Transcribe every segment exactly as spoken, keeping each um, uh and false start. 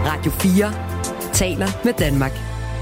Radio fire taler med Danmark.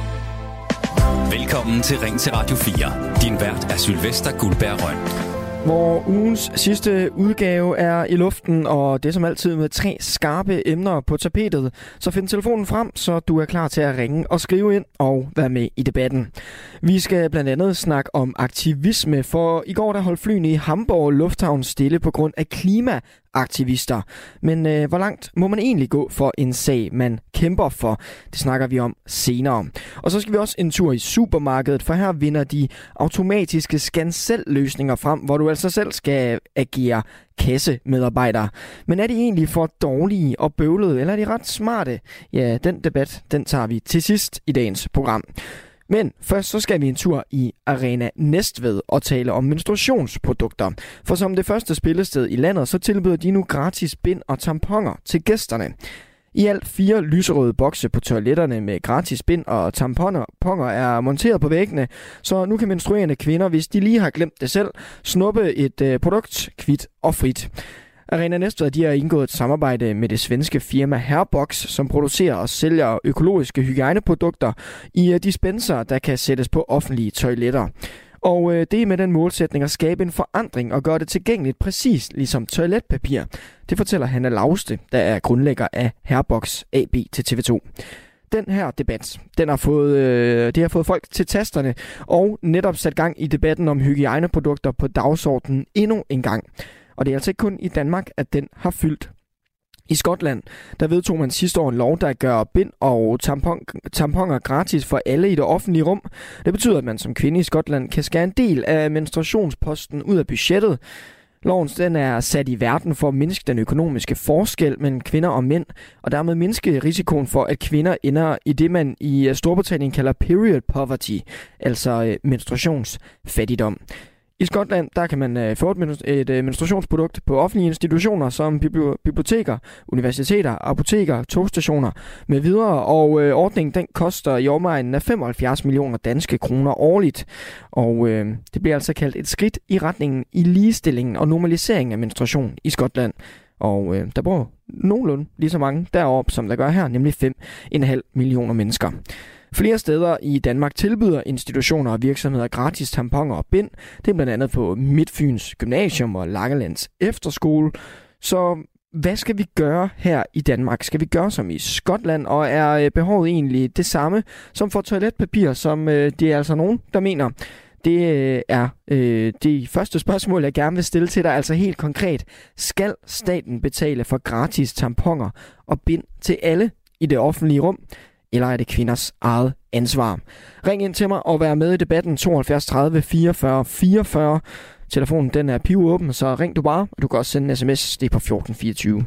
Velkommen til Ring til Radio fire. Din vært er Sylvester Guldberg Røn. Hvor ugens sidste udgave er i luften, og det som altid med tre skarpe emner på tapetet. Så find telefonen frem, så du er klar til at ringe og skrive ind og være med i debatten. Vi skal blandt andet snakke om aktivisme, for i går der holdt flyene i Hamburg Lufthavn stille på grund af klimaaktivister. Men øh, hvor langt må man egentlig gå for en sag, man kæmper for? Det snakker vi om senere. Og så skal vi også en tur i supermarkedet, for her vinder de automatiske scan-selv-løsninger frem, hvor du altså selv skal agere kassemedarbejder. Men er de egentlig for dårlige og bøvlede, eller er de ret smarte? Ja, den debat, den tager vi til sidst i dagens program. Men først så skal vi en tur i Arena Næstved og tale om menstruationsprodukter. For som det første spillested i landet, så tilbyder de nu gratis bind og tamponer til gæsterne. I alt fire lyserøde bokse på toiletterne med gratis bind og tamponer ponger er monteret på væggene, så nu kan menstruerende kvinder, hvis de lige har glemt det selv, snuppe et øh, produkt kvit og frit. Arena Næstved de har indgået et samarbejde med det svenske firma Hairbox, som producerer og sælger økologiske hygiejneprodukter i dispenser, der kan sættes på offentlige toiletter. Og øh, det er med den målsætning at skabe en forandring og gøre det tilgængeligt præcis ligesom toiletpapir. Det fortæller Hanna Lauste, der er grundlægger af Hairbox A B til T V to. Den her debat, den har fået, øh, det har fået folk til tasterne og netop sat gang i debatten om hygiejneprodukter på dagsordenen endnu en gang. Og det er altså ikke kun i Danmark, at den har fyldt. I Skotland, der vedtog man sidste år en lov, der gør bind og tampon, tamponer gratis for alle i det offentlige rum. Det betyder, at man som kvinde i Skotland kan skære en del af menstruationsposten ud af budgettet. Loven den er sat i verden for at mindske den økonomiske forskel mellem kvinder og mænd, og dermed mindske risikoen for, at kvinder ender i det, man i Storbritannien kalder period poverty, altså menstruationsfattigdom. I Skotland der kan man øh, få et, et øh, menstruationsprodukt på offentlige institutioner som biblioteker, universiteter, apoteker, togstationer med videre, og øh, ordningen den koster i omegnen af femoghalvfjerds millioner danske kroner årligt. Og øh, det bliver altså kaldt et skridt i retningen i ligestillingen og normaliseringen af menstruation i Skotland. Og øh, der bor nogenlunde lige så mange deroppe, som der gør her, nemlig fem komma fem millioner mennesker. Flere steder i Danmark tilbyder institutioner og virksomheder gratis tamponer og bind. Det er blandt andet på Midtfyns Gymnasium og Langelands Efterskole. Så hvad skal vi gøre her i Danmark? Skal vi gøre som i Skotland? Og er behovet egentlig det samme som for toiletpapir, som øh, det er altså nogen, der mener? Det øh, er øh, det første spørgsmål, jeg gerne vil stille til dig. Altså helt konkret. Skal staten betale for gratis tamponer og bind til alle i det offentlige rum? Eller er det kvinders eget ansvar? Ring ind til mig og vær med i debatten tooghalvfjerds tredive fireogfyrre fireogfyrre. Telefonen den er pivåben, så ring du bare, og du kan også sende en sms, det er på fjorten fireogtyve.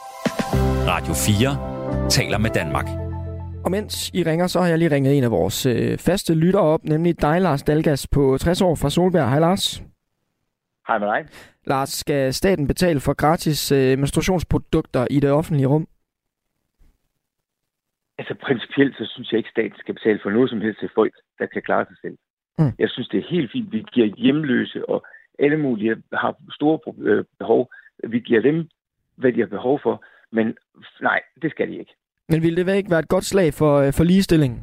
Radio fire taler med Danmark. Og mens I ringer, så har jeg lige ringet en af vores øh, faste lyttere op, nemlig dig, Lars Dalgas, på tres år fra Solbjerg. Hej Lars. Hej med dig. Lars, skal staten betale for gratis øh, menstruationsprodukter i det offentlige rum? Altså principielt, så synes jeg ikke, at staten skal betale for noget som helst til folk, der kan klare sig selv. Mm. Jeg synes, det er helt fint. Vi giver hjemløse og alle mulige har store behov. Vi giver dem, hvad de har behov for. Men nej, det skal de ikke. Men ville det ikke være et godt slag for, for ligestillingen?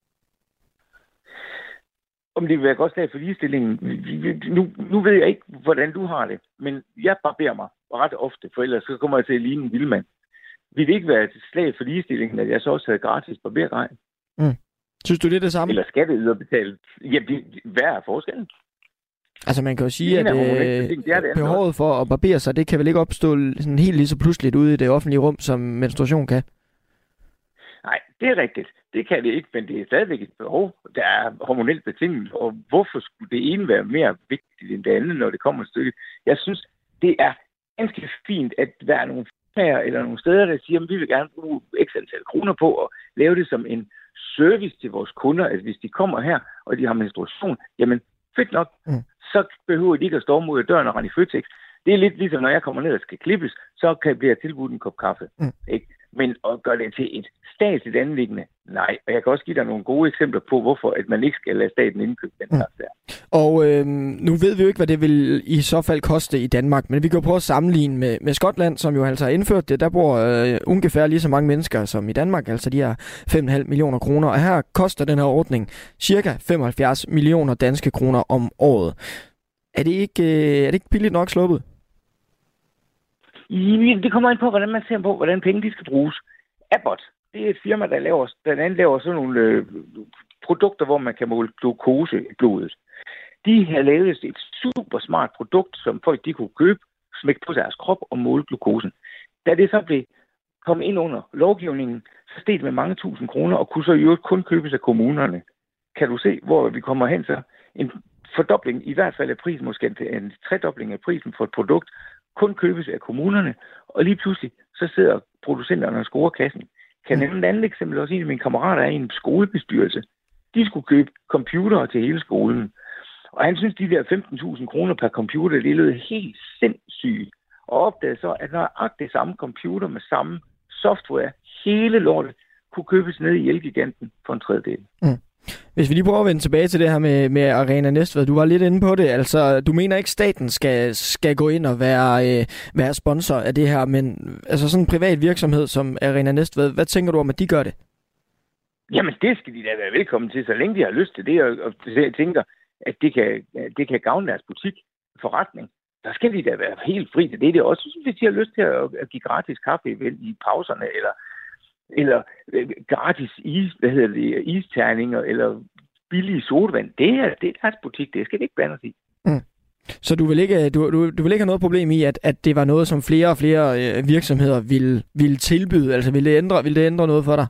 Om det vil være et godt slag for ligestillingen? Nu, nu ved jeg ikke, hvordan du har det. Men jeg barberer mig ret ofte, for ellers så kommer jeg til at ligne en vildmand. Vil det ikke være et slag for ligestillingen, at jeg så også havde gratis barbergrej? Mm. Synes du, det er det samme? Eller skatteyderbetalt? Jamen, det, hvad er forskellen? Altså, man kan jo sige, at øh, det det behovet for at barbere sig, det kan vel ikke opstå sådan helt lige så pludseligt ude i det offentlige rum, som menstruation kan? Nej, det er rigtigt. Det kan det ikke, men det er stadigvæk et behov, der er hormonelt betinget. Og hvorfor skulle det ene være mere vigtigt end det andet, når det kommer et stykke? Jeg synes, det er ganske fint, at der er nogle her eller nogle steder, der siger, at vi vil gerne bruge x antal kroner på at lave det som en service til vores kunder. Altså hvis de kommer her, og de har menstruation, jamen fedt nok, mm. så behøver de ikke at stå mod døren og rende i Føtex. Det er lidt ligesom, når jeg kommer ned og skal klippes, så kan jeg blive tilbudt en kop kaffe. Mm. Ikke? Men at gøre det til et statsligt anliggende, nej. Og jeg kan også give dig nogle gode eksempler på, hvorfor at man ikke skal lade staten indkøbe den slags der. Og øh, nu ved vi jo ikke, hvad det vil i så fald koste i Danmark, men vi kan jo prøve at sammenligne med, med Skotland, som jo altså har indført det. Der bor øh, ungefær lige så mange mennesker som i Danmark, altså de her fem komma fem millioner kroner. Og her koster den her ordning cirka femoghalvfjerds millioner danske kroner om året. Er det ikke, øh, er det ikke billigt nok sluppet? Det kommer ind på, hvordan man ser på, hvordan penge de skal bruges. Abbott, det er et firma, der laver, der laver sådan nogle øh, produkter, hvor man kan måle glukose i blodet. De har lavet et super smart produkt, som folk de kunne købe, smække på deres krop og måle glukosen. Da det så blev kommet ind under lovgivningen, så steg det med mange tusind kroner, og kunne så i øvrigt kun købes af kommunerne. Kan du se, hvor vi kommer hen så? En fordobling, i hvert fald af prisen, måske en tredobling af prisen for et produkt, kun købes af kommunerne, og lige pludselig så sidder producenterne og scorer kassen. Kan jeg nævne et andet eksempel også? En af mine kammerater er i en skolebestyrelse. De skulle købe computere til hele skolen. Og han synes, de der femten tusind kroner per computer, det lød helt sindssygt. Og opdagede så, at nøjagtigt det samme computer med samme software, hele lortet, kunne købes ned i Elgiganten for en tredjedel. Mm. Hvis vi lige prøver at vende tilbage til det her med, med Arena Næstved. Du var lidt inde på det. Altså, du mener ikke, staten skal, skal gå ind og være, øh, være sponsor af det her, men altså sådan en privat virksomhed som Arena Næstved, hvad tænker du om, at de gør det? Jamen, det skal de da være velkommen til, så længe de har lyst til det, og, og tænker, at det kan, det kan gavne deres butik, forretning. Der skal de da være helt fri til det. Det er også, hvis de har lyst til at, at give gratis kaffe i pauserne, eller eller gratis is, hvad hedder det, isterninger, eller billige sodavand. Det er, det er deres butik, det skal det ikke blande os i. Mm. Så du vil ikke, du, du, du vil ikke have noget problem i, at, at det var noget, som flere og flere øh, virksomheder ville, ville tilbyde? Altså, vil det, ændre, vil det ændre noget for dig?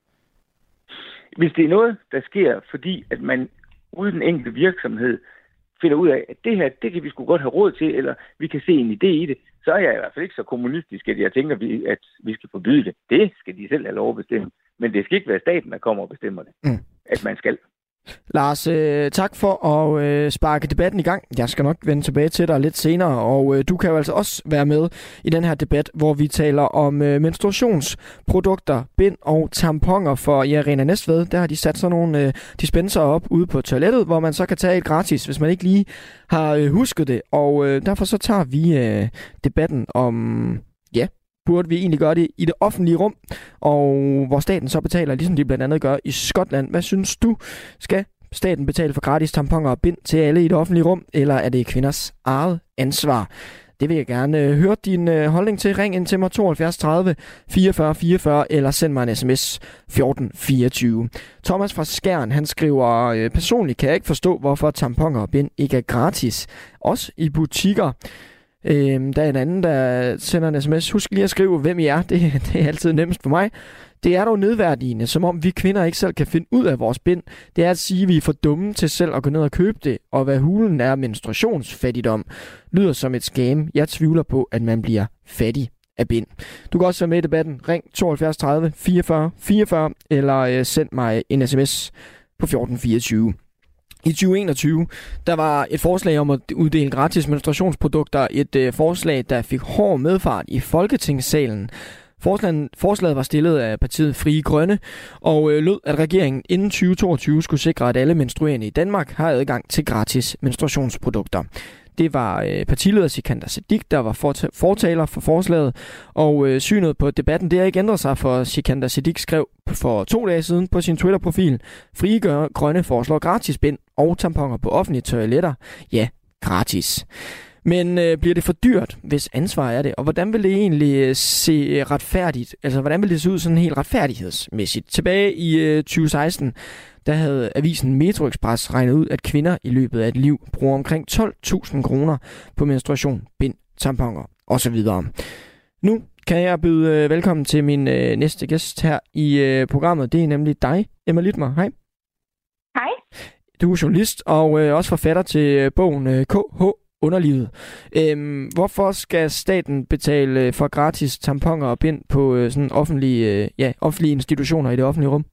Hvis det er noget, der sker, fordi at man ude i den enkelte virksomhed finder ud af, at det her, det kan vi sgu godt have råd til, eller vi kan se en idé i det, så er jeg i hvert fald ikke så kommunistisk, at jeg tænker, at vi skal forbyde det. Det skal de selv have lov at bestemme. Men det skal ikke være staten, der kommer og bestemmer det. Mm. At man skal. Lars, øh, tak for at øh, sparke debatten i gang. Jeg skal nok vende tilbage til dig lidt senere, og øh, du kan jo altså også være med i den her debat, hvor vi taler om øh, menstruationsprodukter, bind og tamponer for i Arena Næstved. Der har de sat sådan nogle øh, dispenser op ude på toilettet, hvor man så kan tage et gratis, hvis man ikke lige har øh, husket det. Og øh, derfor så tager vi øh, debatten om, ja, burde vi egentlig gøre det i det offentlige rum, og hvor staten så betaler, ligesom de blandt andet gør i Skotland. Hvad synes du? Skal staten betale for gratis tamponer og bind til alle i det offentlige rum, eller er det kvinders eget ansvar? Det vil jeg gerne høre din holdning til. Ring ind til mig tooghalvfjerds tredive fireogfyrre fireogfyrre, eller send mig en sms fjorten fireogtyve. Thomas fra Skjern, han skriver, personligt kan jeg ikke forstå, hvorfor tamponer og bind ikke er gratis, også i butikker. Øhm, der er en anden, der sender en sms. Husk lige at skrive, hvem I er. Det, det er altid nemmest for mig. Det er dog nedværdigende, som om vi kvinder ikke selv kan finde ud af vores bind. Det er at sige, at vi er for dumme til selv at gå ned og købe det, og hvad hulen er menstruationsfattigdom, lyder som et scam. Jeg tvivler på, at man bliver fattig af bind. Du kan også være med i debatten. Ring tooghalvfjerds tredive fireogfyrre fireogfyrre, eller øh, send mig en sms på fjorten fireogtyve. I tyve enogtyve, der var et forslag om at uddele gratis menstruationsprodukter, et øh, forslag, der fik hård medfart i Folketingssalen. Forslaget, forslaget var stillet af partiet Frie Grønne, og øh, lød, at regeringen inden tyve toogtyve skulle sikre, at alle menstruerende i Danmark har adgang til gratis menstruationsprodukter. Det var øh, partileder Sikandar Siddique, der var fortaler for forslaget, og øh, synet på debatten, det har ikke ændret sig, for Sikandar Siddique skrev for to dage siden på sin Twitter-profil: Frie Grønne foreslår gratis bind og tamponer på offentlige toiletter. Ja, gratis. Men øh, bliver det for dyrt, hvis ansvar er det? Og hvordan vil det egentlig øh, se retfærdigt? Altså, hvordan vil det se ud sådan helt retfærdighedsmæssigt? Tilbage i øh, tyve seksten, der havde avisen Metro Express regnet ud, at kvinder i løbet af et liv bruger omkring tolv tusind kroner på menstruation, bind, tamponer osv. Nu kan jeg byde øh, velkommen til min øh, næste gæst her i øh, programmet. Det er nemlig dig, Emma Littmer. Hej. Hej. Du er journalist og øh, også forfatter til øh, bogen øh, K H Underlivet. Øhm, hvorfor skal staten betale for gratis tamponer og bind på øh, sådan offentlige, øh, ja, offentlige institutioner i det offentlige rum?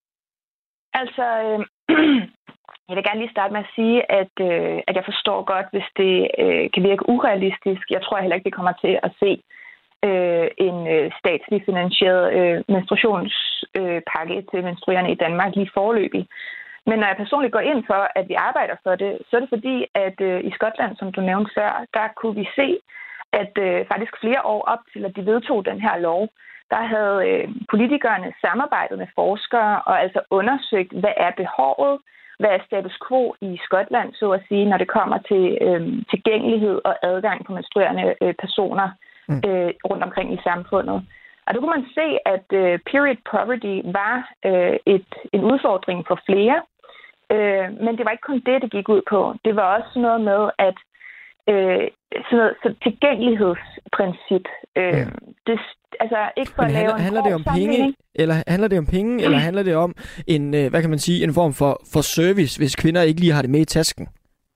Altså, øh, jeg vil gerne lige starte med at sige, at, øh, at jeg forstår godt, hvis det øh, kan virke urealistisk. Jeg tror heller ikke, vi kommer til at se øh, en øh, statslig finansieret øh, menstruationspakke øh, til menstruerende i Danmark lige foreløbig. Men når jeg personligt går ind for, at vi arbejder for det, så er det fordi, at øh, i Skotland, som du nævnte før, der kunne vi se, at øh, faktisk flere år op til, at de vedtog den her lov, der havde øh, politikerne samarbejdet med forskere og altså undersøgt, hvad er behovet, hvad er status quo i Skotland, så at sige, når det kommer til øh, tilgængelighed og adgang på menstruerende øh, personer øh, rundt omkring i samfundet. Og der kunne man se, at øh, period poverty var øh, et, en udfordring for flere, øh, men det var ikke kun det, det gik ud på. Det var også noget med, at øh, sådan noget, så tilgængelighedsprincip, øh, ja. det, altså ikke for men at lave handler, en handler det om penge, eller handler det om penge, mm. eller handler det om en, hvad kan man sige, en form for, for service, hvis kvinder ikke lige har det med i tasken?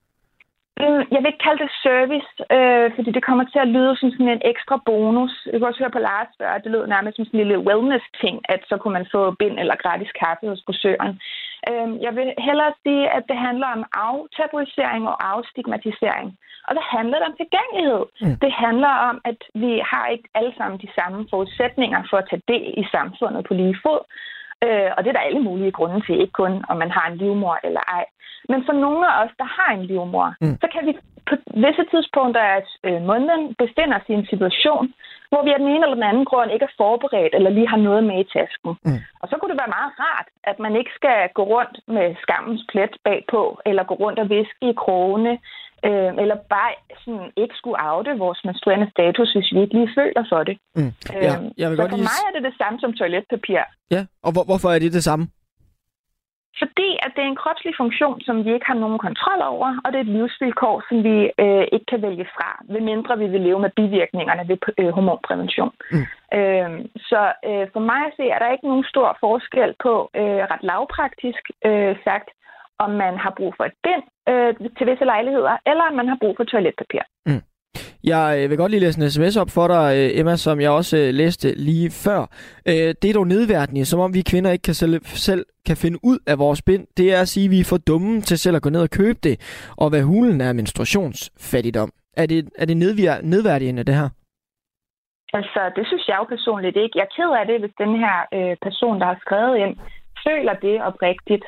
Jeg vil ikke kalde det service, øh, fordi det kommer til at lyde som sådan en ekstra bonus. Jeg kan også høre på Lars før, at det lød nærmest som sådan en lille wellness-ting, at så kunne man få bind eller gratis kaffe hos frisøren. Øh, jeg vil hellere sige, at det handler om aftabuisering og afstigmatisering. Og så handler det om tilgængelighed. Mm. Det handler om, at vi har ikke alle sammen de samme forudsætninger for at tage del i samfundet på lige fod. Øh, og det er der alle mulige grunde til, ikke kun om man har en livmor eller ej. Men for nogle af os, der har en livmor, mm. så kan vi på visse tidspunkter af øh, måneden befinde os i en situation, hvor vi af den ene eller den anden grund ikke er forberedt eller lige har noget med i tasken. Mm. Og så kunne det være meget rart, at man ikke skal gå rundt med skammens plet bagpå, eller gå rundt og viske i krogene, øh, eller bare sådan ikke skulle oute vores menstruerende status, hvis vi ikke lige føler for det. Mm. Ja, jeg vil så godt for lige... mig er det det samme som toiletpapir. Ja, og hvor, hvorfor er det det samme? Fordi at det er en kropslig funktion, som vi ikke har nogen kontrol over, og det er et livsvilkår, som vi øh, ikke kan vælge fra, medmindre vi vil leve med bivirkningerne ved øh, hormonprævention. Mm. Øh, så øh, for mig at se, er der ikke nogen stor forskel på, øh, ret lavpraktisk øh, sagt, om man har brug for et bind øh, til visse lejligheder, eller om man har brug for toiletpapir. Mm. Jeg vil godt lige læse en sms op for dig, Emma, som jeg også læste lige før. Det er dog nedværdigende, som om vi kvinder ikke kan selv, selv kan finde ud af vores bind. Det er at sige, at vi er for dumme til selv at gå ned og købe det, og hvad hulen er menstruationsfattigdom. Er det, er det nedværdigende, det her? Altså, det synes jeg jo personligt ikke. Jeg er ked af det, hvis den her øh, person, der har skrevet ind, føler det oprigtigt.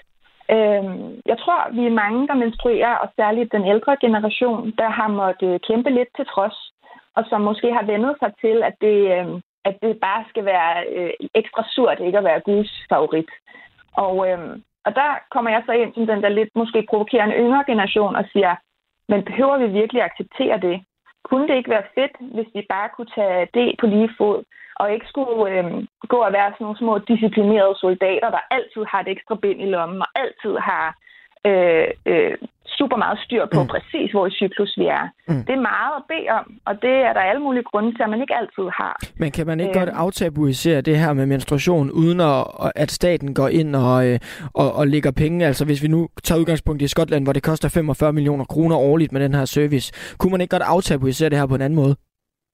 Jeg tror, vi er mange, der menstruerer, og særligt den ældre generation, der har måttet kæmpe lidt til trods, og som måske har vendet sig til, at det, at det bare skal være ekstra surt ikke at være Guds favorit. Og, og der kommer jeg så ind som den der lidt måske provokerende yngre generation og siger, men behøver vi virkelig acceptere det? Kunne det ikke være fedt, hvis vi bare kunne tage det på lige fod, og ikke skulle øh, gå og være sådan nogle små disciplinerede soldater, der altid har et ekstra bind i lommen, og altid har øh, øh, super meget styr på mm. præcis, hvor i cyklus vi er. Mm. Det er meget at bede om, og det er der alle mulige grunde til, at man ikke altid har. Men kan man ikke øh, godt aftabuisere det her med menstruation, uden at, at staten går ind og, og, og lægger penge? Altså hvis vi nu tager udgangspunkt i Skotland, hvor det koster femogfyrre millioner kroner årligt med den her service, kunne man ikke godt aftabuisere det her på en anden måde?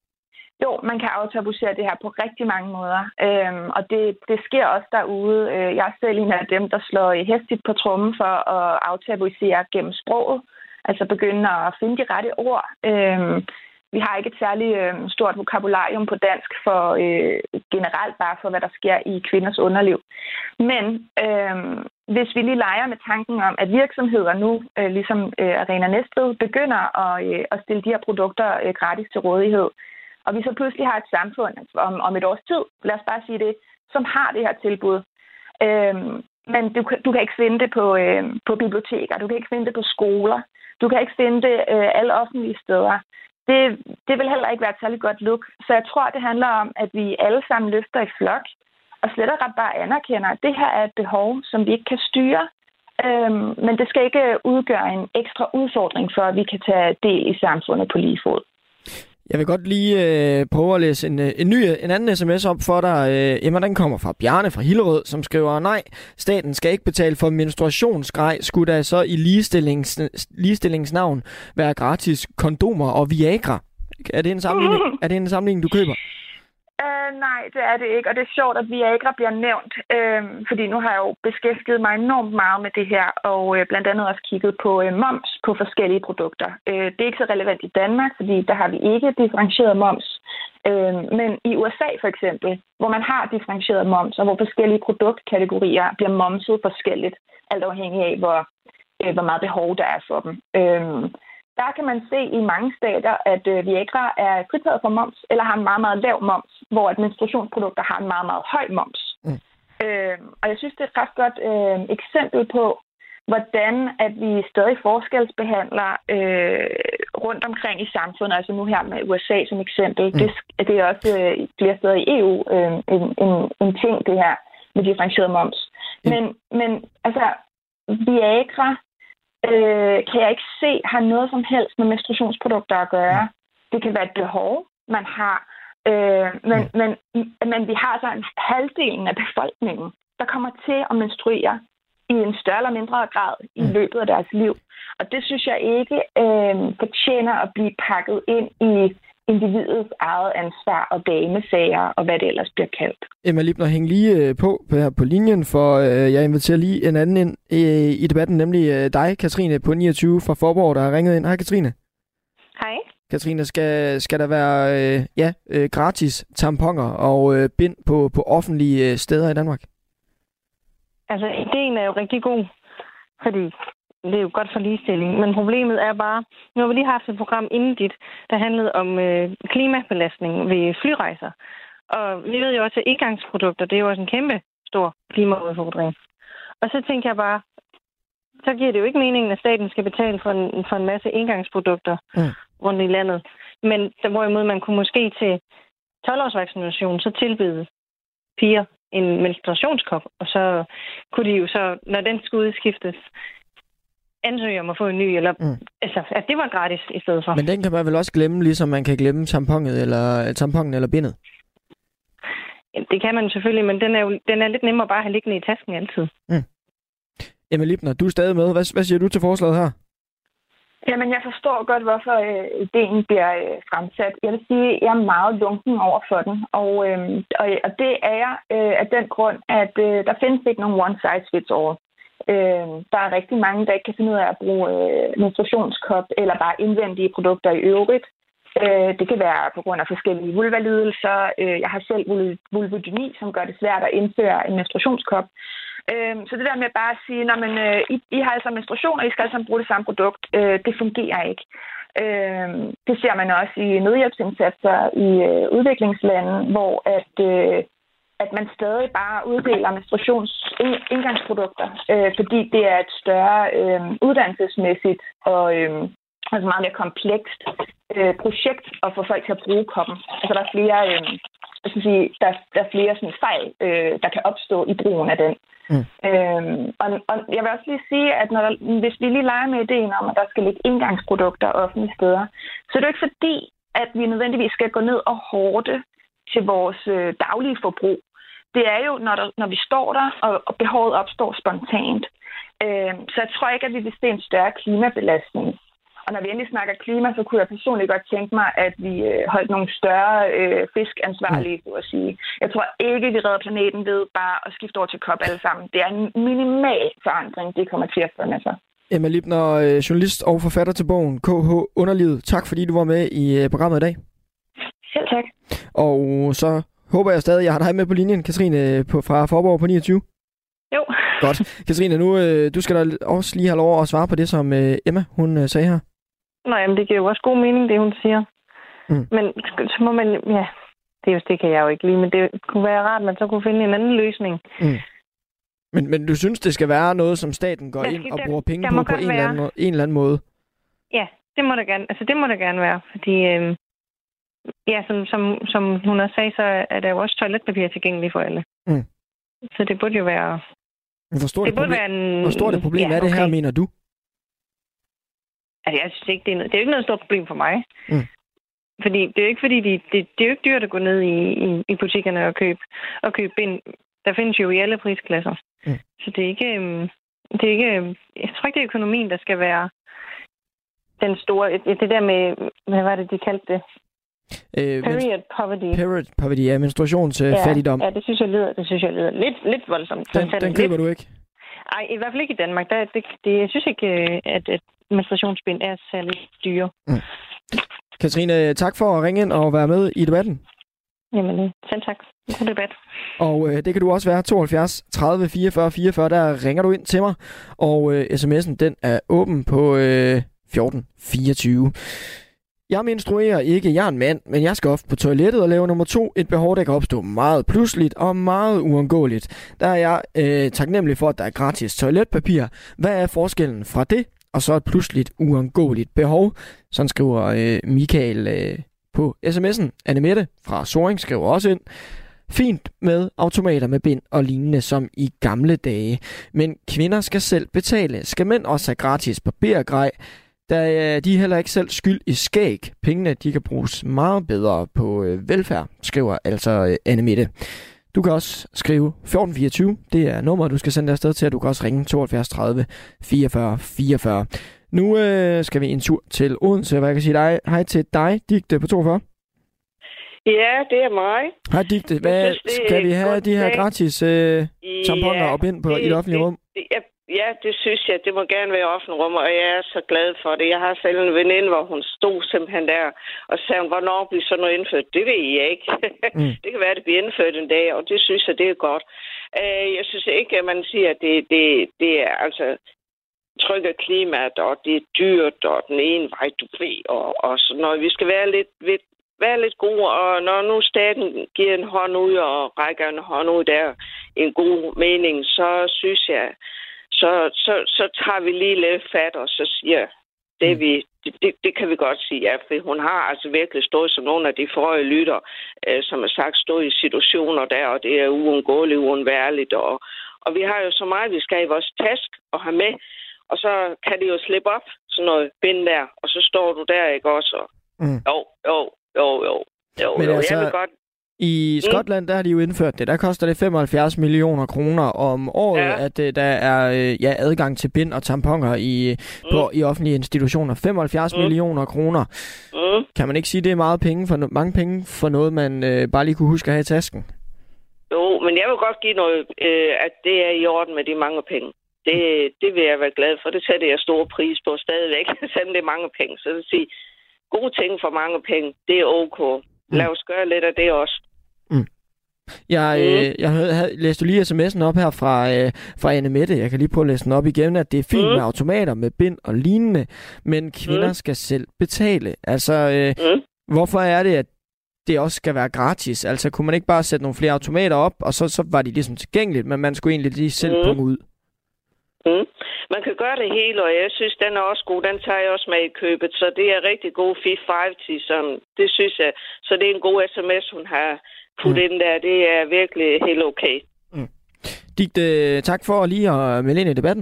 Jo, man kan aftabuisere det her på rigtig mange måder, øhm, og det, det sker også derude. Jeg er selv en af dem, der slår hæstigt på trommen for at aftabuisere gennem sproget, altså begynde at finde de rette ord. Øhm, vi har ikke et særligt øh, stort vokabularium på dansk for øh, generelt bare for, hvad der sker i kvinders underliv. Men øh, hvis vi lige leger med tanken om, at virksomheder nu, øh, ligesom øh, Arena Næstved, begynder at, øh, at stille de her produkter øh, gratis til rådighed, og vi så pludselig har et samfund om, om et års tid, lad os bare sige det, som har det her tilbud. Øhm, men du, du kan ikke finde det på, øh, på biblioteker, du kan ikke finde det på skoler, du kan ikke finde det øh, alle offentlige steder. Det, det vil heller ikke være et særligt godt look. Så jeg tror, det handler om, at vi alle sammen løfter i flok, og slet og ret bare anerkender, at det her er et behov, som vi ikke kan styre. Øhm, men det skal ikke udgøre en ekstra udfordring for, at vi kan tage del i samfundet på lige fod. Jeg vil godt lige øh, prøve at læse en, en ny, en anden sms op for dig. Øh, Emma, den kommer fra Bjarne fra Hillerød, som skriver, nej, staten skal ikke betale for menstruationsgrej. Skulle der så i ligestillings, ligestillingsnavn være gratis kondomer og Viagra? Er det en sammenligning, er det en sammenligning du køber? Uh, nej, det er det ikke, og det er sjovt, at Viagra bliver nævnt, uh, fordi nu har jeg jo beskæftiget mig enormt meget med det her, og uh, blandt andet også kigget på uh, moms på forskellige produkter. Uh, det er ikke så relevant i Danmark, fordi der har vi ikke differentieret moms, uh, men i U S A for eksempel, hvor man har differentieret moms, og hvor forskellige produktkategorier bliver momset forskelligt, alt afhængig af, hvor, uh, hvor meget behov der er for dem. Uh, Der kan man se i mange stater, at øh, Viagra er fritaget for moms, eller har en meget, meget lav moms, hvor at menstruationsprodukter har en meget, meget høj moms. Mm. Øh, og jeg synes, det er et ret godt øh, eksempel på, hvordan at vi stadig forskelsbehandler øh, rundt omkring i samfundet. Altså nu her med U S A som eksempel. Mm. Det, det er også øh, flere steder i E U øh, en, en, en ting, det her med differentieret moms. Mm. Men, men altså, Viagra Øh, kan jeg ikke se har noget som helst med menstruationsprodukter at gøre. Det kan være et behov, man har, øh, men, mm. men, men vi har så en halvdelen af befolkningen, der kommer til at menstruere i en større eller mindre grad i mm. løbet af deres liv. Og det synes jeg ikke øh, fortjener at blive pakket ind i individets eget ansvar og damesager og hvad det ellers bliver kaldt. Emma Libner, hæng lige på her på linjen, for øh, jeg inviterer lige en anden ind øh, i debatten, nemlig øh, dig, Katrine, på niogtyve fra Forborg, der har ringet ind. Hej, Katrine. Hej. Katrine, skal, skal der være øh, ja, øh, gratis tamponer og øh, bind på, på offentlige øh, steder i Danmark? Altså, ideen er jo rigtig god, fordi det er jo godt for ligestilling, men problemet er bare, nu har vi lige haft et program inden dit, der handlede om øh, klimabelastning ved flyrejser. Og vi ved jo også, at engangsprodukter, det er jo også en kæmpe stor klimaudfordring. Og så tænker jeg bare, så giver det jo ikke meningen, at staten skal betale for en, for en masse engangsprodukter mm. rundt i landet. Men der hvorimod man kunne måske til tolv-års-vaccination, så tilbyde piger en menstruationskop, og så kunne de jo så, når den skulle udskiftes, ansøge om at få en ny, eller mm. altså, at det var gratis i stedet for. Men den kan man vel også glemme, ligesom man kan glemme tamponet eller tamponen eller bindet? Ja, det kan man selvfølgelig, men den er jo den er lidt nemmere bare at have liggende i tasken altid. Mm. Emma Libner, du er stadig med. Hvad, hvad siger du til forslaget her? Jamen, jeg forstår godt, hvorfor øh, ideen bliver øh, fremsat. Jeg vil sige, at jeg er meget lunken over for den, og, øh, og, og det er jeg øh, af den grund, at øh, der findes ikke nogen one size fits all. Øh, der er rigtig mange, der ikke kan finde ud af at bruge øh, menstruationskop eller bare indvendige produkter i øvrigt. Øh, det kan være på grund af forskellige vulvalidelser. Øh, jeg har selv vulvodyni, som gør det svært at indføre en menstruationskop. Øh, så det der med bare at sige, at øh, I, I har altså menstruation, og I skal altså bruge det samme produkt, øh, det fungerer ikke. Øh, det ser man også i nødhjælpsindsatser i øh, udviklingslande, hvor at... Øh, at man stadig bare uddeler menstruationsindgangsprodukter, øh, fordi det er et større øh, uddannelsesmæssigt og øh, altså meget mere komplekst øh, projekt at få folk til at bruge koppen. Altså der er flere, øh, jeg skal sige, der, der er flere sådan, fejl, øh, der kan opstå i brugen af den. Mm. Øh, og, og jeg vil også lige sige, at når der, hvis vi lige leger med ideen om, at der skal ligge indgangsprodukter offentlige steder, så er det jo ikke fordi, at vi nødvendigvis skal gå ned og hårde til vores øh, daglige forbrug. Det er jo, når, der, når vi står der, og, og behovet opstår spontant. Øh, så jeg tror ikke, at vi vil se en større klimabelastning. Og når vi endelig snakker klima, så kunne jeg personligt godt tænke mig, at vi øh, holdt nogle større øh, fisk ansvarlige, så at sige. Jeg tror ikke, vi redder planeten ved bare at skifte over til kop alle sammen. Det er en minimal forandring, det kommer til at føre med sig. Emma Libner, journalist og forfatter til bogen K H Underlivet. Tak fordi du var med i programmet i dag. Selv tak. Og så håber jeg stadig, jeg har dig med på linjen, Katrine på, fra Forborg på niogtyve. Jo. Godt. Katrine, nu øh, du skal da også lige have lov at svare på det, som øh, Emma hun øh, sagde her. Nå, jamen, det giver jo også god mening, det hun siger. Mm. Men så må man, ja, det, er jo, det kan jeg jo ikke lide, men det kunne være rart, at man så kunne finde en anden løsning. Mm. Men, men du synes, det skal være noget, som staten går skal, ind og der, bruger penge på på en eller, anden, en eller anden måde? Ja, det må der gerne, altså det må der gerne være, fordi øh, ja, som, som, som hun også sagde, så er der jo også toiletpapir tilgængeligt for alle. Mm. Så det burde jo være... Hvor stort det, det, problem, være en, hvor stort det problem ja, er det okay. her, mener du? Altså, jeg synes ikke, det er, noget, det er jo ikke noget stort problem for mig. Mm. Fordi det er jo ikke, fordi de, det, det er jo ikke dyrt at gå ned i, i, i butikkerne og købe, og købe bind. Der findes jo i alle prisklasser. Mm. Så det er ikke... Det er ikke jeg tror ikke, det er økonomien, der skal være den store... Det der med... Hvad var det, de kaldte det? Øh, Period poverty. Period poverty, ja, menstruationsfattigdom. Ja, ja, det synes jeg lyder, det synes jeg lyder lidt, lidt voldsomt. Den, den køber lidt... du ikke? Nej, i hvert fald ikke i Danmark. Der, det, det, jeg synes ikke, at, at menstruationsbind er særlig dyre. Mm. Katrine, tak for at ringe ind og være med i debatten. Jamen, selv tak. God debat. Og øh, det kan du også være tooghalvfjerds tredive fireogfyrre fireogfyrre. Der ringer du ind til mig. Og øh, sms'en, den er åben på øh, fjorten fireogtyve. Jeg menstruerer ikke, jeg er en mand, men jeg skal ofte på toilettet og lave nummer to. Et behov, der kan opstå meget pludseligt og meget uundgåeligt. Der er jeg øh, taknemmelig for, at der er gratis toiletpapir. Hvad er forskellen fra det og så et pludseligt uundgåeligt behov? Sådan skriver øh, Michael øh, på sms'en. Annemette fra Soring skriver også ind. Fint med automater med bind og lignende som i gamle dage. Men kvinder skal selv betale. Skal mænd også have gratis barbergrej? Der, de er heller ikke selv skyld i skæg. Pengene de kan bruges meget bedre på øh, velfærd, skriver altså øh, Annemette. Du kan også skrive fjorten fireogtyve. Det er nummeret, du skal sende afsted til, og du kan også ringe tooghalvfjerds tredive fireogfyrre fireogfyrre. Nu øh, skal vi en tur til Odense, hvor jeg kan sige dig, hej til dig, Digte på toogfyrre. Ja, det er mig. Hej Digte. Hvad, synes, skal vi have de her gratis øh, tamponer ja, og bind på det, i det offentlige rum? Det, det, ja, det synes jeg. Det må gerne være i offentlige rum, og jeg er så glad for det. Jeg har selv en veninde, hvor hun stod simpelthen der og sagde, hvornår bliver sådan noget indført? Det ved jeg ikke. Mm. Det kan være, at det bliver indført en dag, og det synes jeg, det er godt. Jeg synes ikke, at man siger, at det, det, det er altså trykker klimaet, og det er dyrt, og den ene vej, du ved, og, og sådan noget. Vi skal være lidt, lidt, være lidt gode, og når nu staten giver en hånd ud, og rækker en hånd ud der, en god mening, så synes jeg, så, så, så tager vi lige lidt fat, og så siger det, vi, det, det, det kan vi godt sige, ja, for hun har altså virkelig stået som nogle af de forrige lytter, øh, som har sagt, stået i situationer der, og det er uundgåeligt, uundværligt, og, og vi har jo så meget, vi skal i vores task og have med, og så kan det jo slippe op, sådan noget bind der, og så står du der, ikke også? Og, mm. Jo, jo, jo, jo, jo, Men jo. Altså, jeg vil godt... I Skotland, der har de jo indført det. Der koster det femoghalvfjerds millioner kroner om året, ja. at uh, der er uh, ja, adgang til bind og tamponer i, mm. på, i offentlige institutioner. femoghalvfjerds mm. millioner kroner. Mm. Kan man ikke sige, det er meget penge for, mange penge for noget, man uh, bare lige kunne huske at have i tasken? Jo, men jeg vil godt give noget, øh, at det er i orden med de mange penge. Det, det vil jeg være glad for. Det sætter jeg stor pris på stadigvæk, selvom det er mange penge. Så det vil sige, gode ting for mange penge, det er ok. Lad os gøre lidt af det også. Mm. Jeg, mm. øh, jeg havde, læste lige sms'en op her fra, øh, fra Annemette. Jeg kan lige prøve at læse den op igen, at det er fint mm. med automater, med bind og lignende, men kvinder mm. skal selv betale. Altså, øh, mm. hvorfor er det, at det også skal være gratis? Altså, kunne man ikke bare sætte nogle flere automater op, og så, så var de ligesom tilgængeligt, men man skulle egentlig lige selv mm. punge ud? Mm. Man kan gøre det hele, og jeg synes, den er også god. Den tager jeg også med i købet, så det er rigtig god fif fem som det synes jeg. Så det er en god sms, hun har puttet mm. ind der. Det er virkelig helt okay. Mm. Digte, tak for lige at melde ind i debatten.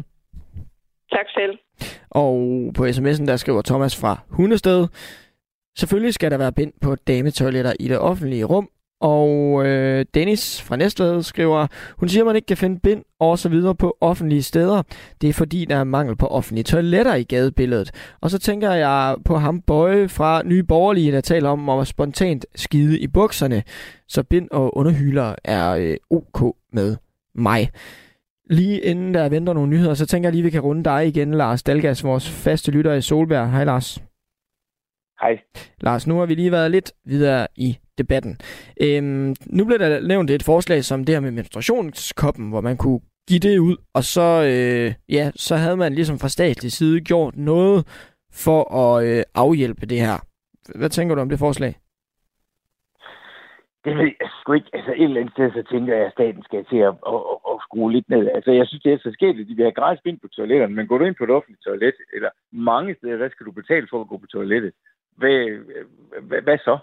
Tak selv. Og på sms'en, der skriver Thomas fra Hundested. Selvfølgelig skal der være bind på dametoiletter i det offentlige rum. Og øh, Dennis fra Næstved skriver, hun siger, at man ikke kan finde bind og så videre på offentlige steder. Det er fordi, der er mangel på offentlige toiletter i gadebilledet. Og så tænker jeg på ham Bøje fra Nye Borgerlige, der taler om at spontant skide i bukserne. Så bind og underhyler er øh, ok med mig. Lige inden der venter nogle nyheder, så tænker jeg lige, vi kan runde dig igen, Lars Dalgas, vores faste lytter i Solbjerg. Hej Lars. Hej. Lars, nu har vi lige været lidt videre i debatten. Øhm, nu blev der nævnt et forslag som det her med menstruationskoppen, hvor man kunne give det ud, og så, øh, ja, så havde man ligesom fra statlig side gjort noget for at øh, afhjælpe det her. Hvad tænker du om det forslag? Det ved jeg sgu ikke. Altså et eller andet sted, så tænker jeg, at staten skal til at, at, at, at skrue lidt ned. Altså jeg synes, det er så sket, at de vil have gratis bind på toiletterne, men går du ind på et offentligt toilet, eller mange steder, hvad skal du betale for at gå på toilettet? Hvad, hvad, hvad så?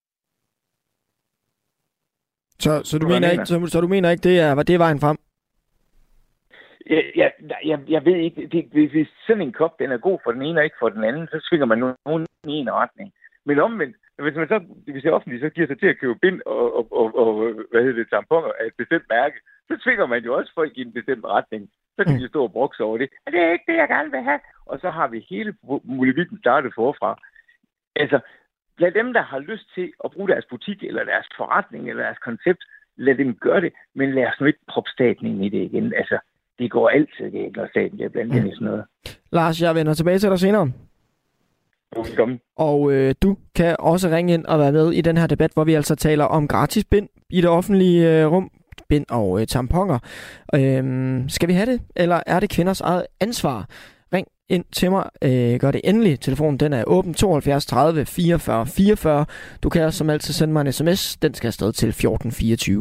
Så, så, du mener ikke, så, så du mener ikke, det er, det er vejen frem? Jeg, jeg, jeg, jeg ved ikke. Det, hvis sådan en kop, den er god for den ene og ikke for den anden, så svinger man nogen i en retning. Men omvendt, hvis man så, hvis jeg offentligt så giver sig til at købe bind og, og, og, og hvad hedder det, tamponer af et bestemt mærke, så svinger man jo også folk i en bestemt retning. Så kan de stå og brokse over det. Og det er ikke det, jeg gerne vil have. Og så har vi hele muligheden startet forfra. Altså, lad dem, der har lyst til at bruge deres butik, eller deres forretning, eller deres koncept, lad dem gøre det, men lad os nu ikke proppe staten ind i det igen. Altså, det går altid galt, når staten bliver blandt andet i sådan noget. Lars, jeg vender tilbage til dig senere. Velkommen. Og øh, du kan også ringe ind og være med i den her debat, hvor vi altså taler om gratis bind i det offentlige øh, rum. Bind og øh, tamponer. Øhm, skal vi have det, eller er det kvinders eget ansvar? Ring ind til mig. Øh, gør det endelig. Telefonen den er åben tooghalvfjerds tredive fireogfyrre fireogfyrre. Du kan som altid sende mig en sms. Den skal afsted til fjorten fireogtyve.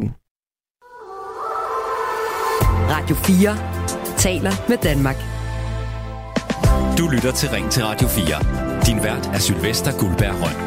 Radio fire taler med Danmark. Du lytter til Ring til Radio fire. Din vært er Sylvester Guldberg Røn.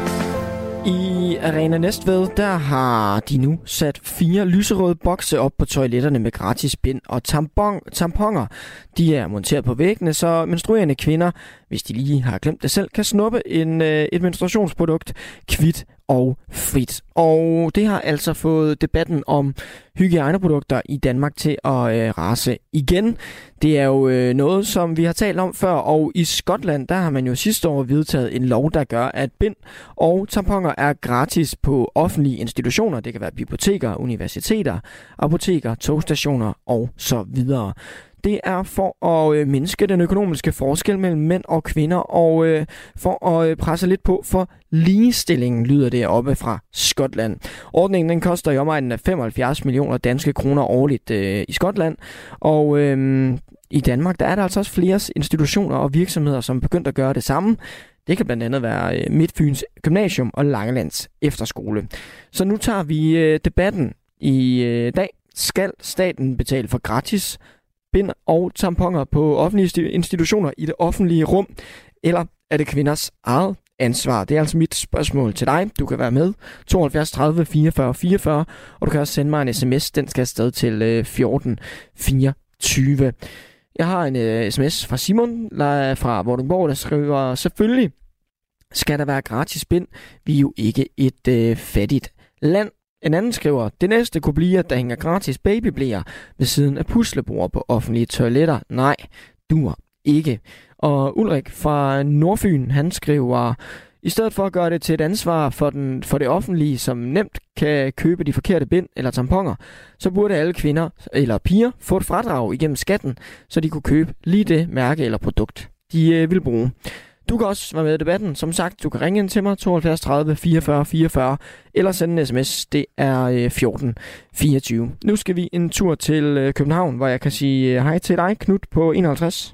I Arena Næstved, der har de nu sat fire lyserøde bokse op på toiletterne med gratis bind og tampon, tamponer. De er monteret på væggene, så menstruerende kvinder, hvis de lige har glemt det selv, kan snuppe en, et menstruationsprodukt kvit og frit. Og det har altså fået debatten om hygiejneprodukter i Danmark til at øh, rase igen. Det er jo øh, noget, som vi har talt om før, og i Skotland, der har man jo sidste år vedtaget en lov, der gør, at bind og tamponer er gratis på offentlige institutioner. Det kan være biblioteker, universiteter, apoteker, togstationer og så videre. Det er for at øh, mindske den økonomiske forskel mellem mænd og kvinder, og øh, for at øh, presse lidt på for ligestillingen, lyder det oppe fra Skotland. Ordningen den koster i omegnen af femoghalvfjerds millioner danske kroner årligt øh, i Skotland, og øh, i Danmark der er der altså også flere institutioner og virksomheder, som er begyndt at gøre det samme. Det kan blandt andet være øh, Midtfyns Gymnasium og Langelands Efterskole. Så nu tager vi øh, debatten i øh, dag. Skal staten betale for gratis bind og tamponer på offentlige institutioner i det offentlige rum, eller er det kvinders eget ansvar? Det er altså mit spørgsmål til dig. Du kan være med tooghalvfjerds tredive fireogfyrre fireogfyrre, og du kan også sende mig en sms. Den skal afsted til fjorten fireogtyve. Jeg har en uh, sms fra Simon fra Vordingborg, der skriver: selvfølgelig skal der være gratis bind. Vi er jo ikke et uh, fattigt land. En anden skriver: det næste kunne blive, at der hænger gratis babyblæer ved siden af puslebord på offentlige toiletter. Nej, duer ikke. Og Ulrik fra Nordfyn, han skriver: i stedet for at gøre det til et ansvar for, den, for det offentlige, som nemt kan købe de forkerte bind eller tamponer, så burde alle kvinder eller piger få et fradrag igennem skatten, så de kunne købe lige det mærke eller produkt, de øh, vil bruge. Du kan også være med i debatten. Som sagt, du kan ringe ind til mig tooghalvfjerds tredive fireogfyrre fireogfyrre eller sende en sms. Det er fjorten fireogtyve. Nu skal vi en tur til København, hvor jeg kan sige hej til dig, Knut på enoghalvtreds.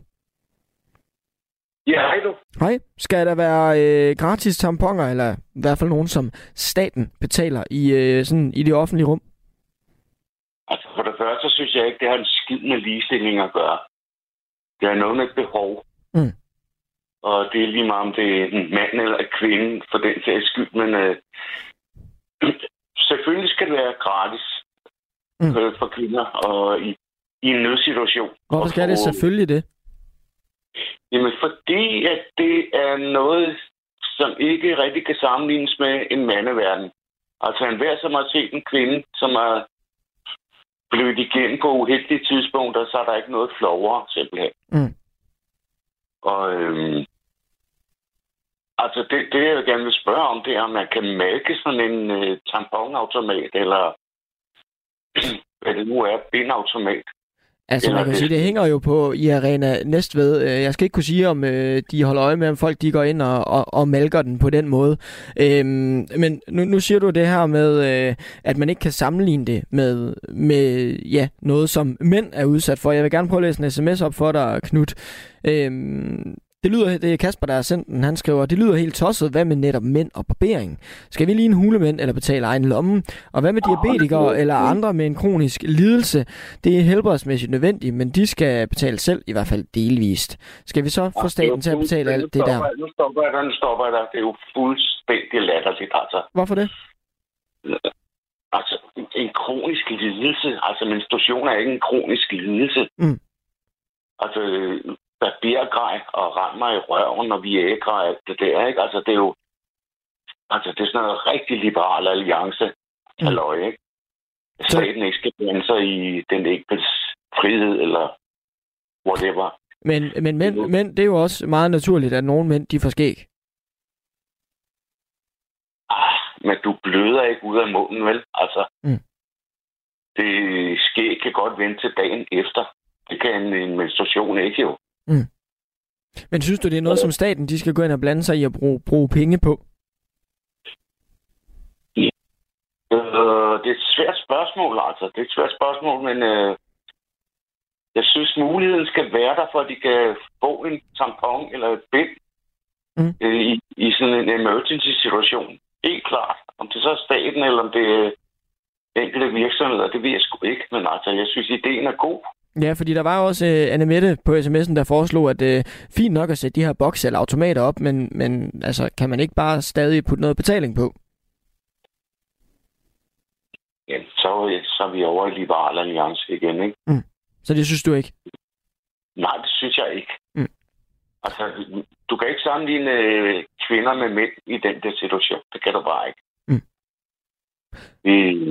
Ja, hej du. Hej. Skal der være øh, gratis tamponer, eller i hvert fald nogen, som staten betaler i, øh, sådan, i det offentlige rum? Altså for det første, så synes jeg ikke, det har en skid med ligestilling at gøre. Det er noget med behov. Mm. Og det er lige meget, om det er en mand eller en kvinde, for den sags skyld. Men øh, selvfølgelig skal det være gratis mm. for kvinder og i, i en nødsituation. Hvorfor skal det selvfølgelig det? Jamen, fordi at det er noget, som ikke rigtig kan sammenlignes med en mandeverden. Altså enhver, som har set en kvinde, som er blevet igennem på uheldige tidspunkter, så er der ikke noget flovere, simpelthen. Mm. Og øhm, altså det, det, jeg gerne vil spørge om, det er, om man kan mælke sådan en øh, tamponautomat, eller hvad det nu er, bindautomat. Altså man kan sige, det hænger jo på i Arena Næstved. Jeg skal ikke kunne sige, om øh, de holder øje med, om folk de går ind og, og, og malker den på den måde. Øhm, men nu, nu siger du det her med, øh, at man ikke kan sammenligne det med, med ja, noget, som mænd er udsat for. Jeg vil gerne prøve at læse en sms op for dig, Knut. Øhm, Det lyder, det er Kasper, der har sendt den. Han skriver: det lyder helt tosset. Hvad med netop mænd og barbering? Skal vi lige en hulemænd eller betale egen lomme? Og hvad med diabetikere eller andre med en kronisk lidelse? Det er helbredsmæssigt nødvendigt, men de skal betale selv, i hvert fald delvist. Skal vi så få staten til at betale alt det der? Nu stopper jeg der, nu stopper jeg der. Det er jo fuldstændig latterligt, altså. Hvorfor det? Altså, en kronisk lidelse. Altså, menstruation er ikke en kronisk lidelse. Mm. Altså, barbergrej og rammer i røven, og vi ægger alt det der, ikke? Altså, det er jo altså, det er sådan noget rigtig liberal alliance, halløj, ikke? Staten ikke skal blande sig i den enkeltes frihed, eller whatever. Men, men mænd, mænd, det er jo også meget naturligt, at nogle mænd, de får skæg. men du bløder ikke ud af munden, vel? Altså, mm. det skæg kan godt vente til dagen efter. Det kan en, en menstruation ikke jo. Mm. Men synes du, det er noget, som staten de skal gå ind og blande sig i at bruge, bruge penge på? Ja. Øh, det er et svært spørgsmål, altså. Det er et svært spørgsmål, men øh, jeg synes, muligheden skal være der, for at de kan få en tampon eller et bind mm. øh, i, i sådan en emergency-situation. Helt klart. Om det så er staten, eller om det er enkelte virksomheder, det ved jeg sgu ikke. Men altså, jeg synes, ideen er god. Ja, fordi der var også uh, Anne Mette på sms'en, der foreslog, at uh, fint nok at sætte de her bokse eller automater op, men, men altså, kan man ikke bare stadig putte noget betaling på? Ja, så, så er vi over i Liberal Alliance igen, ikke? Mm. Så det synes du ikke? Nej, det synes jeg ikke. Mm. Altså, du kan ikke sammenligne øh, kvinder med mænd i den der situation. Det kan du bare ikke. Mm. Vi,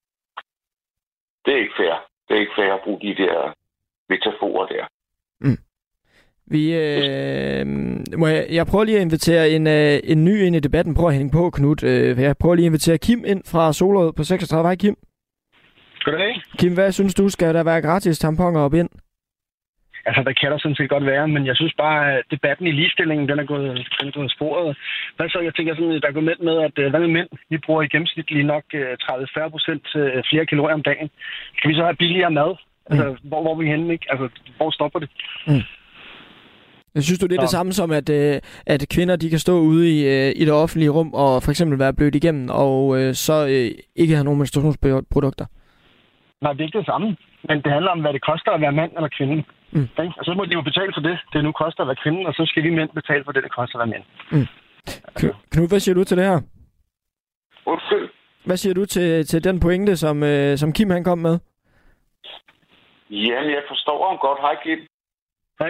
det er ikke fair. Det er ikke fair at bruge de der metaforer der. Mm. Vi, øh, må jeg, jeg prøver lige at invitere en, øh, en ny ind i debatten. Prøv at hænge på, Knut. Øh, jeg prøver lige at invitere Kim ind fra Solrød på seksogtredive. Hej, Kim. Goddag. Kim, hvad synes du? Skal der være gratis tamponer op ind? Altså, der kan der sådan set godt være, men jeg synes bare, at debatten i ligestillingen, den er gået, den er gået sporet. Hvad så? Jeg tænker sådan et argument med, at hvad med mænd? Vi bruger i gennemsnit lige nok tredive til fyrre procent flere kalorier om dagen. Skal vi så have billigere mad? Altså, mm. hvor, hvor er vi henne, ikke? Altså, hvor stopper det? Mm. Jeg synes du, det er det samme som, at, at kvinder de kan stå ude i, i det offentlige rum og for eksempel være blødt igennem, og øh, så øh, ikke have nogen menstruationsprodukter? Nej, det er ikke det samme. Men det handler om, hvad det koster at være mand eller kvinde. Mm. Okay? Og så må de jo betale for det, det nu koster at være kvinde, og så skal vi mænd betale for det, det koster at være mænd. Mm. Knud, hvad siger du til det her? Undskyld. Hvad siger du til, til den pointe, som, øh, som Kim han kom med? Jamen, jeg forstår ham godt. Hej, Kim. Hej.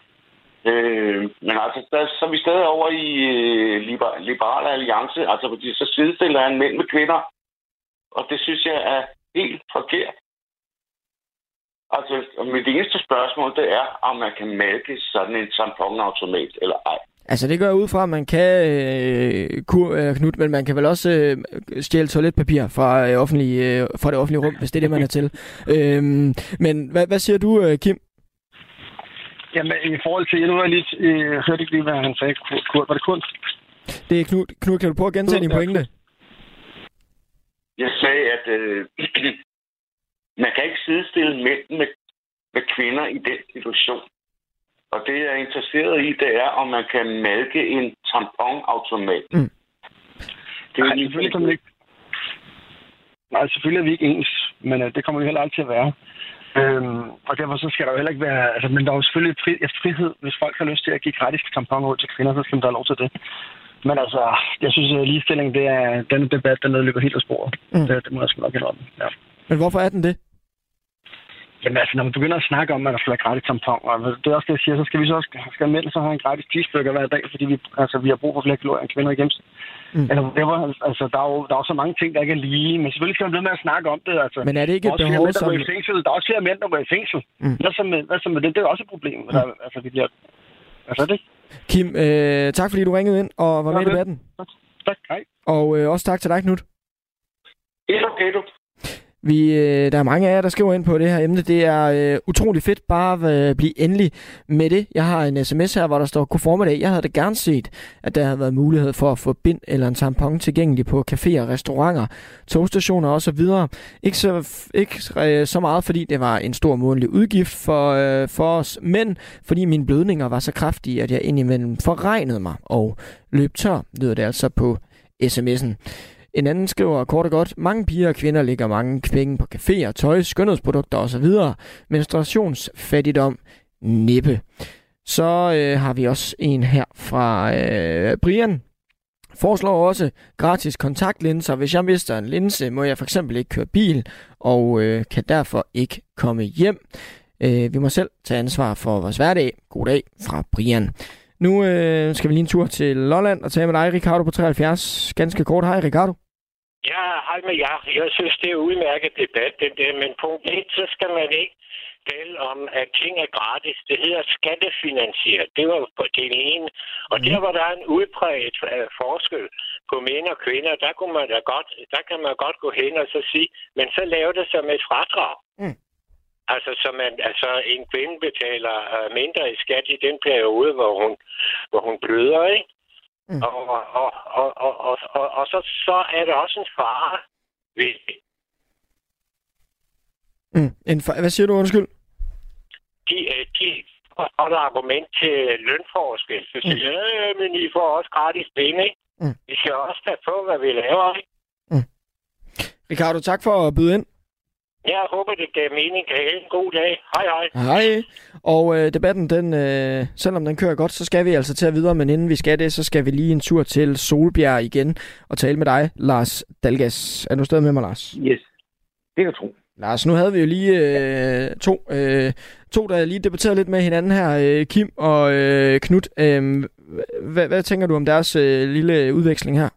Øh, men altså, der, så er vi stadig over i øh, liber, Liberale Alliance, altså fordi så sidestiller han mænd med kvinder, og det synes jeg er helt forkert. Altså, mit eneste spørgsmål, det er, om man kan mælke sådan en tamponautomat eller ej. Altså, det går ud fra, at man kan, øh, Knut, men man kan vel også øh, stjæle toiletpapir fra, øh, offentlige, øh, fra det offentlige rum, hvis det er det, man er til. Øhm, men hvad, hvad siger du, øh, Kim? Jamen, i forhold til, nu har jeg lige øh, hørte ikke lige, hvad han sagde. Kurt, var det kunst? Det er Knut. Knut, kan du prøve at gentage din pointe? Jeg sagde, at øh, man kan ikke sidestille mænd med, med kvinder i den situation. Og det, jeg er interesseret i, det er, om man kan malke en tamponautomat. Mm. Det er Nej, selvfølgelig kan man ikke. Nej, selvfølgelig er vi ikke ens, men uh, det kommer vi heller aldrig til at være. Øhm, og derfor så skal der jo heller ikke være... Altså, men der er jo selvfølgelig fri, frihed, hvis folk har lyst til at give gratis tamponer ud til kvinder, så skal man da have lov til det. Men altså, jeg synes, at ligestilling, det er den debat, der løber helt af sporet. Mm. Det, det må jeg sgu nok indrømme, ja. Men hvorfor er den det? Jamen altså, når man begynder at snakke om, at der skal være gratis tamponer, det er også det, jeg siger, så skal vi så også, skal mænd så have en gratis cheeseburger hver dag, fordi vi, altså, vi har brug for flere kalorier end kvinder i gennemsnit. Mm. Eller, det var, altså, der er, jo, der er jo så mange ting, der ikke er lige, men selvfølgelig skal man blive med at snakke om det. Altså. Men er det ikke et behov, mænd, som... Der er også flere mænd, der går i fængsel. Mm. Hvad, så med, hvad så med det? Det er også et problem. Mm. Der, altså, vi bliver... Altså, det Kim, øh, tak fordi du ringede ind og var ja, med i debatten. Tak, tak hej. Og øh, også tak til dig, Knut. Det er okay, du. Vi, øh, der er mange af jer, der skriver ind på det her emne. Det er øh, utrolig fedt bare at øh, blive endelig med det. Jeg har en sms her, hvor der står: God formiddag. Jeg havde da gerne set, at der havde været mulighed for at få bind eller en tampon tilgængelig på caféer, restauranter, togstationer osv. Ikke, så, ikke øh, så meget, fordi det var en stor månedlig udgift for, øh, for os, men fordi mine blødninger var så kraftige, at jeg indimellem forregnede mig og løb tør, lyder det altså på sms'en. En anden skriver kort og godt: mange piger og kvinder lægger mange penge på caféer, tøj, skønhedsprodukter osv. Menstruationsfattigdom næppe. Så øh, har vi også en her fra øh, Brian. Foreslår også gratis kontaktlinser. Hvis jeg mister en linse, må jeg for eksempel ikke køre bil og øh, kan derfor ikke komme hjem. Øh, vi må selv tage ansvar for vores hverdag. God dag fra Brian. Nu øh, skal vi lige en tur til Lolland og tale med dig, Ricardo, på treoghalvfjerds. Ganske kort. Hej, Ricardo. Ja, hej med jer. Jeg synes, det er udmærket debat, den der. Men punkt et, så skal man ikke tale om, at ting er gratis. Det hedder skattefinansieret. Det var på det ene. Og mm. der, hvor der er en udbredt uh, forskel på mænd og kvinder, der, kunne man da godt, der kan man godt gå hen og så sige, men så lave det som et fradrag. Mm. Altså, så man, altså, en kvinde betaler uh, mindre i skat i den periode, hvor hun, hvor hun bløder, ikke? Mm. Og, og, og, og, og, og, og, og så, så er der også en fare ved det. Mm. En far... Hvad siger du, undskyld? De, de har et argument til lønforskel. Så siger mm. ja, men I får også gratis penge, ikke? Mm. Vi skal også tage på, hvad vi laver, ikke? Mm. Ricardo, tak for at byde ind. Jeg håber, det gav mening. Kan I have en god dag. Hej, hej. Hej. Og øh, debatten, den, øh, selvom den kører godt, så skal vi altså til at videre. Men inden vi skal det, så skal vi lige en tur til Solbjerg igen og tale med dig, Lars Dalgas. Er du stadig med mig, Lars? Yes, det kan jeg tro. Lars, nu havde vi jo lige øh, to, øh, to, der lige debatterede lidt med hinanden her. Øh, Kim og øh, Knut. Øh, hvad, hvad tænker du om deres øh, lille udveksling her?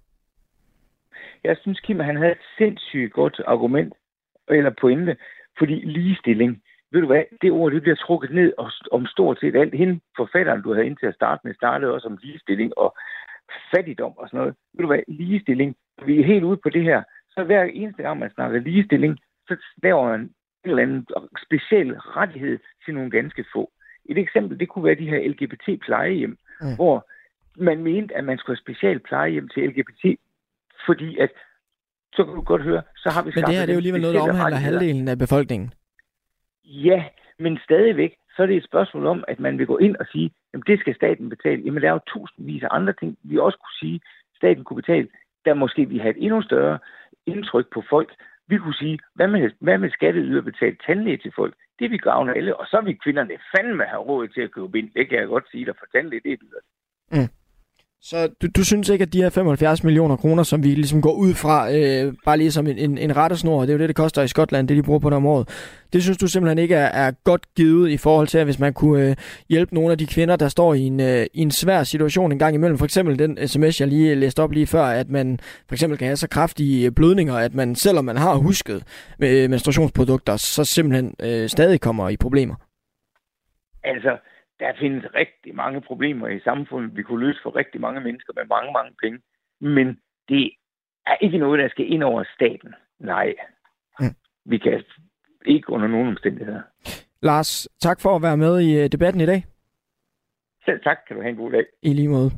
Jeg synes, Kim, han havde et sindssygt godt argument, eller pointe, fordi ligestilling, ved du hvad, det ord, det bliver trukket ned og, om stort set alt. Hende forfatteren, du havde ind til at starte med, startede også om ligestilling og fattigdom og sådan noget. Ved du hvad, ligestilling, vi er helt ude på det her, så hver eneste gang, man snakker ligestilling, så laver man en eller anden speciel rettighed til nogle ganske få. Et eksempel, det kunne være de her L G B T-plejehjem, mm. hvor man mente, at man skulle have special plejehjem til L G B T, fordi at så kan du godt høre, så har vi... Men det her det er jo alligevel noget, der omhandler halvdelen af befolkningen. Ja, men stadigvæk, så er det et spørgsmål om, at man vil gå ind og sige, jamen det skal staten betale. Jamen der er jo tusindvis af andre ting, vi også kunne sige, staten kunne betale. Der måske vi have et endnu større indtryk på folk. Vi kunne sige, hvad med, hvad med skatteyder betale tandlæge til folk? Det vi gavner alle, og så vil kvinderne fandme have råd til at købe ind. Det kan jeg godt sige dig, for tandlæge, det er dyrt. Mm. Så du, du synes ikke, at de her femoghalvfjerds millioner kroner, som vi ligesom går ud fra, øh, bare lige som en, en, en rettesnor, det er jo det, det koster i Skotland, det de bruger på det om året, det synes du simpelthen ikke er, er godt givet i forhold til, at hvis man kunne øh, hjælpe nogle af de kvinder, der står i en, øh, i en svær situation en gang imellem, for eksempel den sms, jeg lige læste op lige før, at man for eksempel kan have så kraftige blødninger, at man, selvom man har husket med menstruationsprodukter, så simpelthen øh, stadig kommer i problemer. Altså... Der findes rigtig mange problemer i samfundet, vi kunne løse for rigtig mange mennesker med mange, mange penge. Men det er ikke noget, der skal ind over staten. Nej, mm. vi kan ikke under nogen omstændigheder. Lars, tak for at være med i debatten i dag. Selv tak. Kan du have en god dag. I lige måde.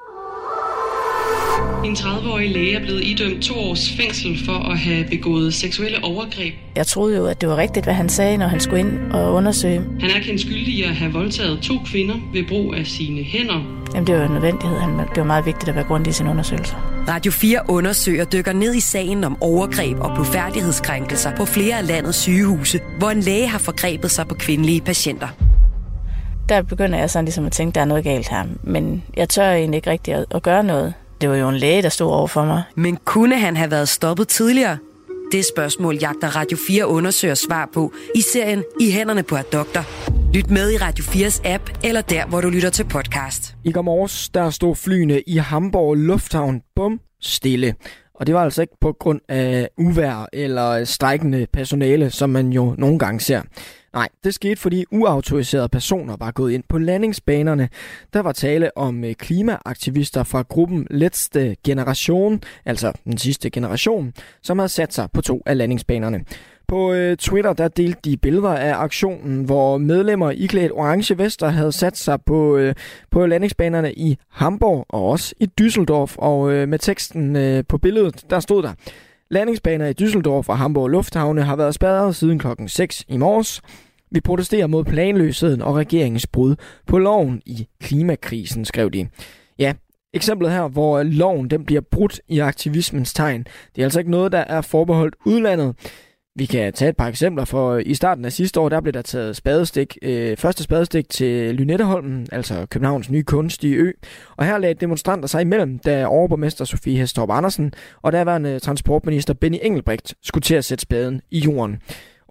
En tredive-årig læge er blevet idømt to års fængsel for at have begået seksuelle overgreb. Jeg troede jo, at det var rigtigt, hvad han sagde, når han skulle ind og undersøge. Han er kendt skyldig i at have voldtaget to kvinder ved brug af sine hænder. Jamen, det var en nødvendighed. Det var meget vigtigt at være grundig i sin undersøgelse. Radio fire undersøger dykker ned i sagen om overgreb og blufærdighedskrænkelser på flere af landets sygehuse, hvor en læge har forgrebet sig på kvindelige patienter. Der begynder jeg sådan ligesom at tænke, at der er noget galt her. Men jeg tør egentlig ikke rigtig at, at gøre noget. Det var jo en læge, der stod over for mig. Men kunne han have været stoppet tidligere? Det spørgsmål jagter Radio fire undersøger svar på i serien I hænderne på en doktor. Lyt med i Radio fires app eller der, hvor du lytter til podcast. I går morges, der stod flyene i Hamburg Lufthavn bum stille. Og det var altså ikke på grund af uvejr eller strejkende personale, som man jo nogle gange ser. Nej, det skete, fordi uautoriserede personer var gået ind på landingsbanerne. Der var tale om klimaaktivister fra gruppen Letzte Generation, altså den sidste generation, som havde sat sig på to af landingsbanerne. På øh, Twitter der delte de billeder af aktionen, hvor medlemmer iklædt orange vester havde sat sig på, øh, på landingsbanerne i Hamburg og også i Düsseldorf. Og øh, med teksten øh, på billedet, der stod der: landingsbaner i Düsseldorf og Hamburg Lufthavne har været spærret siden klokken seks i morges. Vi protesterer mod planløsheden og regeringens brud på loven i klimakrisen, skrev de. Ja, eksemplet her, hvor loven den bliver brudt i aktivismens tegn. Det er altså ikke noget, der er forbeholdt udlandet. Vi kan tage et par eksempler, for i starten af sidste år, der blev der taget spadestik, øh, første spadestik til Lynetteholmen, altså Københavns nye kunstige ø. Og her lagde demonstranter sig imellem, da overborgmester Sofie Hæstorp Andersen og derværende transportminister Benny Engelbrecht skulle til at sætte spaden i jorden. Og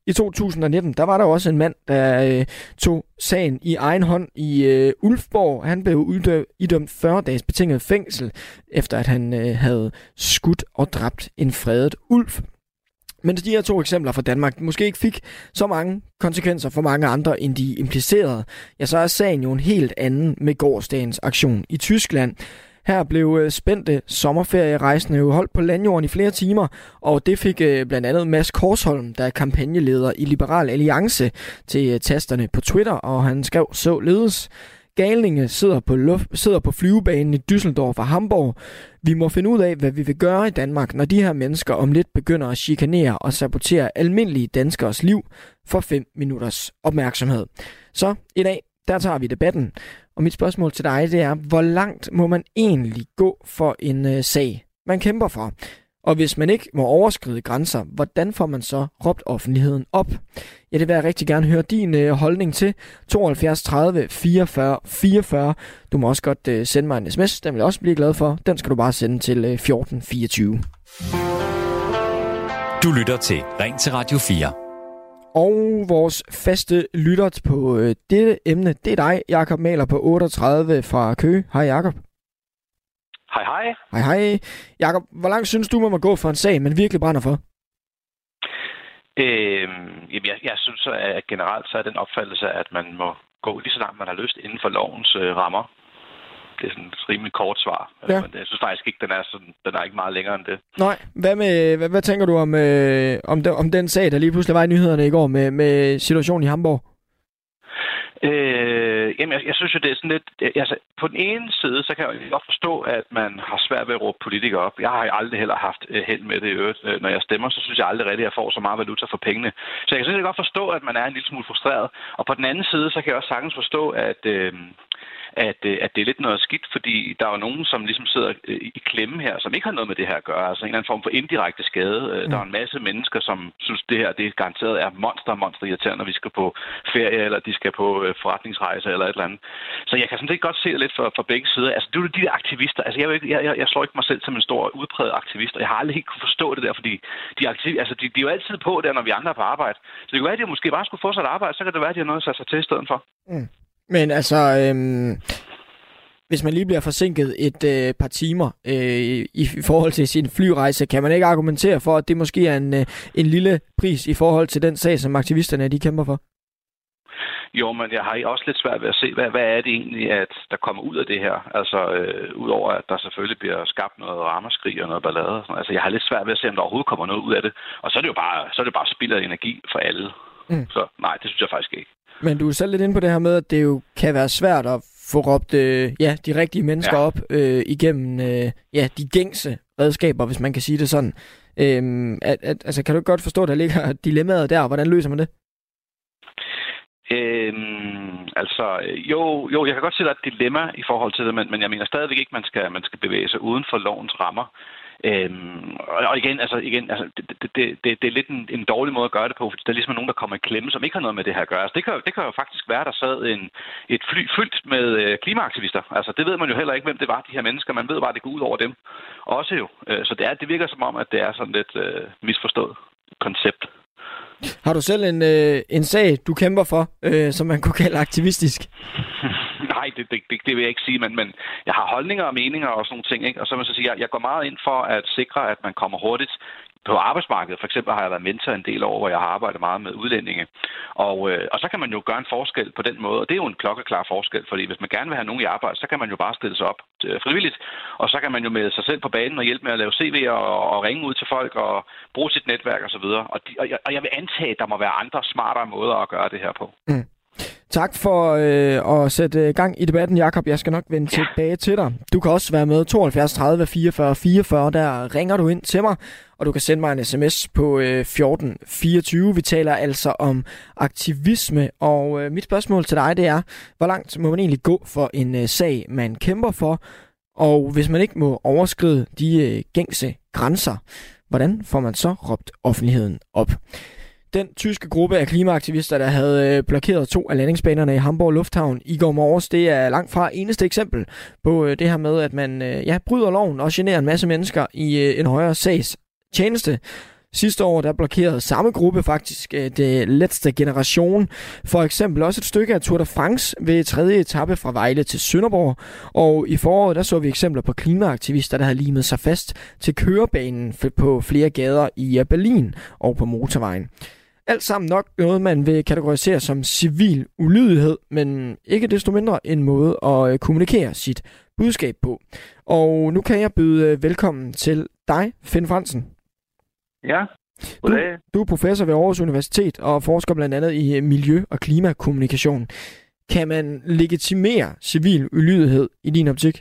i to tusind nitten, der var der også en mand, der øh, tog sagen i egen hånd i øh, Ulfborg. Han blev uddø- idømt fyrre dages betinget fængsel, efter at han øh, havde skudt og dræbt en fredet ulv. Men de her to eksempler fra Danmark måske ikke fik så mange konsekvenser for mange andre end de implicerede, ja, så er sagen jo en helt anden med gårsdagens aktion i Tyskland. Her blev spændte sommerferierejsende jo holdt på landjorden i flere timer, og det fik blandt andet Mads Korsholm, der er kampagneleder i Liberal Alliance, til tasterne på Twitter, og han skrev således: Galninge sidder på, luft, sidder på flyvebanen i Düsseldorf og Hamburg. Vi må finde ud af, hvad vi vil gøre i Danmark, når de her mennesker om lidt begynder at chikanere og sabotere almindelige danskers liv for fem minutters opmærksomhed. Så i dag, der tager vi debatten. Og mit spørgsmål til dig, det er, hvor langt må man egentlig gå for en øh, sag, man kæmper for? Og hvis man ikke må overskride grænser, hvordan får man så råbt offentligheden op? Ja, det vil jeg rigtig gerne høre din øh, holdning til. tooghalvfjerds tredive fireogfyrre fireogfyrre. Du må også godt øh, sende mig en sms, den vil jeg også blive glad for. Den skal du bare sende til øh, fjorten fireogtyve. Du lytter til Ring til Radio fire. Og vores faste lytter på øh, dette emne, det er dig, Jakob Mahler på otteogtredive fra Køge. Hej Jakob. Hej hej. Hej hej. Jakob, hvor langt synes du, man må gå for en sag, man virkelig brænder for? Øhm, jamen jeg, jeg synes at generelt så er den opfattelse, at man må gå lige så langt, man har lyst inden for lovens øh, rammer. Det er sådan et rimelig kort svar. Ja. Men jeg synes faktisk ikke, den er, sådan, den er ikke meget længere end det. Nej. Hvad, med, hvad, hvad tænker du om, øh, om, den, om den sag, der lige pludselig var i nyhederne i går med, med situationen i Hamburg? Øh, jamen, jeg, jeg synes jo, det er sådan lidt... Altså, på den ene side, så kan jeg jo godt forstå, at man har svært ved at råbe politikere op. Jeg har jo aldrig heller haft uh, held med det i øvrigt. Uh, når jeg stemmer, så synes jeg aldrig rigtigt, at jeg får så meget valuta for pengene. Så jeg kan sådan godt forstå, at man er en lille smule frustreret. Og på den anden side, så kan jeg også sagtens forstå, at... Uh, At, at det er lidt noget skidt, fordi der er jo nogen, som ligesom sidder i klemme her, som ikke har noget med det her at gøre. Altså en eller anden form for indirekte skade. Mm. Der er en masse mennesker, som synes, det her det er garanteret er monster, monster irriterende, når vi skal på ferie, eller de skal på forretningsrejse, eller et eller andet. Så jeg kan sådan set godt se det lidt for, for begge sider. Altså det er jo de der aktivister. Altså jeg, jeg, jeg, jeg slår ikke mig selv som en stor udpræget aktivist, og jeg har aldrig helt kunne forstå det der, fordi de, aktiv, altså de, de er jo altid på der, når vi andre er på arbejde. Så det kan være, at de måske bare skulle få sig et arbejde, så kan det være, at de har noget at sætte sig til i stedet for. Mm. Men altså, øhm, hvis man lige bliver forsinket et øh, par timer øh, i forhold til sin flyrejse, kan man ikke argumentere for, at det måske er en, øh, en lille pris i forhold til den sag, som aktivisterne de kæmper for? Jo, men jeg har også lidt svært ved at se, hvad, hvad er det egentlig, at der kommer ud af det her? Altså, øh, udover at der selvfølgelig bliver skabt noget ramaskrig og noget ballade. Altså, jeg har lidt svært ved at se, om der overhovedet kommer noget ud af det. Og så er det jo bare, så er det bare spild af energi for alle. Mm. Så nej, det synes jeg faktisk ikke. Men du er selv lidt inde på det her med, at det jo kan være svært at få råbt øh, ja, de rigtige mennesker ja. op øh, igennem øh, ja, de gængse redskaber, hvis man kan sige det sådan. Øhm, at, at, altså, kan du godt forstå, at der ligger dilemmaet der? Hvordan løser man det? Øhm, altså, jo, jo, jeg kan godt se, at der er et dilemma i forhold til det, men, men jeg mener stadigvæk ikke, at man skal, man skal bevæge sig uden for lovens rammer. Øhm, og igen, altså, igen altså, det, det, det, det er lidt en, en dårlig måde at gøre det på, fordi der er ligesom nogen, der kommer i klemme, som ikke har noget med det her at gøre. Altså, det, kan, det kan jo faktisk være, der sad en, et fly fyldt med øh, klimaaktivister. Altså, det ved man jo heller ikke, hvem det var, de her mennesker. Man ved bare, at det går ud over dem. Også jo. Øh, så det, er, det virker som om, at det er sådan lidt øh, misforstået koncept. Har du selv en, øh, en sag, du kæmper for, øh, som man kunne kalde aktivistisk? Nej, det, det, det, det vil jeg ikke sige, men, men jeg har holdninger og meninger og sådan nogle ting, ikke? Og så vil jeg sige, jeg, jeg går meget ind for at sikre, at man kommer hurtigt på arbejdsmarkedet. For eksempel har jeg været mentor en del år, hvor jeg har arbejdet meget med udlændinge. Og, øh, og så kan man jo gøre en forskel på den måde, og det er jo en klokkeklar forskel, fordi hvis man gerne vil have nogen i arbejde, så kan man jo bare stille sig op øh, frivilligt, og så kan man jo melde sig selv på banen og hjælpe med at lave C V'er og, og ringe ud til folk og bruge sit netværk osv. Og, og, og, og jeg vil antage, at der må være andre smartere måder at gøre det her på. Mm. Tak for øh, at sætte gang i debatten, Jakob. Jeg skal nok vende ja. tilbage til dig. Du kan også være med tooghalvfjerds tredive fireogfyrre fireogfyrre. Der ringer du ind til mig, og du kan sende mig en sms på øh, fjorten fireogtyve. Vi taler altså om aktivisme, og øh, mit spørgsmål til dig, det er, hvor langt må man egentlig gå for en øh, sag, man kæmper for? Og hvis man ikke må overskride de øh, gængse grænser, hvordan får man så råbt offentligheden op? Den tyske gruppe af klimaaktivister, der havde blokeret to af landingsbanerne i Hamburg Lufthavn i går morges, det er langt fra eneste eksempel på det her med, at man ja, bryder loven og generer en masse mennesker i en højere sags tjeneste. Sidste år der blokerede samme gruppe faktisk det Letzte Generation. For eksempel også et stykke af Tour de France ved tredje etape fra Vejle til Sønderborg. Og i foråret der så vi eksempler på klimaaktivister, der havde limet sig fast til kørebanen på flere gader i Berlin og på motorvejen. Alt sammen nok noget, man vil kategorisere som civil ulydighed, men ikke desto mindre en måde at kommunikere sit budskab på. Og nu kan jeg byde velkommen til dig, Finn Fransen. Ja, du, du er professor ved Aarhus Universitet og forsker blandt andet i miljø- og klimakommunikation. Kan man legitimere civil ulydighed i din optik?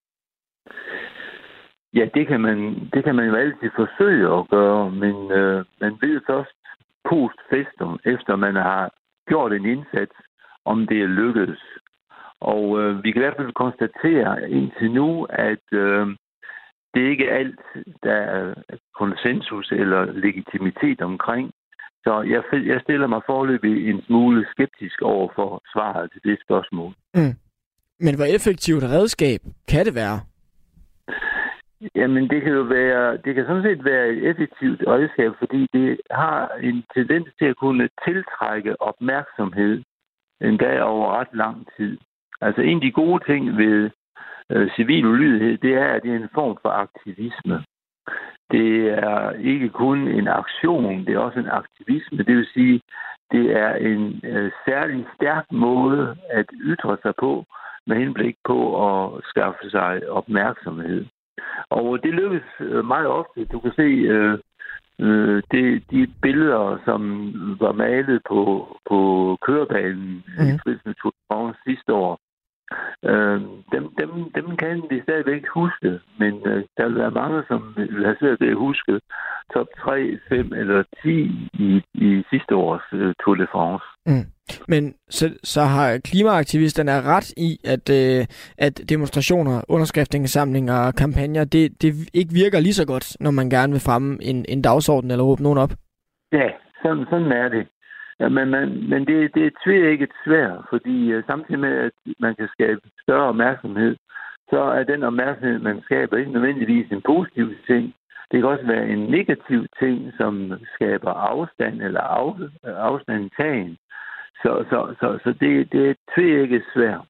Ja, det kan man, det kan man jo altid forsøge at gøre, men øh, man ved først post festum, efter man har gjort en indsats, om det er lykkedes. Og øh, vi kan i hvert fald konstatere indtil nu, at øh, det er ikke alt, der er konsensus eller legitimitet omkring. Så jeg, jeg stiller mig foreløbig en smule skeptisk over for svaret til det spørgsmål. Mm. Men hvor effektivt redskab kan det være? Jamen, det kan jo være, det kan sådan set være et effektivt redskab, fordi det har en tendens til at kunne tiltrække opmærksomhed endda over ret lang tid. Altså, en af de gode ting ved øh, civil ulydighed, det er, at det er en form for aktivisme. Det er ikke kun en aktion, det er også en aktivisme. Det vil sige, det er en øh, særlig stærk måde at ytre sig på, med henblik på at skaffe sig opmærksomhed. Og det lykkes meget ofte. Du kan se øh, øh, det, de billeder, som var malet på, på kørebanen mm. i forbindelse med Tour de France sidste år. Øh, dem, dem, dem kan de stadigvæk huske, men øh, der vil være mange, som vil have svært ved at huske top tre, fem eller ti i, i sidste års øh, Tour de France. Mm. Men så, så har klimaaktivisterne ret i, at, øh, at demonstrationer, underskriftindsamlinger og kampagner, det, det ikke virker lige så godt, når man gerne vil fremme en, en dagsorden eller råbe nogen op? Ja, sådan, sådan er det. Ja, men men, men det, det er tvivl ikke et svært, fordi uh, samtidig med, at man kan skabe større opmærksomhed, så er den opmærksomhed, man skaber, ikke nødvendigvis en positiv ting. Det kan også være en negativ ting, som skaber afstand eller af, afstandtagen. Så, så, så, så det, det er tvivl ikke svært.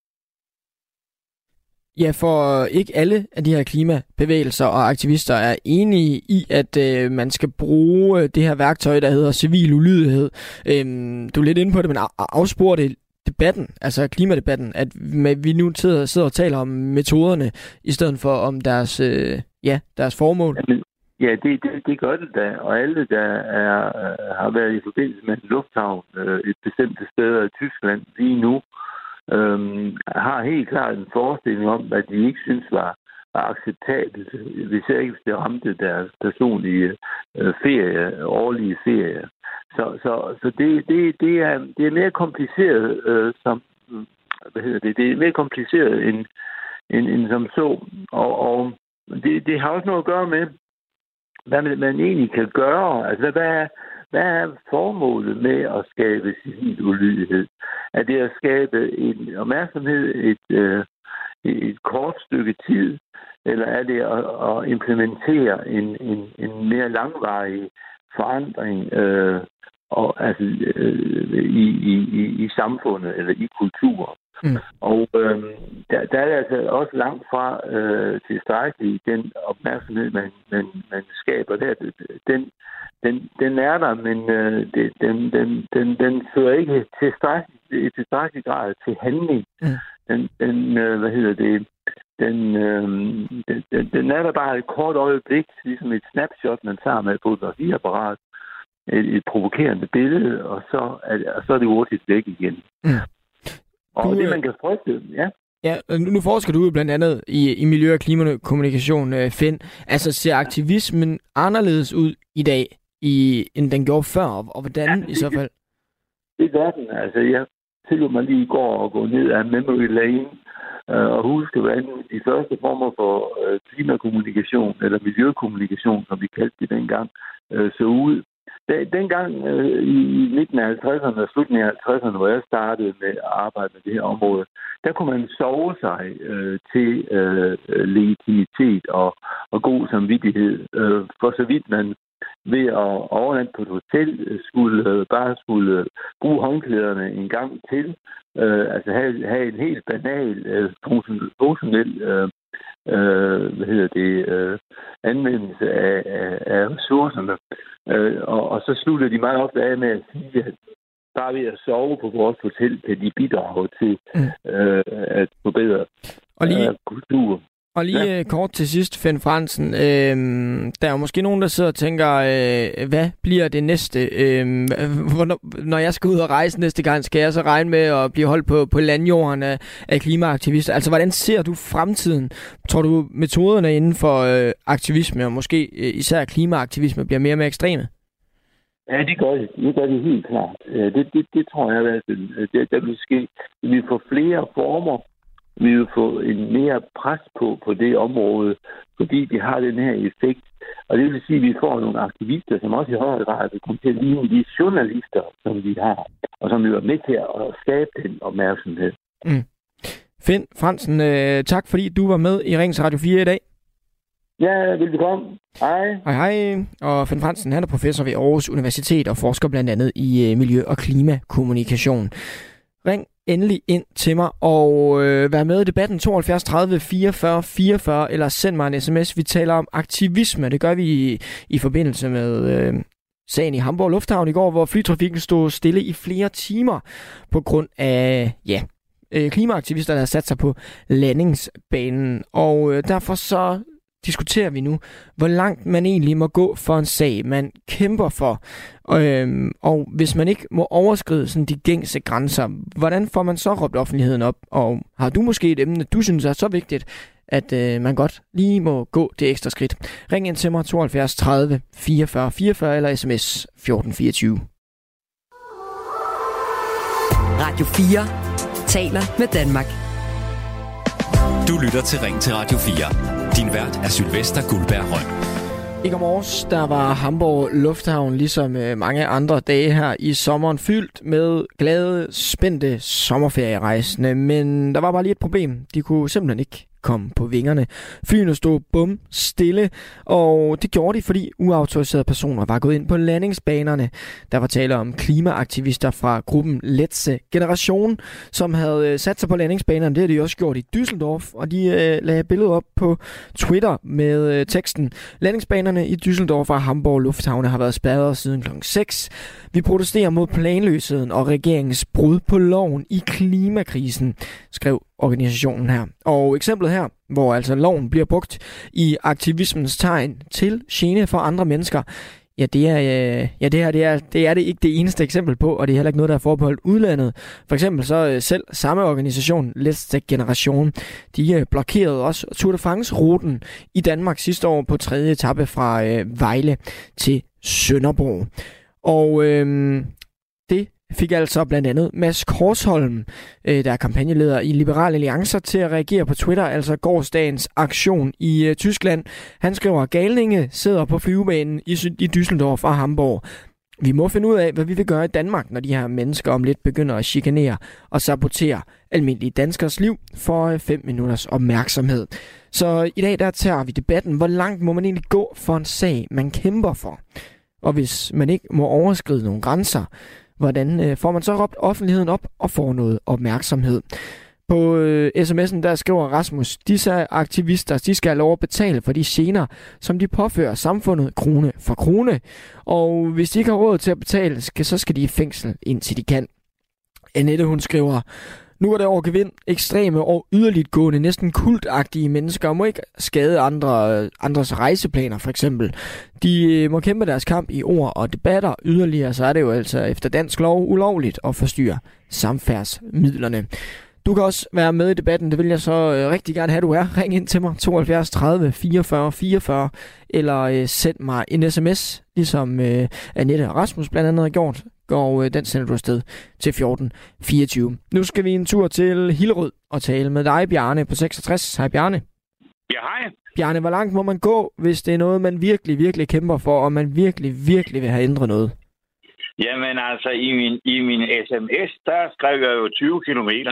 Ja, for ikke alle af de her klimabevægelser og aktivister er enige i, at øh, man skal bruge det her værktøj, der hedder civil ulydighed. Øhm, du er lidt inde på det, men afspore det debatten, altså klimadebatten, at vi nu sidder, sidder og taler om metoderne, i stedet for om deres, øh, ja, deres formål. Jamen, ja, det, det, det gør det da, og alle, der er, har været i forbindelse med en lufthavn øh, et bestemt sted i Tyskland lige nu, Øhm, har helt klart en forestilling om, hvad de ikke synes var, var acceptabelt, hvis ikke hvis det ramte deres personlige øh, ferie, årlige ferie. Så, så, så det, det, det, er, det er mere kompliceret, øh, som, hvad hedder det, det er mere kompliceret end, end, end som så. Og, og det, det har også noget at gøre med, hvad man, man egentlig kan gøre. Altså, hvad er Hvad er formålet med at skabe civil ulydighed? Er det at skabe en opmærksomhed et, øh, et kort stykke tid, eller er det at, at implementere en, en, en mere langvarig forandring øh, og, altså, øh, i, i, i samfundet eller i kulturen? Mm. Og øh, der, der er det altså også langt fra øh, tilstrækkeligt den opmærksomhed, man, man, man skaber der. Den, den, den er der, men øh, det, den, den, den, den fører ikke tilstrækkeligt, i tilstrækkelig grad til handling. Mm. Den, den øh, hvad hedder det, den, øh, den, den er der bare et kort øjeblik, ligesom et snapshot, man tager med på et fotografiapparat, et, et provokerende billede, og så er, og så er det hurtigt væk igen. Mm. Og du, det, man kan frygte, ja. Ja, nu forsker du blandt andet i, i miljø- og klimakommunikation, Finn. Altså, ser aktivismen anderledes ud i dag, i, end den gjorde før, og, og hvordan ja, det, i så fald? Det er verden. Altså, jeg tillod mig lige i går at gå ned ad memory lane øh, og huske, hvordan de første former for øh, klimakommunikation, eller miljøkommunikation, som vi kaldte det dengang, øh, så ud. Dengang øh, i midten af halvtredserne og slutningen af halvtredserne, hvor jeg startede med at arbejde med det her område, der kunne man sove sig øh, til øh, legitimitet og, og god samvittighed, øh, for så vidt man ved at overnatte på et hotel, skulle bare skulle bruge håndklæderne en gang til. Øh, altså have, have en helt banal, øh, funktionel øh, øh, hvad hedder det, øh, anvendelse af, af, af ressourcerne. Øh, og, og så slutter de meget ofte af med at sige, at bare ved at sove på vores hotel, kan de bidrage til mm. øh, at forbedre og lige, øh, kultur. Og lige ja. kort til sidst, Finn Fransen. Øh, der er jo måske nogen, der sidder og tænker, øh, hvad bliver det næste? Øh, hvornår, når jeg skal ud og rejse næste gang, skal jeg så regne med at blive holdt på, på landjorden af, af klimaaktivister? Altså, hvordan ser du fremtiden? Tror du, metoderne inden for øh, aktivisme, og måske øh, især klimaaktivisme, bliver mere og mere ekstreme? Ja, det gør det. Det gør det helt klart. Det, det, det tror jeg, at det, der vil ske. Vi får flere former. Vi vil få en mere pres på på det område, fordi de har den her effekt. Og det vil sige, at vi får nogle aktivister, som også i højere grad vil komme til at ligne de journalister, som vi har, og som vi er med til at skabe den opmærksomhed. Mm. Finn Fransen, øh, tak fordi du var med i Ringens Radio fire i dag. Ja, velbekomme. Hej. Hej, hej. Og Finn Fransen, han er professor ved Aarhus Universitet og forsker blandt andet i øh, miljø- og klimakommunikation. Ring endelig ind til mig og øh, vær med i debatten tooghalvfjerds tredive fireogfyrre fireogfyrre, eller send mig en sms. Vi taler om aktivisme. Det gør vi i, i forbindelse med øh, sagen i Hamburg Lufthavn i går, hvor flytrafikken stod stille i flere timer på grund af ja, øh, klimaaktivister, der har sat sig på landingsbanen. Og øh, derfor så diskuterer vi nu, hvor langt man egentlig må gå for en sag, man kæmper for. Øhm, og hvis man ikke må overskride sådan de gængse grænser, hvordan får man så råbt offentligheden op? Og har du måske et emne, du synes er så vigtigt, at øh, man godt lige må gå det ekstra skridt? Ring ind til mig tooghalvfjerds tredive fireogfyrre fireogfyrre eller sms fjorten fireogtyve. Radio fire taler med Danmark. Du lytter til Ring til Radio fire. Din vært er Sylvester Guldberg Røn. I går morges, der var Hamburg Lufthavn, ligesom mange andre dage her i sommeren, fyldt med glade, spændte sommerferierejsende. Men der var bare lige et problem. De kunne simpelthen ikke komme på vingerne. Flyene stod bum stille, og det gjorde de, fordi uautoriserede personer var gået ind på landingsbanerne. Der var tale om klimaaktivister fra gruppen Letzte Generation, som havde sat sig på landingsbanerne. Det har de også gjort i Düsseldorf, og de øh, lagde billedet op på Twitter med øh, teksten: landingsbanerne i Düsseldorf og Hamburg Lufthavne har været spærret siden klokken seks. Vi protesterer mod planløsheden og regeringens brud på loven i klimakrisen, skrev organisationen her. Og eksemplet her, hvor altså loven bliver brugt i aktivismens tegn til gene for andre mennesker, ja, det er, øh, ja, det, her, det, er, det er det ikke det eneste eksempel på, og det er heller ikke noget, der er forbeholdt udlandet. For eksempel så øh, selv samme organisation, Letzte Generation, de øh, blokerede også Tour de France-ruten i Danmark sidste år på tredje etape fra øh, Vejle til Sønderborg. Og øh, det fik altså blandt andet Mads Korsholm, øh, der er kampagneleder i Liberale Alliancer, til at reagere på Twitter, altså gårsdagens aktion i øh, Tyskland. Han skriver: galninge sidder på flyvebanen i, i Düsseldorf og Hamburg. Vi må finde ud af, hvad vi vil gøre i Danmark, når de her mennesker om lidt begynder at chikanere og sabotere almindelige danskers liv for øh, fem minutters opmærksomhed. Så i dag der tager vi debatten: hvor langt må man egentlig gå for en sag, man kæmper for? Og hvis man ikke må overskride nogle grænser, hvordan øh, får man så råbt offentligheden op og får noget opmærksomhed? På øh, sms'en der skriver Rasmus: disse aktivister, de skal have lov at betale for de gener, som de påfører samfundet krone for krone. Og hvis de ikke har råd til at betale, skal, så skal de i fængsel, indtil de kan. Annette, hun skriver: nu er det over gevind. Ekstreme og yderligt gående, næsten kultagtige mennesker må ikke skade andre, andres rejseplaner, for eksempel. De må kæmpe deres kamp i ord og debatter. Yderligere så er det jo altså efter dansk lov ulovligt at forstyrre samfærdsmidlerne. Du kan også være med i debatten, det vil jeg så øh, rigtig gerne have, du er. Ring ind til mig, tooghalvfjerds tredive fireogfyrre fireogfyrre, eller øh, send mig en sms, ligesom øh, Annette og Rasmus blandt andet har gjort, og øh, den sender du afsted til fjorten fireogtyve. Nu skal vi en tur til Hillerød og tale med dig, Bjarne, på seksogtres. Hej Bjarne. Ja, hej. Bjarne, hvor langt må man gå, hvis det er noget, man virkelig, virkelig kæmper for, og man virkelig, virkelig vil have ændret noget? Jamen altså, i min, i min sms, der skrev jeg jo tyve kilometer.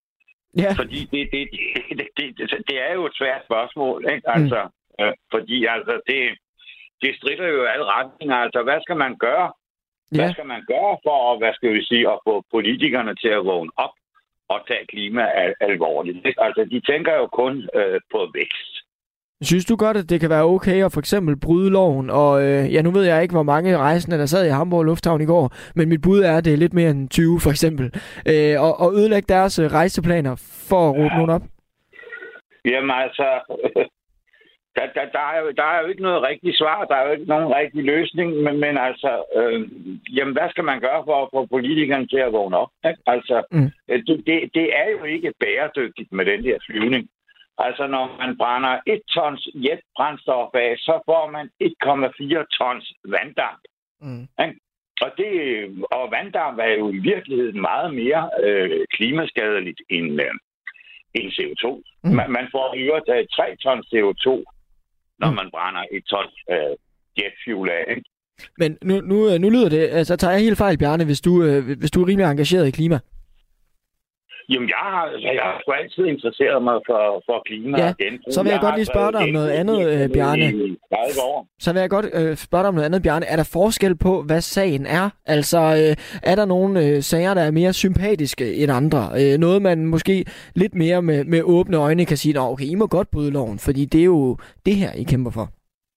Ja. Fordi det, det, det, det, det, det er jo et svært spørgsmål, ikke? Altså, mm. øh, fordi altså, det, det stritter jo i alle retninger. Altså, hvad skal man gøre? Ja. Hvad skal man gøre for, hvad skal vi sige, at få politikerne til at vågne op og tage klima al- alvorligt? Altså, de tænker jo kun øh, på vækst. Synes du godt, at det kan være okay at for eksempel bryde loven? Og øh, ja, nu ved jeg ikke, hvor mange rejsende, der sad i Hamburg Lufthavn i går, men mit bud er, at det er lidt mere end tyve for eksempel. Øh, og, og ødelægge deres rejseplaner for at råbe ja. nogen op? Jamen altså, der, der, der, er jo, der er jo ikke noget rigtigt svar, der er jo ikke nogen rigtig løsning, men, men altså, øh, jamen hvad skal man gøre for at få politikerne til at vågne op? Ikke? Altså, mm. det, det, det er jo ikke bæredygtigt med den der flyvning. Altså, når man brænder et tons jetbrændstof af, så får man et komma fire tons vanddamp. Mm. Og, det, og vanddamp er jo i virkeligheden meget mere øh, klimaskadeligt end, øh, end C O to. Mm. Man, man får i øvrigt af tre tons C O to, når mm. man brænder et tons øh, jetfuel af. Ikke? Men nu, nu, nu lyder det, altså tager jeg helt fejl, Bjarne, hvis du, øh, hvis du er rimelig engageret i klima. Jamen, jeg har, jeg har sgu altid interesseret mig for, for klima. Ja, så vil jeg, jeg godt lige spørge dig om noget andet, øh, Bjarne. Så vil jeg godt øh, spørge dig om noget andet, Bjarne. Er der forskel på, hvad sagen er? Altså, øh, er der nogle øh, sager, der er mere sympatiske end andre? Øh, noget, man måske lidt mere med, med åbne øjne kan sige, okay, I må godt bryde loven, fordi det er jo det her, I kæmper for.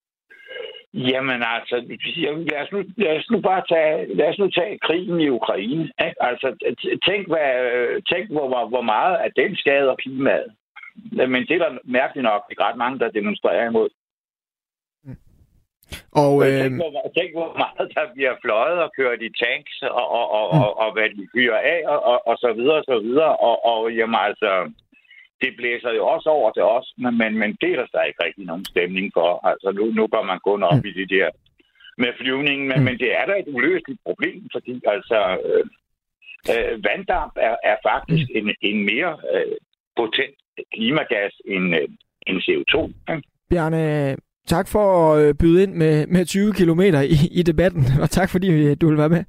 Jamen altså, lad os nu, lad os nu bare tage, lad os nu tage krigen i Ukraine. Ikke? Altså, tænk, hvad, tænk hvor, hvor meget af den skader klimaet. Men det er der mærkeligt nok ikke ret mange, der demonstrerer imod. Mm. Og, øh... tænk, hvor, tænk, hvor meget der bliver fløjet og kørt i tanks, og, og, og, mm. og, og hvad de fyrer af, og, og, og så videre, og så videre. Og, og jamen altså... Det blæser jo også over til os, men, men, men det er der ikke rigtig nogen stemning for. Altså nu, nu går man kun op mm. i det der med flyvningen, men, mm. men det er da et uløseligt problem, fordi altså øh, øh, vanddamp er, er faktisk mm. en, en mere øh, potent klimagas end, øh, end C O to. Ja. Bjarne, tak for at byde ind med, med tyve kilometer i, i debatten, og tak fordi du vil være med.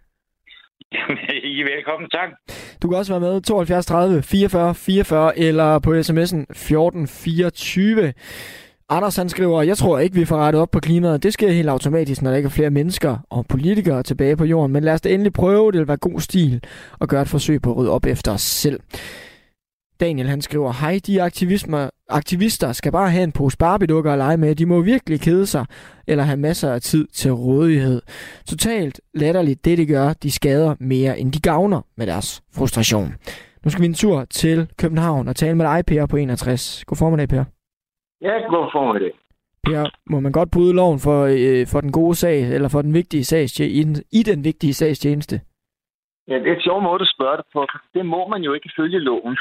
I er velkommen, tak. Du kan også være med tooghalvfjerds tredive fireogfyrre fireogfyrre eller på sms'en fjorten fireogtyve. Anders han skriver, jeg tror ikke, vi får rettet op på klimaet. Det sker helt automatisk, når der ikke er flere mennesker og politikere tilbage på jorden. Men lad os da endelig prøve, det vil være god stil og gøre et forsøg på at rydde op efter os selv. Daniel han skriver, hej, de aktivismer, aktivister skal bare have en pose Barbie-dukker at lege med. De må virkelig kede sig, eller have masser af tid til rådighed. Totalt latterligt det, de gør. De skader mere, end de gavner med deres frustration. Nu skal vi en tur til København og tale med dig, Per, på enogtres. God formiddag, Per. Ja, god formiddag. Per, må man godt bryde loven for, øh, for den gode sag, eller for den vigtige sags, i, den, i den vigtige sags tjeneste? Ja, det er et sjovt måde at spørge det på. Det må man jo ikke følge loven.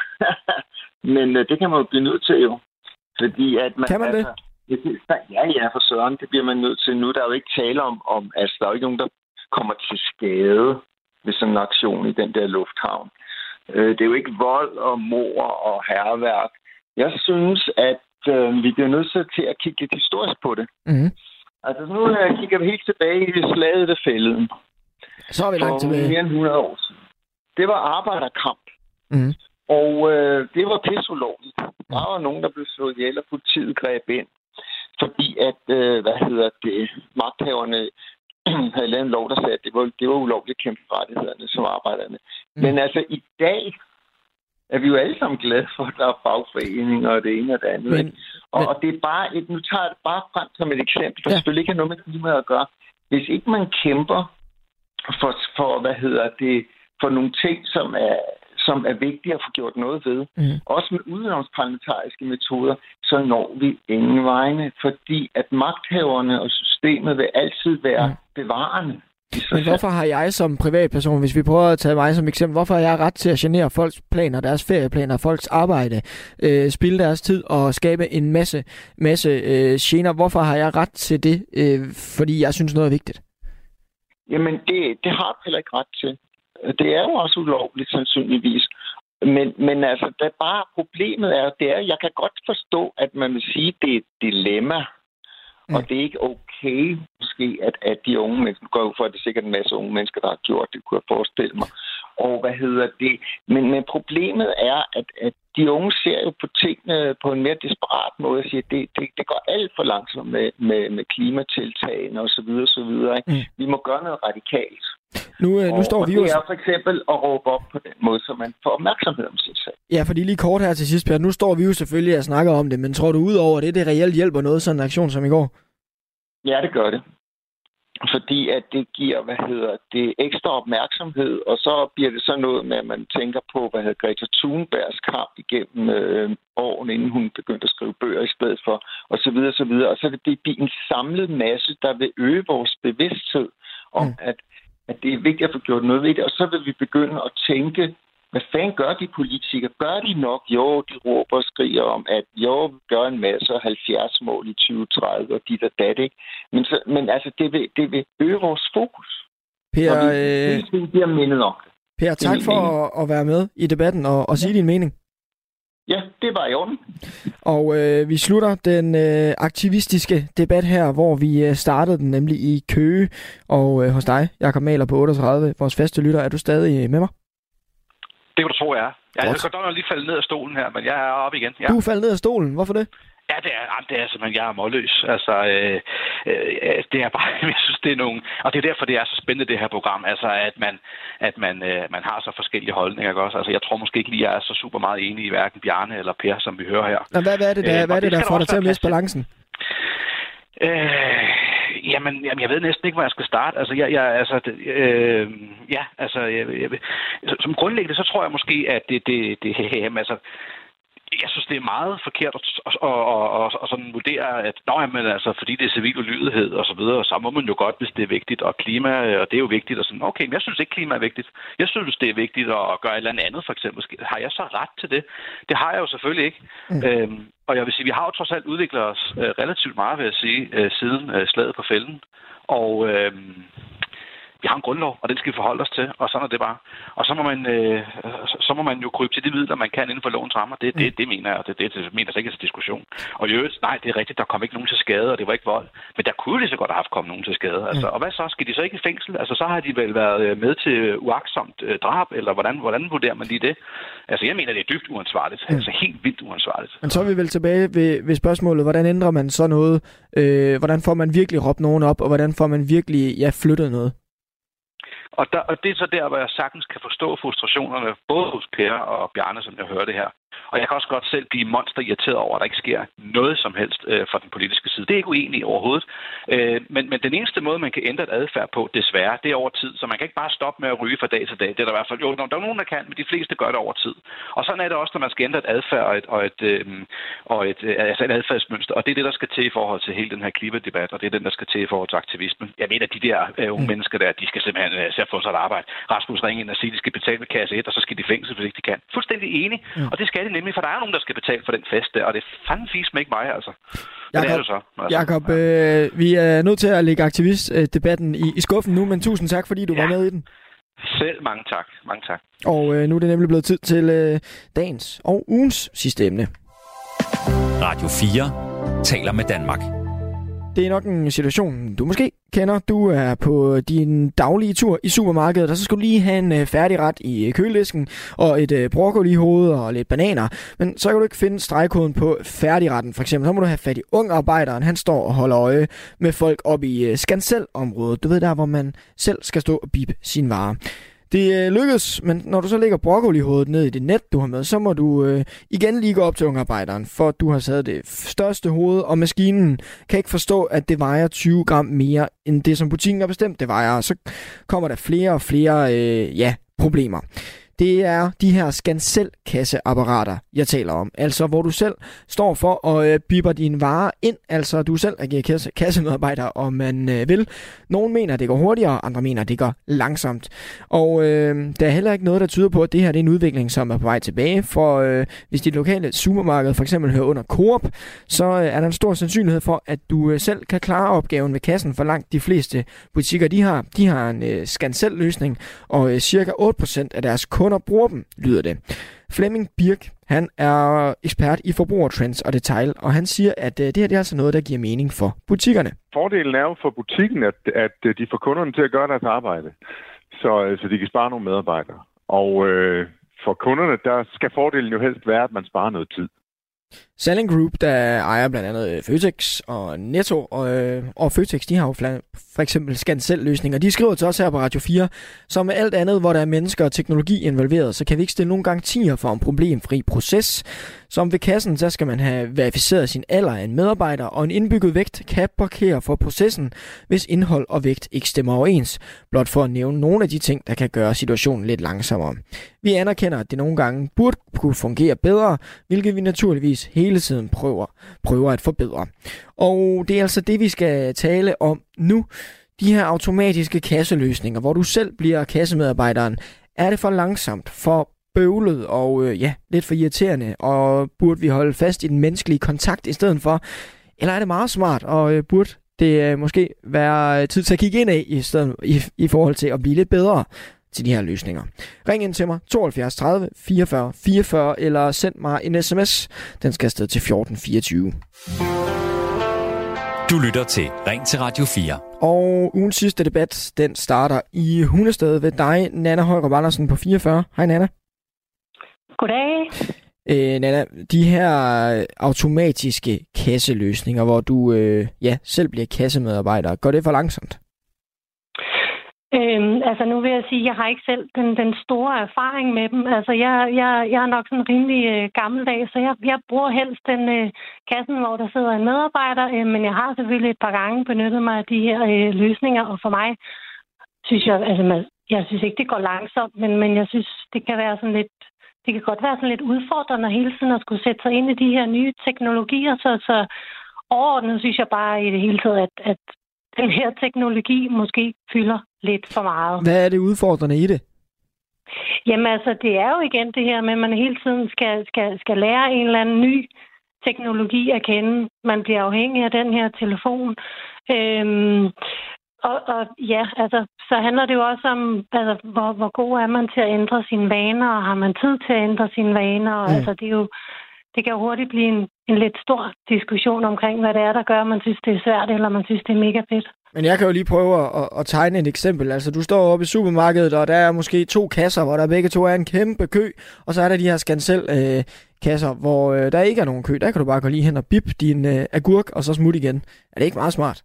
Men øh, det kan man jo blive nødt til jo. Fordi at man... Kan man altså, det? Ja, ja, for søren. Det bliver man nødt til nu. Der er jo ikke tale om... om altså, der er jo ikke nogen, der kommer til skade ved sådan en aktion i den der lufthavn. Øh, det er jo ikke vold og mord og hærværk. Jeg synes, at øh, vi bliver nødt til at kigge lidt historisk på det. Mm-hmm. Altså, nu øh, kigger vi helt tilbage i slaget af Fælleden. Så er vi langt tilbage. For mere end hundrede år siden. Det var arbejderkamp. Mm. Og øh, det var pisseulovligt. Der var nogen, der blev slået ihjel, og politiet greb ind. Fordi at, øh, hvad hedder det, magthaverne havde lavet en lov, der sagde, at det var, det var ulovligt at kæmpe for rettighederne som arbejderne. Mm. Men altså i dag er vi jo alle sammen glade for, at der er fagforeninger og det ene og det andet. Men, og, men... og det er bare et, nu tager jeg det bare frem som et eksempel, der ja. selvfølgelig ikke har noget med klima at gøre. Hvis ikke man kæmper for, for hvad hedder det, for nogle ting, som er, som er vigtige at få gjort noget ved, mm. også med udenomsparlamentariske metoder, så når vi ingen vegne, fordi at magthaverne og systemet vil altid være mm. bevarende. Men hvorfor har jeg som privatperson, hvis vi prøver at tage mig som eksempel, hvorfor har jeg ret til at genere folks planer, deres ferieplaner, folks arbejde, øh, spilde deres tid og skabe en masse, masse øh, gener? Hvorfor har jeg ret til det, øh, fordi jeg synes noget er vigtigt? Jamen, det, det har du heller ikke ret til. Det er jo også ulovligt, sandsynligvis. Men, men altså, det er bare problemet er, det er, jeg kan godt forstå, at man vil sige, at det er et dilemma. Mm. Og det er ikke okay, måske, at, at de unge mennesker, går jo for, at det er sikkert en masse unge mennesker, der har gjort det, kunne jeg forestille mig. Og hvad hedder det? Men, men problemet er, at, at de unge ser jo på tingene på en mere desperat måde og siger, at det, det, det går alt for langsomt med, med, med klimatiltagene osv. osv. Mm. Vi må gøre noget radikalt. Nu, øh, nu og, står og vi det jo... er for eksempel at råbe op på den måde, så man får opmærksomhed om sin sag. Ja, fordi lige kort her til sidst, Per, nu står vi jo selvfølgelig og snakker om det, men tror du udover det, det reelt hjælper noget sådan en aktion som i går? Ja, det gør det. Fordi at det giver, hvad hedder det, ekstra opmærksomhed, og så bliver det så noget med, at man tænker på, hvad hedder Greta Thunbergs kamp igennem øh, årene, inden hun begyndte at skrive bøger i stedet for, og så videre, og så videre. Og så vil det blive en samlet masse, der vil øge vores bevidsthed om, mm. at, at det er vigtigt at få gjort noget ved det, og så vil vi begynde at tænke, hvad fanden gør de politikere? Gør de nok? Jo, de råber og skriger om, at jo, vi gør en masse halvfjerds mål i tyve tredive og dit og dat, ikke? Men, så, men altså, det vil, det vil øge vores fokus. Per, og vi, øh... bliver mindet om det. Per, tak for at, at være med i debatten og, og sige din mening. Ja, det var i orden. Og øh, vi slutter den øh, aktivistiske debat her, hvor vi øh, startede den nemlig i Køge. Og øh, hos dig, Jakob Mahler på otteogtredive, vores faste lytter, er du stadig med mig? Det kan du tro, jeg er. Jeg er godt nok lige faldet ned af stolen her, men jeg er oppe igen. Ja. Du er faldet ned af stolen. Hvorfor det? Ja, det er, det er simpelthen, jeg er målløs. Altså, øh, øh, det er bare, jeg synes, det er nogle... Og det er derfor, det er så spændende, det her program. Altså, at man, at man, øh, man har så forskellige holdninger, ikke også? Altså, jeg tror måske ikke lige, jeg er så super meget enig i hverken Bjarne eller Per, som vi hører her. Nå, hvad, hvad er det, der, øh, hvad er det, der får dig til at miste balancen? Øh... Jamen, jamen, jeg ved næsten ikke, hvor jeg skal starte. Altså, jeg, jeg, altså, øh, ja, altså, jeg, jeg, som grundlæggende, så tror jeg måske, at det, det, det, jamen, altså, jeg synes, det er meget forkert at, at, at, at, at sådan vurdere, at nå, jamen, altså, fordi det er civil ulydighed og så videre, så må man jo godt, hvis det er vigtigt, og klima, og det er jo vigtigt, og sådan, okay, men jeg synes ikke, klima er vigtigt. Jeg synes, det er vigtigt at gøre et eller andet, for eksempel. Har jeg så ret til det? Det har jeg jo selvfølgelig ikke. Mm. Øhm, og jeg vil sige, vi har jo trods alt udviklet os øh, relativt meget, vil jeg sige, øh, siden øh, slaget på Fælden. Og øh, vi har en grundlov, og den skal vi forholde os til, og sådan er det bare. Og så må man, øh, så må man jo krybe til de midler, man kan inden for lovens rammer. Det, det, det mener jeg, og det, det, det mener jeg ikke til diskussion. Og i øvrigt, nej, det er rigtigt, der kom ikke nogen til skade, og det var ikke vold. Men der kunne lige så godt have haft kommet nogen til skade. Altså, og hvad så? Skal de så ikke i fængsel? Altså, så har de vel været med til uagtsomt øh, drab, eller hvordan, hvordan vurderer man lige det? Altså, jeg mener, det er dybt uansvarligt. Mm. Altså, helt vildt uansvarligt. Men så er vi vel tilbage ved, ved spørgsmålet, hvordan ændrer man så noget? Øh, hvordan får man virkelig råbt nogen op, og hvordan får man virkelig, ja, flyttet noget? Og, der, og det er så der, hvor jeg sagtens kan forstå frustrationerne, både hos Per og Bjarne, som jeg hører det her. Og jeg kan også godt selv blive monster irriteret over, at der ikke sker noget som helst øh, fra den politiske side. Det er ikke uenig overhovedet. Øh, men, men den eneste måde, man kan ændre et adfærd på, desværre, det er over tid. Så man kan ikke bare stoppe med at ryge fra dag til dag. Det er der i hvert fald jo, der er nogen, der kan, men de fleste gør det over tid. Og sådan er det også, når man skal ændre et adfærd og et, og et, øh, og et, øh, altså et adfærdsmønster. Og det er det, der skal til i forhold til hele den her klimadebat, og det er den, der skal til i forhold til aktivismen. Jeg ved, at de der øh, unge mm. mennesker der, de skal simpelthen øh, se at få sig et arbejde. Rasmus ringe ind og sige, at de skal betale med kasse et, og så skal de i fængsel, hvis ikke de kan. Fuldstændig enig. Mm. Og det skal de nemlig, for der er nogen, der skal betale for den fest der, og det er fandme fisk med ikke mig, altså. Jakob, det er det så. Altså, Jakob ja. øh, vi er nødt til at lægge aktivistdebatten i, i skuffen nu, men tusind tak, fordi du ja. var med i den. Selv mange tak. Mange tak. Og øh, nu er det nemlig blevet tid til øh, dagens og ugens sidste emne. Radio fire taler med Danmark. Det er nok en situation, du måske kender. Du er på din daglige tur i supermarkedet, og så skal du lige have en færdigret i køledisken, og et broccolihoved og lidt bananer. Men så kan du ikke finde stregkoden på færdigretten, for eksempel. Så må du have fat i ungarbejderen. Han står og holder øje med folk op i Skanselområdet. Du ved der, hvor man selv skal stå og bippe sine varer. Det lykkes, men når du så lægger broccolihovedet ned i det net, du har med, så må du øh, igen lige gå op til ungarbejderen, for du har taget det største hoved, og maskinen kan ikke forstå, at det vejer tyve gram mere, end det, som butikken har bestemt, det vejer. Så kommer der flere og flere øh, ja, problemer. Det er de her Scancel-kasseapparater, jeg taler om. Altså, hvor du selv står for og øh, bipper dine varer ind. Altså, du selv agerer kasse- kassemedarbejder, om man øh, vil. Nogle mener, at det går hurtigere, andre mener, at det går langsomt. Og øh, der er heller ikke noget, der tyder på, at det her det er en udvikling, som er på vej tilbage. For øh, hvis dit lokale supermarked for eksempel hører under Coop, så øh, er der en stor sandsynlighed for, at du øh, selv kan klare opgaven ved kassen. For langt de fleste butikker, de har, de har en øh, Scancel-løsning, og øh, cirka otte procent af deres kunder kunder bruger dem, lyder det. Flemming Birk, han er ekspert i forbrugertrends og detail, og han siger, at det her det er altså noget, der giver mening for butikkerne. Fordelen er jo for butikken, at, at de får kunderne til at gøre deres arbejde, så, så de kan spare nogle medarbejdere. Og øh, for kunderne, der skal fordelen jo helst være, at man sparer noget tid. Salling Group, der ejer blandt andet Føtex og Netto, og, øh, og Føtex, de har jo for eksempel scan-selv-løsninger. De skriver til os her på Radio fire, som med alt andet, hvor der er mennesker og teknologi involveret, så kan vi ikke stille nogen garantier for en problemfri proces. Som ved kassen, så skal man have verificeret sin alder af en medarbejder, og en indbygget vægt kan blokere for processen, hvis indhold og vægt ikke stemmer overens. Blot for at nævne nogle af de ting, der kan gøre situationen lidt langsommere. Vi anerkender, at det nogle gange burde kunne fungere bedre, hvilket vi naturligvis hele tiden prøver, prøver at forbedre. Og det er altså det, vi skal tale om nu. De her automatiske kasseløsninger, hvor du selv bliver kassemedarbejderen, er det for langsomt, for bøvlet og øh, ja, lidt for irriterende, og burde vi holde fast i den menneskelige kontakt i stedet for? Eller er det meget smart, og øh, burde det øh, måske være tid til at kigge ind af i, stedet, i, i forhold til at blive lidt bedre til de her løsninger? Ring ind til mig, tooghalvfjerds tredive fireogfyrre fireogfyrre, eller send mig en sms. Den skal afsted til fjorten fireogtyve. Du lytter til Ring til Radio fire. Og ugens sidste debat, den starter i Hundested ved dig, Nanna Højrup Andersen på fireogfyrre. Hej Nanna. Goddag. Øh, Nanna, de her automatiske kasseløsninger, hvor du øh, ja, selv bliver kassemedarbejder, går det for langsomt? Øhm, altså nu vil jeg sige, at jeg har ikke selv den, den store erfaring med dem. Altså jeg, jeg, jeg er nok sådan rimelig øh, gammeldags, så jeg, jeg bruger helst den øh, kassen, hvor der sidder en medarbejder, øh, men jeg har selvfølgelig et par gange benyttet mig af de her øh, løsninger, og for mig synes jeg, altså man, jeg synes ikke, det går langsomt, men, men jeg synes, det kan være sådan lidt, det kan godt være sådan lidt udfordrende hele tiden at skulle sætte sig ind i de her nye teknologier, så, så overordnet synes jeg bare i det hele taget, at, at den her teknologi måske fylder lidt for meget. Hvad er det udfordrende i det? Jamen altså, det er jo igen det her med, at man hele tiden skal, skal, skal lære en eller anden ny teknologi at kende. Man bliver afhængig af den her telefon. Øhm, og, og ja, altså, så handler det jo også om, altså, hvor, hvor god er man til at ændre sine vaner, og har man tid til at ændre sine vaner? Og, mm. altså, det, er jo, det kan jo hurtigt blive en, en lidt stor diskussion omkring, hvad det er, der gør, at man synes, det er svært, eller man synes, det er mega fedt. Men jeg kan jo lige prøve at, at tegne et eksempel. Altså, du står oppe i supermarkedet, og der er måske to kasser, hvor der begge to er en kæmpe kø, og så er der de her scan-selv-kasser, øh, hvor øh, der ikke er nogen kø. Der kan du bare gå lige hen og bip din øh, agurk, og så smutte igen. Er det ikke meget smart?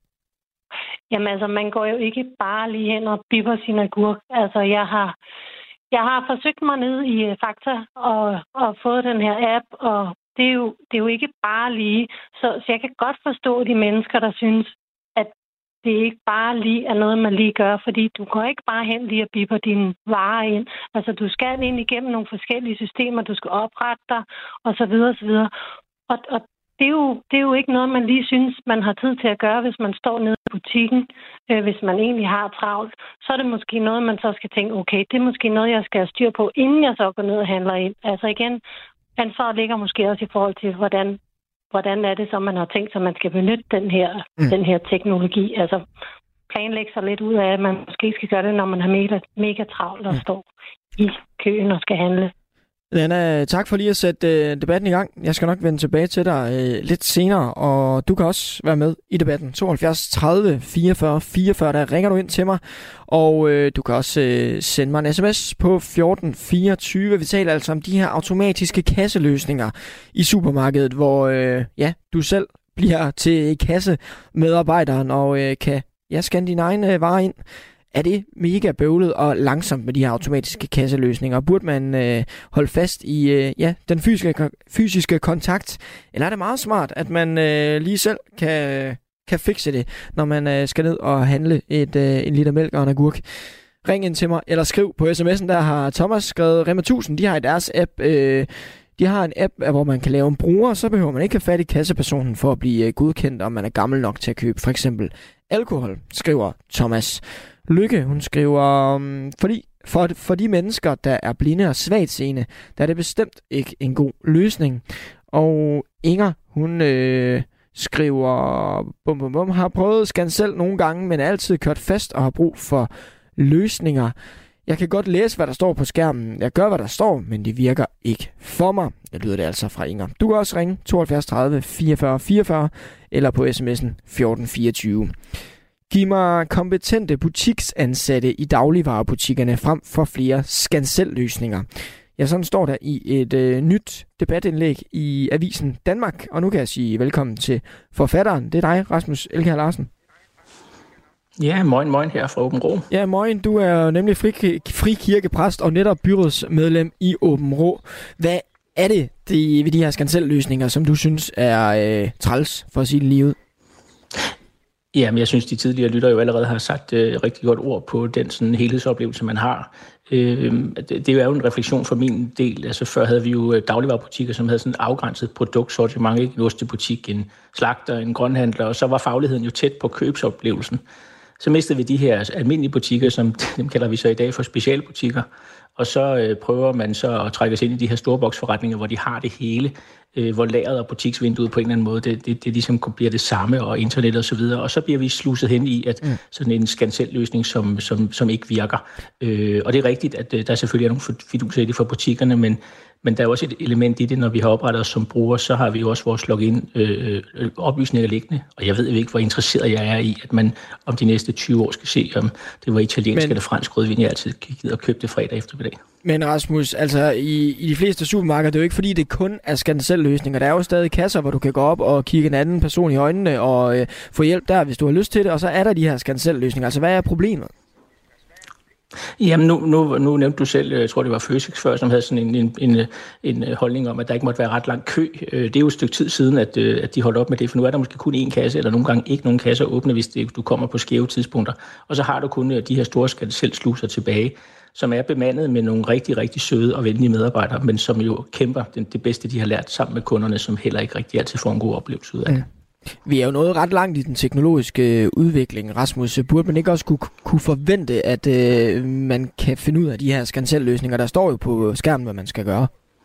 Jamen altså, man går jo ikke bare lige hen og bipper sin agurk. Altså, jeg har, jeg har forsøgt mig ned i uh, Fakta og, og fået den her app, og det er jo, det er jo ikke bare lige. Så, så jeg kan godt forstå de mennesker, der synes, at det ikke bare lige er noget, man lige gør, fordi du går ikke bare hen lige og bipper dine varer ind. Altså, du skal ind igennem nogle forskellige systemer, du skal oprette dig, og så videre, og så videre. Og, og det, er jo, det er jo ikke noget, man lige synes, man har tid til at gøre, hvis man står nede i butikken, øh, hvis man egentlig har travlt. Så er det måske noget, man så skal tænke, okay, det er måske noget, jeg skal have styr på, inden jeg så går ned og handler ind. Altså igen, ansvaret ligger måske også i forhold til, hvordan Hvordan er det så, man har tænkt sig, at man skal benytte den her, mm. den her teknologi? Altså planlægge sig lidt ud af, at man måske skal gøre det, når man har mega, mega travlt og mm. står i køen og skal handle. Lena, tak for lige at sætte uh, debatten i gang. Jeg skal nok vende tilbage til dig uh, lidt senere, og du kan også være med i debatten. tooghalvfjerds tredive fireogfyrre fireogfyrre, der ringer du ind til mig, og uh, du kan også uh, sende mig en sms på fjorten fireogtyve. Vi taler altså om de her automatiske kasseløsninger i supermarkedet, hvor uh, ja, du selv bliver til kassemedarbejderen og uh, kan ja, scanne dine egne uh, varer ind. Er det mega bøvlet og langsomt med de her automatiske kasseløsninger? Burde man øh, holde fast i øh, ja, den fysiske, fysiske kontakt? Eller er det meget smart, at man øh, lige selv kan, kan fikse det, når man øh, skal ned og handle et, øh, en liter mælk og en agurk? Ring ind til mig, eller skriv på sms'en, der har Thomas skrevet, Rema tusind, de har i deres app... Øh, De har en app, hvor man kan lave en bruger, så behøver man ikke have fat i kassepersonen for at blive godkendt, om man er gammel nok til at købe for eksempel alkohol, skriver Thomas. Lykke, hun skriver, um, fordi for, for de mennesker, der er blinde og svagtseende, der er det bestemt ikke en god løsning. Og Inger, hun øh, skriver, bum, bum, bum, har prøvet scan selv nogle gange, men er altid kørt fast og har brug for løsninger. Jeg kan godt læse, hvad der står på skærmen. Jeg gør, hvad der står, men det virker ikke for mig. Det lyder det altså fra Inger. Du kan også ringe tooghalvfjerds tredive fireogfyrre fireogfyrre eller på sms'en fjorten fireogtyve. Giv mig kompetente butiksansatte i dagligvarebutikkerne frem for flere skansellløsninger. Ja, sådan står der i et øh, nyt debatindlæg i Avisen Danmark. Og nu kan jeg sige velkommen til forfatteren. Det er dig, Rasmus Elkjær Larsen. Ja, moin, moin her fra Åben Rå. Ja, moin. Du er nemlig fri, frikirkepræst og netop byrådsmedlem i Åben Rå. Hvad er det de, ved de her skansellløsninger, som du synes er øh, træls for at sige det lige ud? Jamen, jeg synes, de tidligere lytter jo allerede har sagt øh, rigtig godt ord på den sådan helhedsoplevelse, man har. Øh, det, det er jo en refleksion for min del. Altså, før havde vi jo dagligvarebutikker, som havde sådan et afgrænset produktsortiment, ikke? En ostebutik, en slagter, en grønhandler, og så var fagligheden jo tæt på købsoplevelsen. Så mistede vi de her almindelige butikker, som dem kalder vi så i dag for specialbutikker, og så øh, prøver man så at trække os ind i de her storboksforretninger, hvor de har det hele, øh, hvor lageret og butiksvinduet på en eller anden måde, det, det, det ligesom bliver det samme, og internet og så videre, og så bliver vi sluset hen i, at mm. sådan en skanselløsning, som, som, som ikke virker. Øh, og det er rigtigt, at øh, der selvfølgelig er nogle fiduser i det for butikkerne, men Men der er også et element i det, når vi har oprettet os som brugere, så har vi jo også vores login øh, oplysninger liggende. Og jeg ved jo ikke, hvor interesseret jeg er i, at man om de næste tyve år skal se, om det var italiensk Men... eller fransk rødvin, jeg altid gider at købe det fredag eftermiddag. Men Rasmus, altså i, i de fleste supermarkeder, det er jo ikke fordi, det kun er skanselløsninger. Der er jo stadig kasser, hvor du kan gå op og kigge en anden person i øjnene og øh, få hjælp der, hvis du har lyst til det. Og så er der de her skanselløsninger. Altså hvad er problemet? Jamen, nu, nu, nu nævnte du selv, jeg tror det var Føtex før, som havde sådan en, en, en, en holdning om, at der ikke måtte være ret lang kø. Det er jo et stykke tid siden, at, at de holdt op med det, for nu er der måske kun én kasse, eller nogle gange ikke nogen kasser åbne, hvis det, du kommer på skæve tidspunkter. Og så har du kun de her store skanselsluser tilbage, som er bemandet med nogle rigtig, rigtig søde og venlige medarbejdere, men som jo kæmper det, det bedste, de har lært sammen med kunderne, som heller ikke rigtig altid får en god oplevelse ud af det. Mm. Vi er jo nået ret langt i den teknologiske udvikling, Rasmus. Burde man ikke også kunne, kunne forvente, at øh, man kan finde ud af de her skanselløsninger? Der står jo på skærmen, hvad man skal gøre.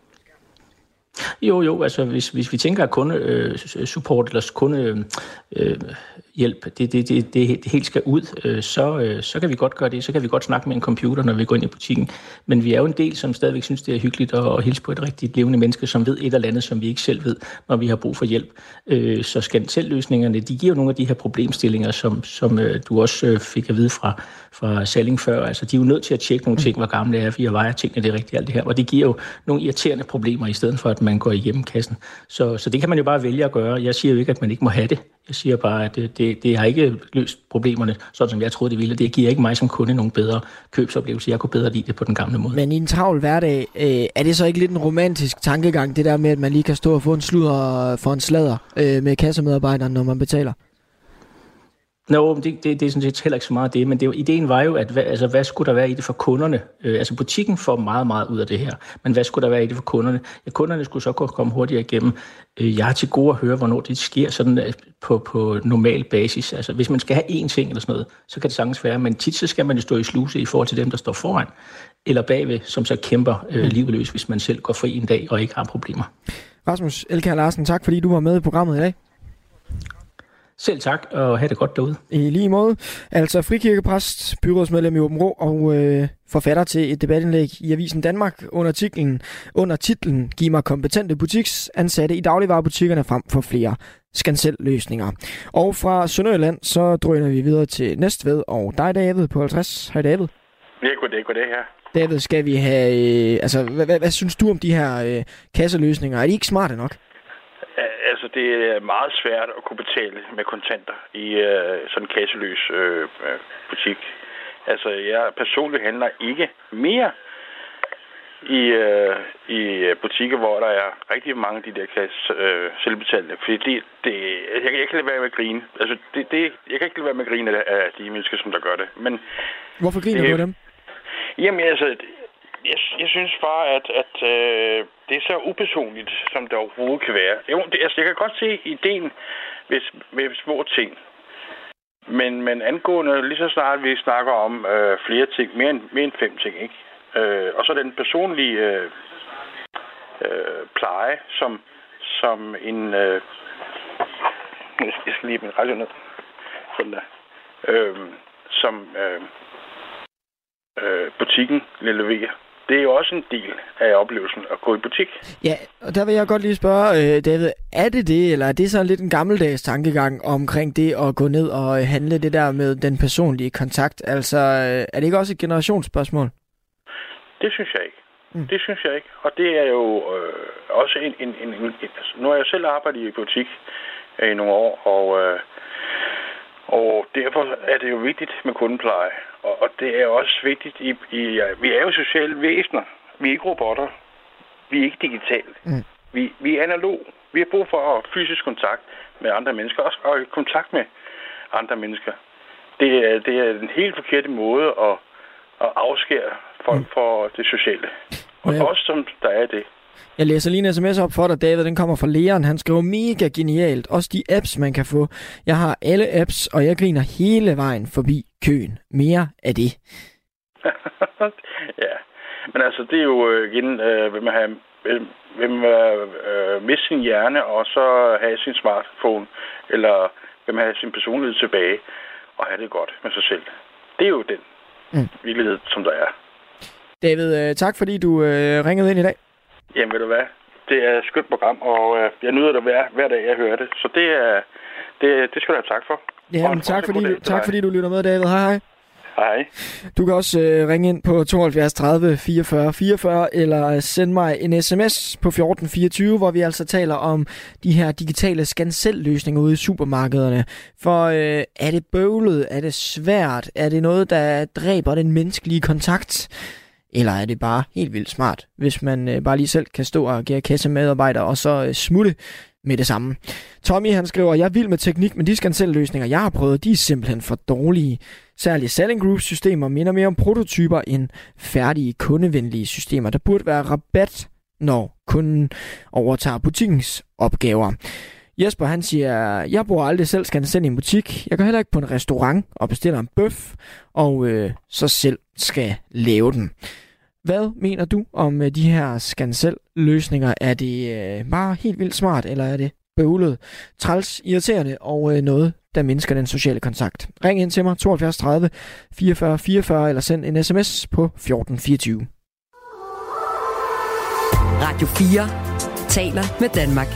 Jo, jo, altså hvis, hvis vi tænker, at kundesupport øh, eller kunde øh, hjælp, det, det, det, det, det helt skal ud, øh, så, øh, så kan vi godt gøre det. Så kan vi godt snakke med en computer, når vi går ind i butikken. Men vi er jo en del, som stadigvæk synes, det er hyggeligt at, at hilse på et rigtigt levende menneske, som ved et eller andet, som vi ikke selv ved, når vi har brug for hjælp. Øh, så skanselløsningerne, de giver nogle af de her problemstillinger, som, som øh, du også øh, fik at vide fra, fra Salling før. Altså, de er jo nødt til at tjekke nogle ting, hvor gamle er, vi har vejer tingene, det er rigtigt alt det her. Og det giver jo nogle irriterende problemer, i stedet for at man går igennem kassen. Så, så det kan man jo bare vælge at gøre. Jeg siger jo ikke, at man ikke må have det. Jeg siger bare, at det, det, det har ikke løst problemerne, sådan som jeg troede, det ville. Det giver ikke mig som kunde nogen bedre købsoplevelse. Jeg kunne bedre lide det på den gamle måde. Men i en travl hverdag, øh, er det så ikke lidt en romantisk tankegang, det der med, at man lige kan stå og få en sludder for en sladder øh, med kassemedarbejderen, når man betaler? Nå, det, det, det er sådan set heller ikke så meget det, men det, ideen var jo, at hvad, altså, hvad skulle der være i det for kunderne? Øh, altså butikken får meget, meget ud af det her, men hvad skulle der være i det for kunderne? Ja, kunderne skulle så kunne komme hurtigere igennem. Øh, jeg har til gode at høre, hvornår det sker sådan på, på normal basis. Altså hvis man skal have én ting eller sådan noget, så kan det sagtens være, men tit så skal man jo stå i sluse i forhold til dem, der står foran, eller bagved, som så kæmper øh, livet løs, hvis man selv går fri en dag og ikke har problemer. Rasmus Elkjær Larsen, tak fordi du var med i programmet i dag. Selv tak, og have det godt derude. I lige måde. Altså frikirkepræst, byrådsmedlem i Åben Rå og øh, forfatter til et debatindlæg i Avisen Danmark under titlen, under titlen Giv mig kompetente butiksansatte i dagligvarebutikkerne frem for flere skanselløsninger. Og fra Sønderjylland, så drøner vi videre til Næstved, og dig David på halvtreds. Hej David. Ja, goddag, goddag her. David, skal vi have, øh, altså hvad, hvad, hvad synes du om de her øh, kasseløsninger? Er de ikke smarte nok? Altså, det er meget svært at kunne betale med kontanter i øh, sådan en kasseløs øh, butik. Altså, jeg personligt handler ikke mere i, øh, i butikker, hvor der er rigtig mange af de der kasse, øh, selvbetalende. Fordi det, det, jeg, jeg kan ikke lade være med at grine. Altså, det, det, jeg kan ikke lade være med at grine af de mennesker, som der gør det. Men hvorfor griner det, du af dem? Jamen, altså... Jeg, jeg synes bare, at, at øh, det er så upersonligt, som det overhovedet kan være. Jo, det, altså, jeg kan godt se ideen med, med små ting. Men, men angående, lige så snart vi snakker om øh, flere ting, mere end, mere end fem ting, ikke? Øh, og så den personlige øh, øh, pleje, som, som en... Øh, jeg skal lige min radio ned. Sådan der. Øh, som øh, øh, butikken leverer. det er jo også en del af oplevelsen at gå i butik. Ja, og der vil jeg godt lige spørge, øh, David, er det det, eller er det så lidt en gammeldags tankegang omkring det at gå ned og handle det der med den personlige kontakt? Altså, øh, er det ikke også et generationsspørgsmål? Det synes jeg ikke. Mm. Det synes jeg ikke. Og det er jo øh, også en, en, en, en... Nu har jeg selv arbejdet i butik øh, i nogle år, og... Øh, Og derfor er det jo vigtigt med kundepleje. Og, og det er også vigtigt i, i... Vi er jo sociale væsener. Vi er ikke robotter. Vi er ikke digitale. Mm. Vi, vi er analog. Vi har brug for fysisk kontakt med andre mennesker. Også og kontakt med andre mennesker. Det er, det er en helt forkert måde at, at afskære folk mm. for det sociale. Og ja. Også som der er det. Jeg læser lige en sms op for dig, David. Den kommer fra Leon. Han skriver mega genialt. Også de apps, man kan få. Jeg har alle apps, og jeg griner hele vejen forbi køen. Mere af det. Ja, men altså, det er jo igen, øh, vil man have, vil man øh, miste sin hjerne, og så have sin smartphone, eller vil man have sin personlighed tilbage, og have det godt med sig selv. Det er jo den mm. virkelighed, som der er. David, øh, tak fordi du øh, ringede ind i dag. Jamen, ved du hvad? Det er et skønt program, og øh, jeg nyder det hver, hver dag, jeg hører det. Så det, er, det, det skal du have tak for. Jamen, tak fordi, du, tak fordi du lytter med, David. Hej, hej. Hej. Du kan også øh, ringe ind på tooghalvfjerds tredive fireogfyrre fireogfyrre, eller sende mig en sms på fjorten fireogtyve, hvor vi altså taler om de her digitale scan-selv-løsninger ude i supermarkederne. For øh, er det bøvlet? Er det svært? Er det noget, der dræber den menneskelige kontakt? Eller er det bare helt vildt smart, hvis man øh, bare lige selv kan stå og agere kassemedarbejder og så øh, smutte med det samme? Tommy han skriver, jeg er vild med teknik, men de scan-selv-løsninger, jeg har prøvet, de er simpelthen for dårlige. Særligt selling group systemer minder mere om prototyper end færdige kundevenlige systemer. Der burde være rabat, når kunden overtager butikkens opgaver. Jesper han siger, jeg bruger aldrig selv scan-selv i en butik. Jeg går heller ikke på en restaurant og bestiller en bøf, og øh, så selv skal lave den. Hvad mener du om øh, de her scan-selv-løsninger? Er det øh, bare helt vildt smart, eller er det bøvlet, træls, irriterende og øh, noget, der mindsker den sociale kontakt? Ring ind til mig, tooghalvfjerds tredive fireogfyrre fireogfyrre, eller send en sms på fjorten fireogtyve. Radio fire taler med Danmark.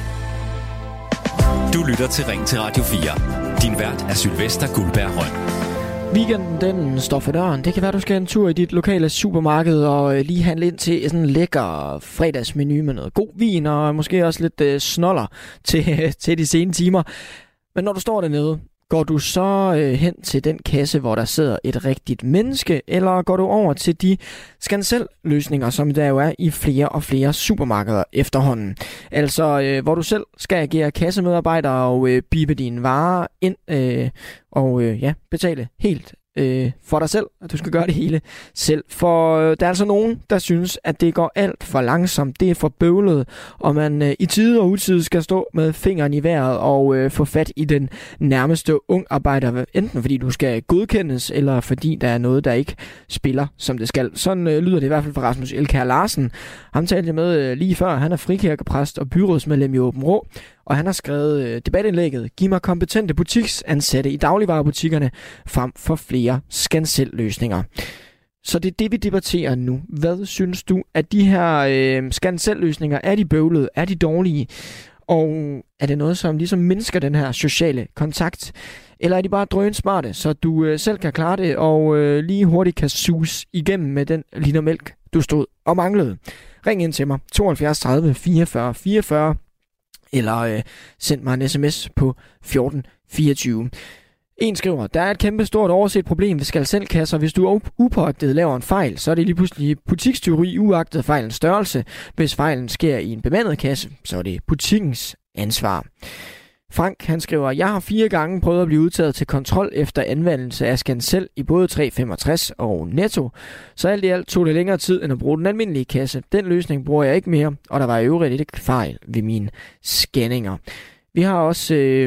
Du lytter til Ring til Radio fire. Din vært er Sylvester Guldberg Røn. Weekenden, den står for døren. Det kan være, du skal en tur i dit lokale supermarked og lige handle ind til sådan en lækker fredagsmenu med noget god vin og måske også lidt øh, snoller til, til de sene timer. Men når du står dernede, går du så øh, hen til den kasse, hvor der sidder et rigtigt menneske, eller går du over til de scan-selv-løsninger, som der jo er i flere og flere supermarkeder efterhånden? Altså, øh, hvor du selv skal agere kassemedarbejder og øh, bippe dine varer ind øh, og øh, ja, betale helt øh, for dig selv, at du skal gøre det hele selv. For øh, der er altså nogen, der synes, at det går alt for langsomt, det er for bøvlet, og man øh, i tide og utide skal stå med fingeren i vejret og øh, få fat i den nærmeste ung arbejder, enten fordi du skal godkendes, eller fordi der er noget, der ikke spiller, som det skal. Sådan øh, lyder det i hvert fald fra Rasmus Elkær Larsen. Ham talte jeg med øh, lige før. Han er frikirkepræst og byrådsmedlem i Åben Rå, og han har skrevet øh, debatindlægget, giv mig kompetente butiksansatte i dagligvarebutikkerne frem for flere scan-selv-løsninger. Så det er det, vi debatterer nu. Hvad synes du, at de her øh, scan-selv-løsninger, er de bøvlede, er de dårlige? Og er det noget, som ligesom mindsker den her sociale kontakt? Eller er de bare drønsmarte, så du øh, selv kan klare det, og øh, lige hurtigt kan sus igennem med den liter mælk, du stod og manglede? Ring ind til mig, tooghalvfjerds tredive fireogfyrre fireogfyrre, eller øh, send mig en sms på fjorten fireogtyve. En skriver, der er et kæmpe stort overset problem ved scan-selv-kasser. Hvis du upåagtet laver en fejl, så er det lige pludselig butikstyveri uagtet fejlens størrelse. Hvis fejlen sker i en bemandet kasse, så er det butikkens ansvar. Frank, han skriver, jeg har fire gange prøvet at blive udtaget til kontrol efter anvendelse af scan-selv i både tre femogtres og Netto. Så alt i alt tog det længere tid end at bruge den almindelige kasse. Den løsning bruger jeg ikke mere, og der var i øvrigt ikke fejl ved mine scanninger. Vi har også øh,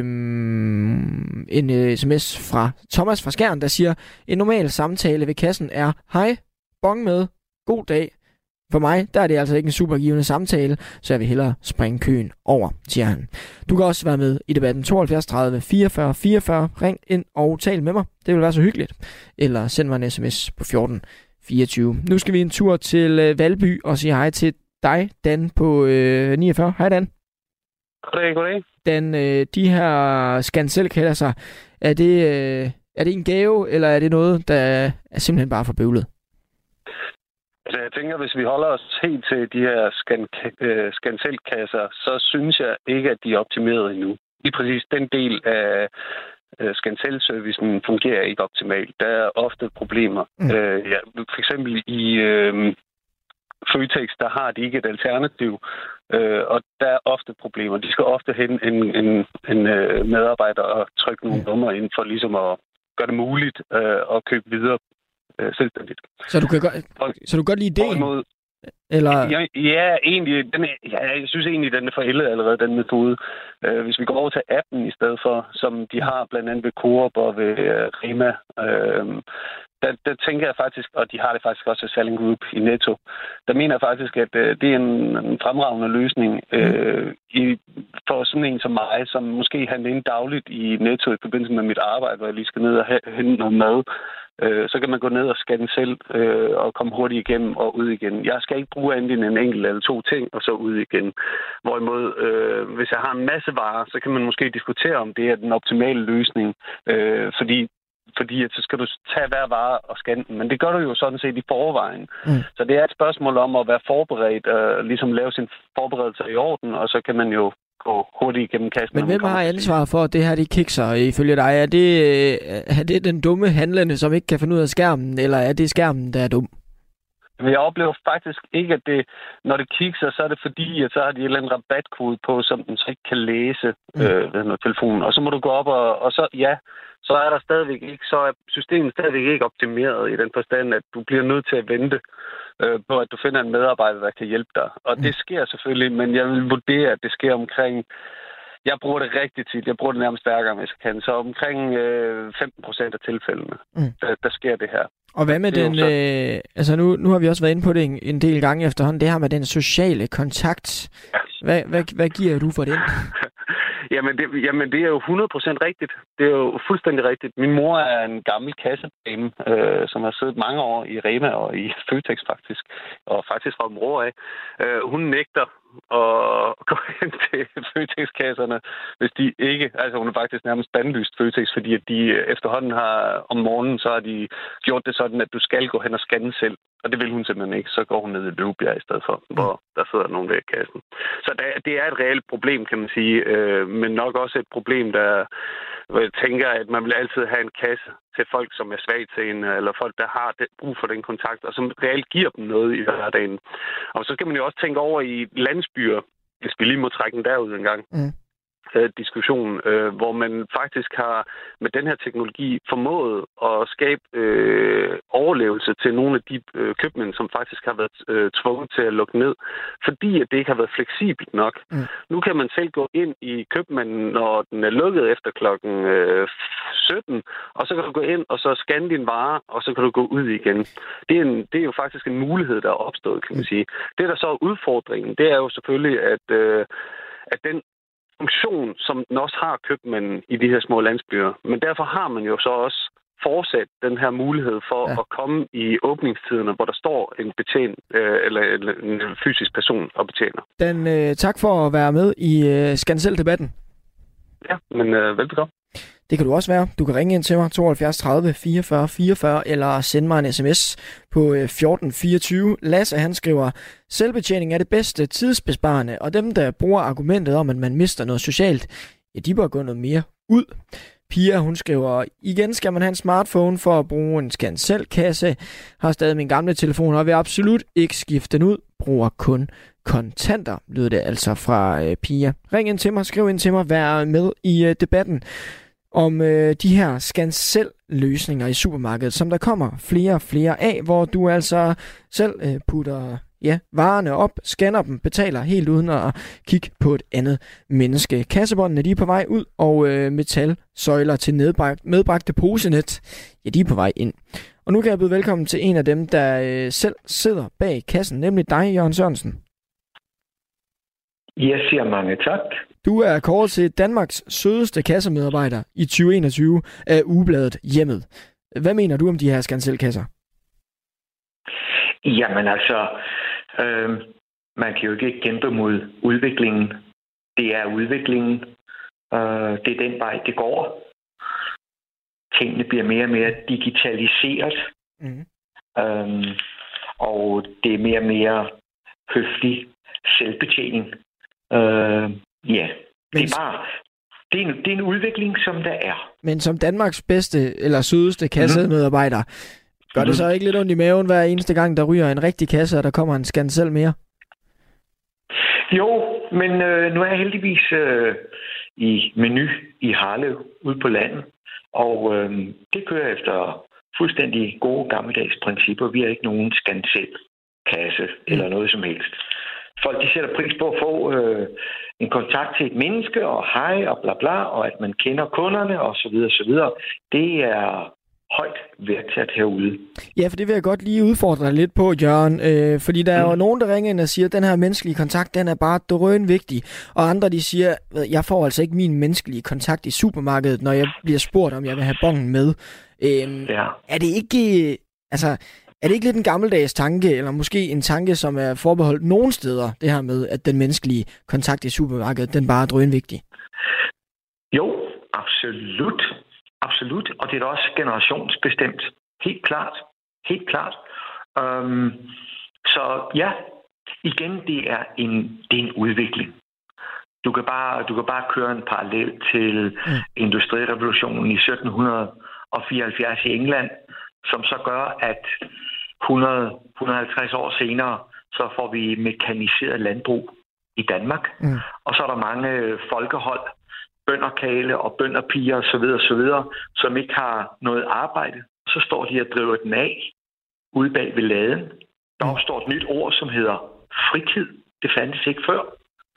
en øh, sms fra Thomas fra Skjern, der siger, en normal samtale ved kassen er, hej, bong med, god dag. For mig, der er det altså ikke en supergivende samtale, så jeg vil hellere springe køen over, siger han. Du kan også være med i debatten tooghalvfjerds tredive fireogfyrre fireogfyrre. Ring ind og tal med mig. Det vil være så hyggeligt. Eller send mig en sms på fjorten fireogtyve. Nu skal vi en tur til øh, Valby og sige hej til dig, Dan, på øh, niogfyrre. Hej, Dan. Goddag, goddag. Dan, øh, de her scan-selv-kasser, er det, øh, er det en gave, eller er det noget, der er simpelthen bare for bøvlet? Altså, jeg tænker, hvis vi holder os helt til de her scan-selv-kasser, så synes jeg ikke, at de er optimeret endnu. Lige præcis den del af scan-selv-servicen fungerer ikke optimalt. Der er ofte problemer. Mm. Øh, ja, for eksempel i øh, Føtex, der har de ikke et alternativ, øh, og der er ofte problemer. De skal ofte hen en, en, en øh, medarbejder og trykke nogle mm. numre ind for ligesom at gøre det muligt øh, at købe videre øh, selvstændigt. Så du kan godt, så du kan godt lide ideen? Mod, Eller? Ja, ja, egentlig, den er, ja, jeg synes egentlig, den er forældet allerede, den metode. Uh, hvis vi går over til appen i stedet for, som de har blandt andet ved Coop og ved uh, Rema, uh, der, der tænker jeg faktisk, og de har det faktisk også ved Selling Group i Netto, der mener jeg faktisk, at uh, det er en, en fremragende løsning uh, i, for sådan en som mig, som måske handler ind dagligt i Netto i forbindelse med mit arbejde, hvor jeg lige skal ned og hente noget mad. Så kan man gå ned og scanne selv øh, og komme hurtigt igennem og ud igen. Jeg skal ikke bruge andet end en enkelt eller to ting, og så ud igen. Hvorimod, øh, hvis jeg har en masse varer, så kan man måske diskutere, om det er den optimale løsning. Øh, fordi fordi at så skal du tage hver vare og scanne den. Men det gør du jo sådan set i forvejen. Mm. Så det er et spørgsmål om at være forberedt og ligesom lave sin forberedelse i orden, og så kan man jo gå hurtigt igennem kassen. Men hvem har ansvaret for, at det her de kikser ifølge dig? Er det, er det den dumme handlende, som ikke kan finde ud af skærmen, eller er det skærmen, der er dum? Men jeg oplever faktisk ikke, at det, når det kikser, så er det fordi, at så har de en eller anden rabatkode på, som den så ikke kan læse mm. øh, ved telefonen. Og så må du gå op, og, og så ja, så er der stadigvæk ikke, så er systemet stadigvæk ikke optimeret i den forstand, at du bliver nødt til at vente øh, på, at du finder en medarbejder, der kan hjælpe dig. Og mm. det sker selvfølgelig, men jeg vil vurdere, at det sker omkring, jeg bruger det rigtig tit, jeg bruger det nærmest hver gang, hvis jeg kan, så omkring øh, femten procent af tilfældene, mm. der, der sker det her. Og hvad med den, så... øh, altså nu, nu har vi også været inde på det en, en del gange efterhånden, det her med den sociale kontakt. Ja. Hvad, hvad, hvad giver du for den? Jamen det, jamen, det er jo hundrede procent rigtigt. Det er jo fuldstændig rigtigt. Min mor er en gammel kassedame, øh, som har siddet mange år i Rema og i Føtex faktisk, og faktisk fra Mor af. Øh, hun nægter at gå hen til Føtex-kasserne, hvis de ikke... Altså hun er faktisk nærmest bandlyst Føtex, fordi at de efterhånden har... Om morgenen, så har de gjort det sådan, at du skal gå hen og scanne selv. Og det vil hun simpelthen ikke. Så går hun ned i Løvbjerg i stedet for, hvor der sidder nogen ved kassen. Så der, det er et reelt problem, kan man sige. Øh, men nok også et problem, der... Hvor jeg tænker, at man vil altid have en kasse til folk, som er svagtseende, eller folk, der har det, brug for den kontakt, og som reelt giver dem noget i hverdagen. Og så kan man jo også tænke over i landsbyer, hvis vi lige må trække den derud en gang. Mm. diskussion, øh, hvor man faktisk har med den her teknologi formået at skabe øh, overlevelse til nogle af de øh, købmænd, som faktisk har været øh, tvunget til at lukke ned, fordi at det ikke har været fleksibelt nok. Mm. Nu kan man selv gå ind i købmanden, når den er lukket efter klokken øh, sytten, og så kan du gå ind og så scanne din vare, og så kan du gå ud igen. Det er, en, det er jo faktisk en mulighed, der er opstået, kan man sige. Det, der så er udfordringen, det er jo selvfølgelig, at, øh, at den funktion, som den også har købmanden i de her små landsbyer. Men derfor har man jo så også fortsat den her mulighed for ja. at komme i åbningstiderne, hvor der står en betjent øh, eller en fysisk person og betjener. Dan, øh, tak for at være med i øh, Scan-selv-debatten. Ja, men øh, velbekomme. Det kan du også være. Du kan ringe ind til mig tooghalvfjerds tredive fireogfyrre fireogfyrre eller sende mig en sms på fjorten fireogtyve. Lasse han skriver, selvbetjening er det bedste tidsbesparende, og dem der bruger argumentet om, at man mister noget socialt, ja, de bør gå noget mere ud. Pia, hun skriver, igen skal man have en smartphone for at bruge en Scan-selv-kasse. Har stadig min gamle telefon og vil absolut ikke skifte den ud. Bruger kun kontanter, lyder det altså fra øh, Pia. Ring ind til mig, skriv ind til mig, vær med i øh, debatten om øh, de her Scan-selv-løsninger i supermarkedet, som der kommer flere og flere af, hvor du altså selv øh, putter ja, varerne op, scanner dem, betaler helt uden at kigge på et andet menneske. Kassebåndene de er på vej ud, og øh, metalsøjler til nedbragt, medbragte posenet, ja, de er på vej ind. Og nu kan jeg byde velkommen til en af dem, der øh, selv sidder bag kassen, nemlig dig, Jørgen Sørensen. Jeg siger mange tak. Du er kåret til Danmarks sødeste kassemedarbejder i tyve enogtyve af ugebladet Hjemmet. Hvad mener du om de her Scan-selv-kasser? Jamen altså, øh, man kan jo ikke kæmpe mod udviklingen. Det er udviklingen. Øh, det er den vej, det går. Tingene bliver mere og mere digitaliseret. Mm. Øh, og det er mere og mere høflig selvbetjening. Øh, ja, det er bare... Det er, en, det er en udvikling, som der er. Men som Danmarks bedste eller sødeste kassemedarbejder, mm. gør det så ikke lidt ondt i maven hver eneste gang, der ryger en rigtig kasse, og der kommer en Scancell mere? Jo, men øh, nu er jeg heldigvis øh, i Menu i Harlev ude på landet, og øh, det kører efter fuldstændig gode gammeldags principper. Vi har ikke nogen Scancell-kasse mm. eller noget som helst. Folk de sætter pris på at få øh, en kontakt til et menneske, og hej, og bla bla, og at man kender kunderne, og så videre, så videre. Det er højt værdsat herude. Ja, for det vil jeg godt lige udfordre dig lidt på, Jørgen. Øh, fordi der er mm. jo nogen, der ringer ind og siger, at den her menneskelige kontakt, den er bare drøn vigtig. Og andre, de siger, jeg får altså ikke min menneskelige kontakt i supermarkedet, når jeg bliver spurgt, om jeg vil have bongen med. Øh, ja. Er det ikke... Altså... Er det ikke lidt en gammeldags tanke, eller måske en tanke, som er forbeholdt nogle steder, det her med, at den menneskelige kontakt i supermarkedet, den bare er drønvigtig? Jo, absolut. Absolut. Og det er da også generationsbestemt. Helt klart. Helt klart. Um, så ja, igen, det er en, det er en udvikling. Du kan, bare, du kan bare køre en parallel til mm. industrirevolutionen i sytten fireoghalvfjerds i England, som så gør, at hundrede til et hundrede og halvtreds år senere, så får vi mekaniseret landbrug i Danmark. Mm. Og så er der mange folkehold, bønderkale og bønderpiger osv., osv., som ikke har noget arbejde. Så står de og driver den af ude bag ved laden. Der opstår et nyt ord, som hedder fritid. Det fandtes ikke før.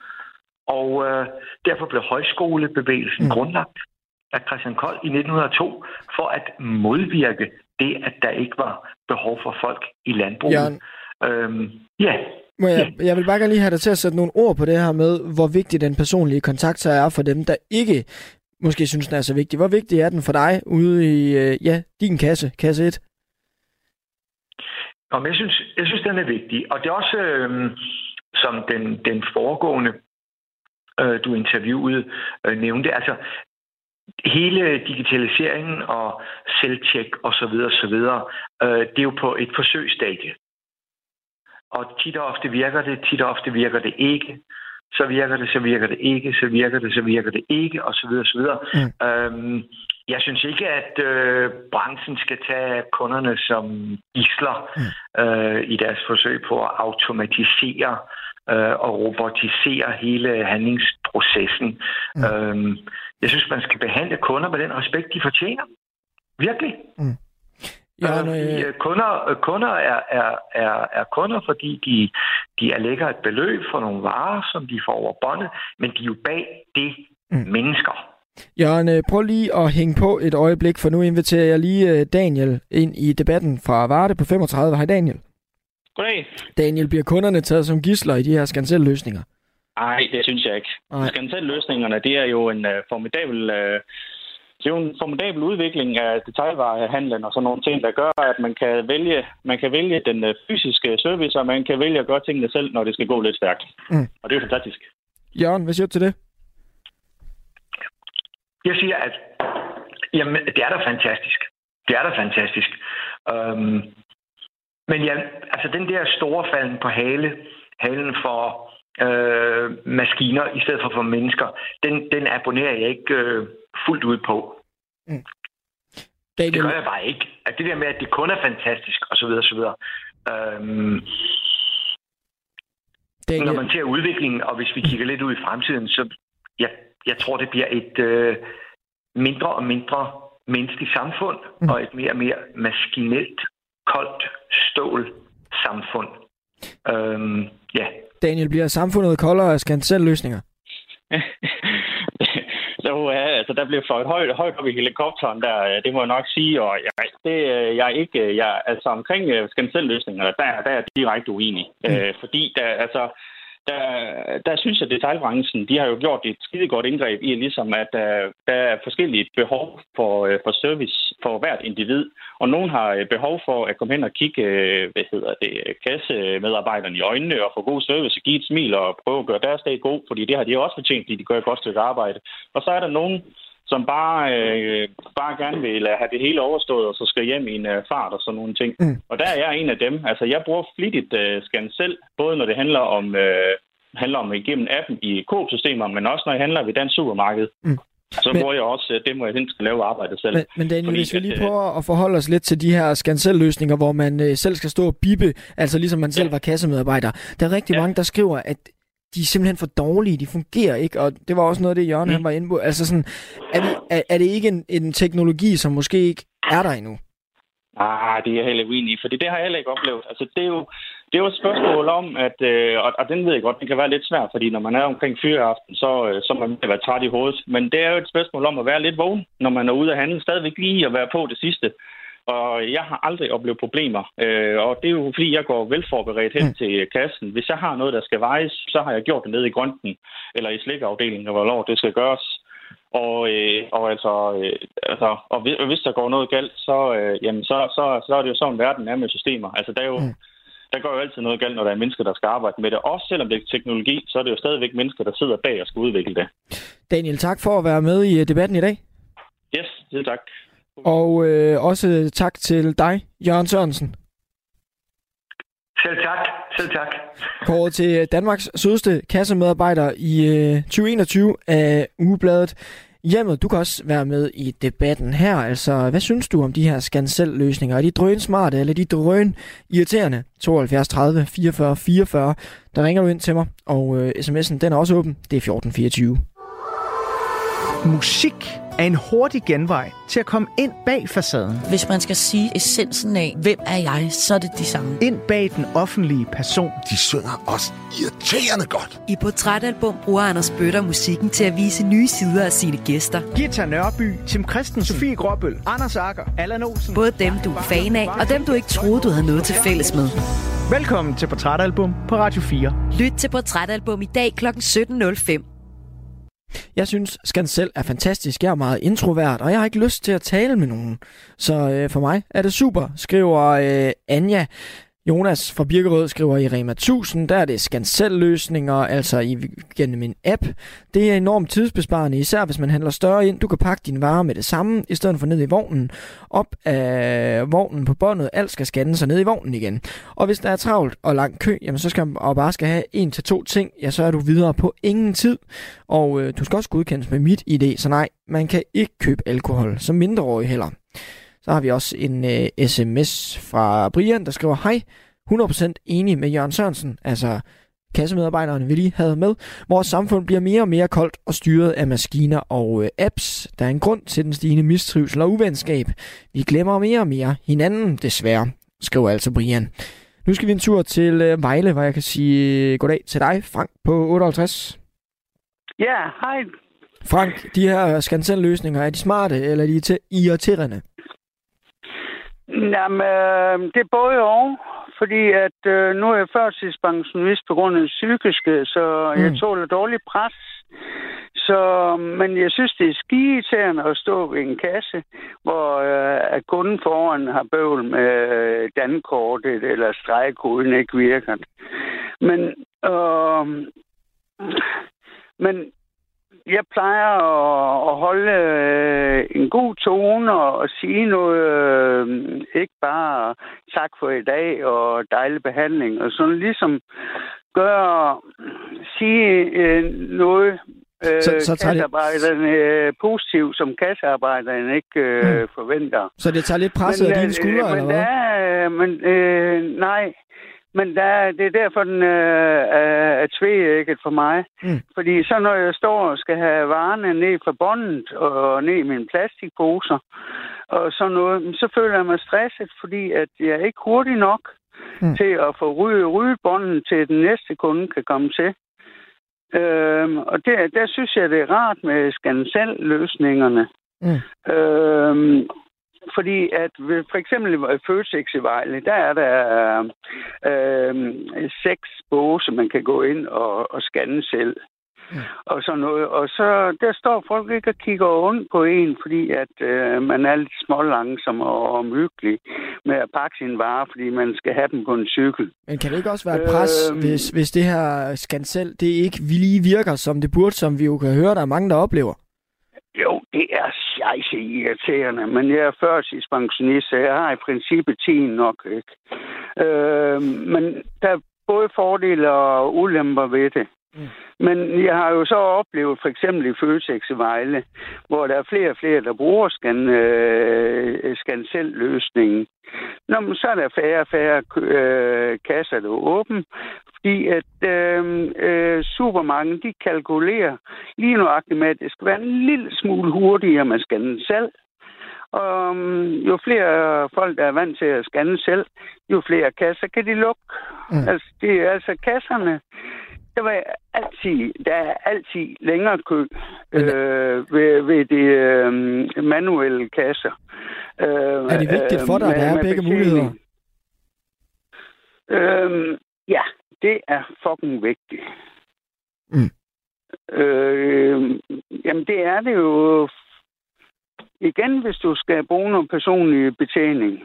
Og øh, derfor blev højskolebevægelsen mm. grundlagt af Christian Kold i nitten hundrede og to for at modvirke det, at der ikke var behov for folk i landbruget. Øhm, ja. Må jeg, jeg vil bare gerne lige have dig til at sætte nogle ord på det her med, hvor vigtig den personlige kontakt så er for dem, der ikke måske synes, den er så vigtig. Hvor vigtig er den for dig ude i øh, ja, din kasse, kasse et? Jamen, jeg synes, jeg synes, den er vigtig. Og det er også, øh, som den, den foregående, øh, du interviewede, øh, nævnte, altså hele digitaliseringen og selvtjek og så videre, så videre, øh, det er jo på et forsøgsstadie. Og tit og ofte virker det, tit og ofte virker det ikke. Så virker det, så virker det ikke, så virker det, så virker det ikke, og så videre, så videre. Mm. Øhm, jeg synes ikke, at øh, branchen skal tage kunderne som gidsler mm. øh, i deres forsøg på at automatisere øh, og robotisere hele handlingsprocessen. Mm. Øhm, jeg synes, man skal behandle kunder med den respekt, de fortjener. Virkelig. Mm. Ja, øh... Kunder, kunder er, er, er, er kunder, fordi de, de erlægger et beløb for nogle varer, som de får over båndet, men de er jo bag det mm. mennesker. Jørgen, prøv lige at hænge på et øjeblik, for nu inviterer jeg lige Daniel ind i debatten fra Varde på femogtredive. Hej Daniel. Goddag. Daniel, bliver kunderne taget som gidsler i de her Scancell-løsninger? Nej, det synes jeg ikke. Scancell-løsningerne, det er jo en uh, formidabel... Uh, Det er jo en formidabel udvikling af detailvarehandlen og sådan nogle ting, der gør, at man kan vælge, man kan vælge den fysiske service, og man kan vælge at gøre tingene selv, når det skal gå lidt stærkt. Mm. Og det er jo fantastisk. Jørgen, hvad siger du til det? Jeg siger, at jamen, det er da fantastisk. Det er da fantastisk. Um, men ja, altså den der store falden på hale, halen for øh, maskiner i stedet for for mennesker, den, den abonnerer jeg ikke øh, fuldt ud på. Mm. Det, det gør jeg bare ikke. At det der med, at det kun er fantastisk, og så videre, og så videre. Øhm, det når man ser udviklingen, og hvis vi kigger lidt ud i fremtiden, så jeg, jeg tror, det bliver et øh, mindre og mindre menneskeligt samfund, mm. og et mere og mere maskinelt, koldt stål samfund. Øhm, ja. Daniel, bliver samfundet koldere af Scancell-løsninger? Så ja, altså der bliver fløjt højt, højt op i helikopteren der, det må jeg nok sige, og jeg, det, jeg er ikke, jeg, altså omkring Scancell-løsninger, der, der er jeg direkte uenig, mm. øh, fordi der, altså, der, der synes jeg, at detailbranchen, de har jo gjort et skide godt indgreb i, ligesom at uh, der er forskellige behov for, uh, for service for hvert individ. Og nogen har uh, behov for at komme hen og kigge, uh, hvad hedder det, kassemedarbejderne i øjnene og få god service og give et smil og prøve at gøre deres dag god, fordi det har de også fortjent, fordi de gør et godt stykke arbejde. Og så er der nogen, som bare, øh, bare gerne vil have det hele overstået, og så skal hjem i en øh, fart og sådan nogle ting. Mm. Og der er jeg en af dem. Altså, jeg bruger flittigt øh, Scan Selv, både når det handler om, øh, handler om igennem appen i Coop-systemer, men også når jeg handler ved dansk supermarked. Mm. Så men, bruger jeg også øh, det, må jeg hen skal lave arbejdet selv. Men, men Daniel, Fordi, hvis vi lige at, prøver at forholde os lidt til de her Scan Selv-løsninger, hvor man øh, selv skal stå og bippe, altså ligesom man selv ja. var kassemedarbejder. Der er rigtig ja. mange, der skriver, at de er simpelthen for dårlige, de fungerer ikke, og det var også noget af det, Jørgen mm. han var inde på. Altså sådan, er det, er, er det ikke en, en teknologi, som måske ikke er der endnu? Ah, det er jeg heller ikke uenig i, for det har jeg heller ikke oplevet. Altså, det er jo, det er jo et spørgsmål om, at, øh, og, og den ved jeg godt, det kan være lidt svært, fordi når man er omkring fyreaften, så, øh, så man kan være træt i hovedet. Men det er jo et spørgsmål om at være lidt vågen, når man er ude at handle, stadigvæk lige at være på det sidste. Og jeg har aldrig oplevet problemer, øh, og det er jo fordi, jeg går velforberedt hen mm. til kassen. Hvis jeg har noget, der skal vejes, så har jeg gjort det nede i grønten, eller i slikafdelingen, hvor det skal gøres. Og, øh, og, altså, øh, altså, og hvis der går noget galt, så, øh, jamen, så, så, så er det jo sådan, verden er med systemer. Altså, der, er jo, mm. der går jo altid noget galt, når der er mennesker, der skal arbejde med det. Også selvom det er teknologi, så er det jo stadigvæk mennesker, der sidder bag og skal udvikle det. Daniel, tak for at være med i debatten i dag. Yes, det er tak. Og øh, også tak til dig, Jørgen Sørensen. Selv tak. Selv tak. Kåret til Danmarks sødeste kassemedarbejder i øh, tyve enogtyve af Ugebladet Hjemmet. Du kan også være med i debatten her. Altså, hvad synes du om de her Scan Selv-løsninger? Er de drønsmarte, eller er de drøn irriterende? tooghalvfjerds tredive fireogfyrre fireogfyrre. Der ringer du ind til mig, og øh, sms'en den er også åben. Det er fjorten fireogtyve. Musik er en hurtig genvej til at komme ind bag facaden. Hvis man skal sige essensen af, hvem er jeg, så er det de samme. Ind bag den offentlige person. De synger også irriterende godt. I Portrætalbum bruger Anders Bøtter musikken til at vise nye sider af sine gæster. Gita Nørby, Tim Christensen, Sofie Gråbøl, Anders Akker, Allan Olsen. Både dem, du er fan af, og dem, du ikke troede, du havde noget til fælles med. Velkommen til Portrætalbum på Radio fire. Lyt til Portrætalbum i dag klokken sytten nul fem. Jeg synes, Scan Selv er fantastisk. Jeg er meget introvert, og jeg har ikke lyst til at tale med nogen. Så øh, for mig er det super, skriver øh, Anja. Jonas fra Birkerød skriver i Rema tusind, der er det Scan Selv-løsninger, altså i, gennem en app. Det er enormt tidsbesparende, især hvis man handler større ind. Du kan pakke dine varer med det samme, i stedet for ned i vognen. Op af vognen på båndet, alt skal scannes og ned i vognen igen. Og hvis der er travlt og lang kø, jamen så skal man og bare skal have en til to ting, ja, så er du videre på ingen tid. Og øh, du skal også godkendes med mit I D, så nej, man kan ikke købe alkohol, som mindreårig heller. Så har vi også en øh, sms fra Brian, der skriver, hej, hundrede procent enig med Jørgen Sørensen, altså kassemedarbejderne vi lige havde med. Vores samfund bliver mere og mere koldt og styret af maskiner og øh, apps. Der er en grund til den stigende mistrivsel og uvenskab. Vi glemmer mere og mere hinanden, desværre, skriver altså Brian. Nu skal vi en tur til øh, Vejle, hvor jeg kan sige øh, goddag til dig, Frank på otteoghalvtreds. Ja, hej. Frank, de her Scan Selv-løsninger, er de smarte, eller er de irriterende? Jamen, øh, det er både og, fordi at øh, nu er jeg førtidspensionist på grund af det psykiske, så mm. jeg tåler dårlig pres. Så, men jeg synes, det er skideirriterende at stå ved en kasse, hvor øh, at kunden foran har bøvl med dankortet eller stregkoden ikke virker. Men, øh, men jeg plejer at, at holde øh, en god tone og, og sige noget, øh, ikke bare tak for i dag og dejlig behandling, og sådan ligesom gøre, sige øh, noget øh, så, så kassearbejderne øh, positivt, som kassearbejderne ikke øh, mm. forventer. Så det tager lidt presset af dine skuldre, øh, eller hvad? Der, men øh, nej. Men der, det er derfor, den øh, er tveægget for mig. Mm. Fordi så når jeg står og skal have varerne ned fra båndet og ned i mine plastikposer og sådan noget, så føler jeg mig stresset, fordi at jeg er ikke hurtig nok mm. til at få ryge, ryge båndet til den næste kunde kan komme til. Øhm, og der, der synes jeg, det er rart med Scan Selv-løsningerne. Mm. Øhm, fordi at for eksempel i Føtex i Vejle, der er der øh, øh, seks båse, man kan gå ind og, og scanne selv. Mm. Og sådan noget. Og så der står folk ikke og kigger rundt på en, fordi at øh, man er lidt smålangsom og omhyggelig med at pakke sine varer, fordi man skal have dem på en cykel. Men kan det ikke også være et pres, øh, hvis, hvis det her scan-selv, det ikke lige virker, som det burde, som vi jo kan høre, der er mange, der oplever? Jo, det er scheisse irriterende, men jeg er førtidspensionist, så jeg har i princippet tiden nok, ikke? Øh, men der er både fordele og ulemper ved det. Mm. Men jeg har jo så oplevet for eksempel i Føtex i Vejle, hvor der er flere og flere, der bruger scan, øh, scan-selv-løsningen. Nå, men så er der færre og færre øh, kasser, der er åbne, fordi at øh, øh, supermarkeden, de kalkulerer lige nøjagtigt med, at det skal være en lille smule hurtigere med scannen selv. Og um, jo flere folk, der er vant til at scanne selv, jo flere kasser kan de lukke. Mm. Altså, det er altså kasserne. Der var altid, der er altid længere kø øh, ved, ved de øh, manuelle kasser. Øh, er det vigtigt for dig, at der er begge muligheder? Øh, ja, det er fucking vigtigt. Mm. Øh, jamen, det er det jo. Igen, hvis du skal bruge noget personlig betjening,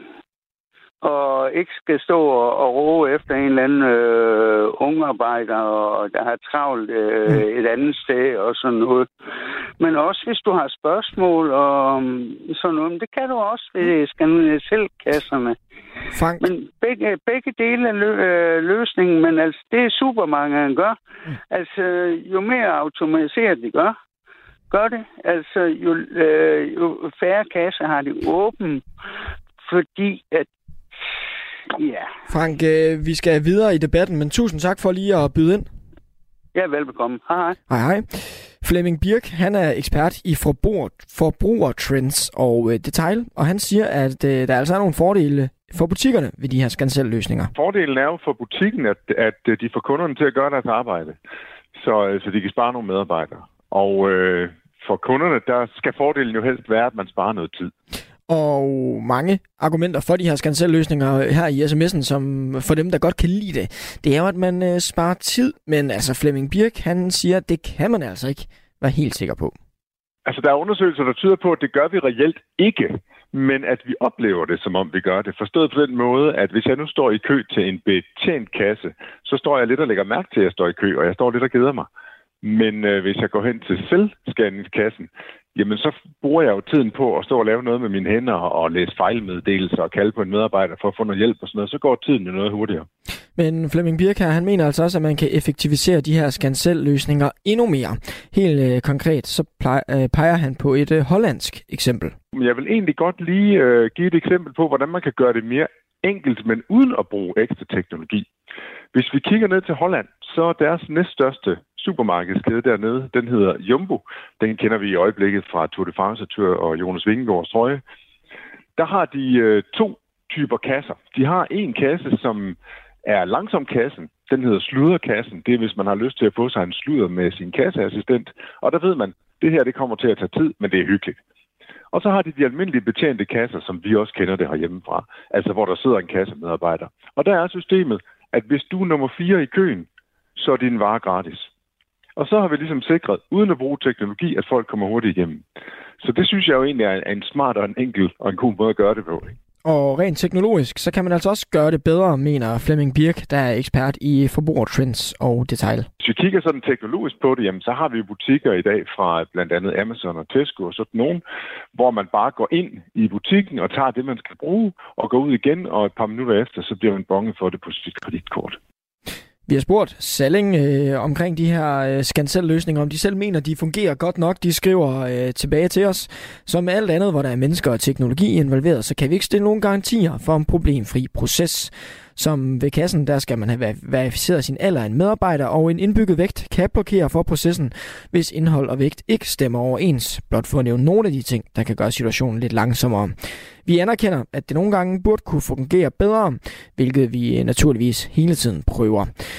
og ikke skal stå og, og råbe efter en eller anden øh, ungarbejder, og der har travlt øh, et andet sted og sådan noget. Men også hvis du har spørgsmål og sådan noget, det kan du også ved scan-selv-kasserne. Frank. Men begge, begge dele af lø- øh, løsningen, men altså det supermarkederne gør, mm. altså jo mere automatiseret de gør, gør det, altså jo, øh, jo færre kasser har de åben, fordi at ja. Frank, øh, vi skal videre i debatten, men tusind tak for lige at byde ind. Ja, velbekomme. Hej hej. Hej hej. Flemming Birk, han er ekspert i forbruger, forbrugertrends og øh, detail, og han siger, at øh, der altså er nogle fordele for butikkerne ved de her scan-selv-løsninger. Fordelen er jo for butikken, at, at de får kunderne til at gøre deres arbejde, så, så de kan spare nogle medarbejdere. Og øh, for kunderne, der skal fordelen jo helst være, at man sparer noget tid. Og mange argumenter for de her scan-selv-løsninger her i sms'en, som for dem, der godt kan lide det, det er jo, at man øh, sparer tid. Men altså Flemming Birk, han siger, at det kan man altså ikke være helt sikker på. Altså, der er undersøgelser, der tyder på, at det gør vi reelt ikke, men at vi oplever det, som om vi gør det. Forstået på den måde, at hvis jeg nu står i kø til en betjent kasse, så står jeg lidt og lægger mærke til, at jeg står i kø, og jeg står lidt og keder mig. Men øh, hvis jeg går hen til selvscanningskassen, jamen så bruger jeg jo tiden på at stå og lave noget med mine hænder og læse fejlmeddelelser og kalde på en medarbejder for at få noget hjælp og sådan noget, så går tiden jo noget hurtigere. Men Flemming Birk her, han mener altså også, at man kan effektivisere de her scan-selv-løsninger endnu mere. Helt øh, konkret, så plejer, øh, peger han på et øh, hollandsk eksempel. Jeg vil egentlig godt lige øh, give et eksempel på, hvordan man kan gøre det mere enkelt, men uden at bruge ekstra teknologi. Hvis vi kigger ned til Holland, så er deres næststørste supermarkedskæde dernede, den hedder Jumbo. Den kender vi i øjeblikket fra Tour de France og Jonas Vingegaards trøje. Der har de øh, to typer kasser. De har en kasse, som er langsomkassen. Den hedder sluderkassen. Det er, hvis man har lyst til at få sig en sludder med sin kasseassistent. Og der ved man, det her det kommer til at tage tid, men det er hyggeligt. Og så har de de almindelige betjente kasser, som vi også kender det herhjemmefra. Altså, hvor der sidder en kassemedarbejder. Og der er systemet, at hvis du er nummer fire i køen, så er din vare gratis. Og så har vi ligesom sikret, uden at bruge teknologi, at folk kommer hurtigt igennem. Så det synes jeg jo egentlig er en smart og en enkel og en god måde at gøre det på. Og rent teknologisk, så kan man altså også gøre det bedre, mener Flemming Birk, der er ekspert i forbrugertrends og detail. Hvis vi kigger sådan teknologisk på det, jamen, så har vi butikker i dag fra blandt andet Amazon og Tesco og sådan nogen, hvor man bare går ind i butikken og tager det, man skal bruge, og går ud igen, og et par minutter efter, så bliver man bonget for det på sit kreditkort. Vi har spurgt Salling øh, omkring de her øh, scan-selv-løsninger, om de selv mener, de fungerer godt nok. De skriver øh, tilbage til os, som alt andet, hvor der er mennesker og teknologi involveret, så kan vi ikke stille nogen garantier for en problemfri proces. Som ved kassen, der skal man have verificeret sin alder af en medarbejder, og en indbygget vægt kan blokere for processen, hvis indhold og vægt ikke stemmer overens, blot for at nævne nogle af de ting, der kan gøre situationen lidt langsommere. Vi anerkender, at det nogle gange burde kunne fungere bedre, hvilket vi naturligvis hele tiden prøver.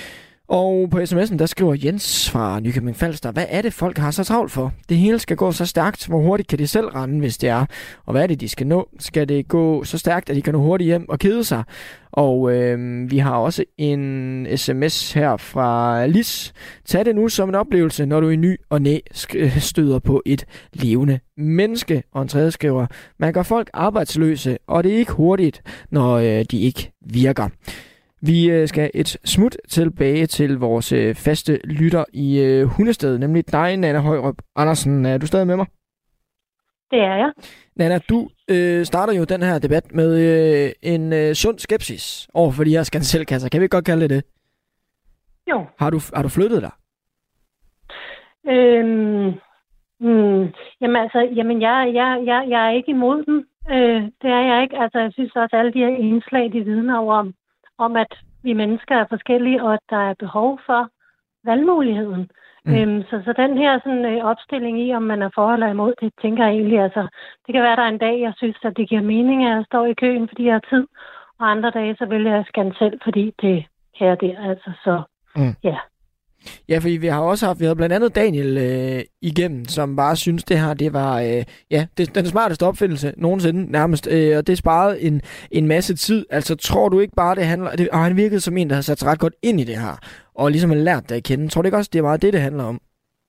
Og på sms'en, der skriver Jens fra Nykøbing Falster, hvad er det, folk har så travlt for? Det hele skal gå så stærkt. Hvor hurtigt kan de selv rende, hvis det er? Og hvad er det, de skal nå? Skal det gå så stærkt, at de kan nå hurtigt hjem og kede sig? Og øh, vi har også en sms her fra Lis. Tag det nu som en oplevelse, når du i ny og næ støder på et levende menneske. Og en tredje skriver, man gør folk arbejdsløse, og det er ikke hurtigt, når øh, de ikke virker. Vi skal et smut tilbage til vores faste lytter i Hundested, nemlig dig, Nanna Højrup Andersen. Er du stadig med mig? Det er jeg. Nanna, du øh, starter jo den her debat med øh, en øh, sund skepsis over for de her skanselkasser. Kan vi godt kalde det det? Jo. Har du, har du flyttet dig? Øhm, mm, jamen altså, jamen jeg, jeg, jeg, jeg er ikke imod dem. Øh, det er jeg ikke. Altså, jeg synes også, at alle de her indslag, de vidner om, om, at vi mennesker er forskellige, og at der er behov for valgmuligheden. Mm. Øhm, så, så den her sådan, øh, opstilling i, om man er for eller imod, det tænker jeg egentlig, altså, det kan være, at der er en dag, jeg synes, at det giver mening, at jeg står i køen, fordi jeg har tid, og andre dage, så vil jeg scanne selv, fordi det her og der, altså, så mm. ja. Ja, fordi vi har også haft, vi havde blandt andet Daniel øh, igennem, som bare synes det her, det var øh, ja, det, den smarteste opfindelse nogensinde nærmest, øh, og det sparede en, en masse tid. Altså, tror du ikke bare, det handler, det, og han virkede som en, der har sat sig ret godt ind i det her, og ligesom har lært det at kende. Tror du ikke også, det er meget det, det handler om?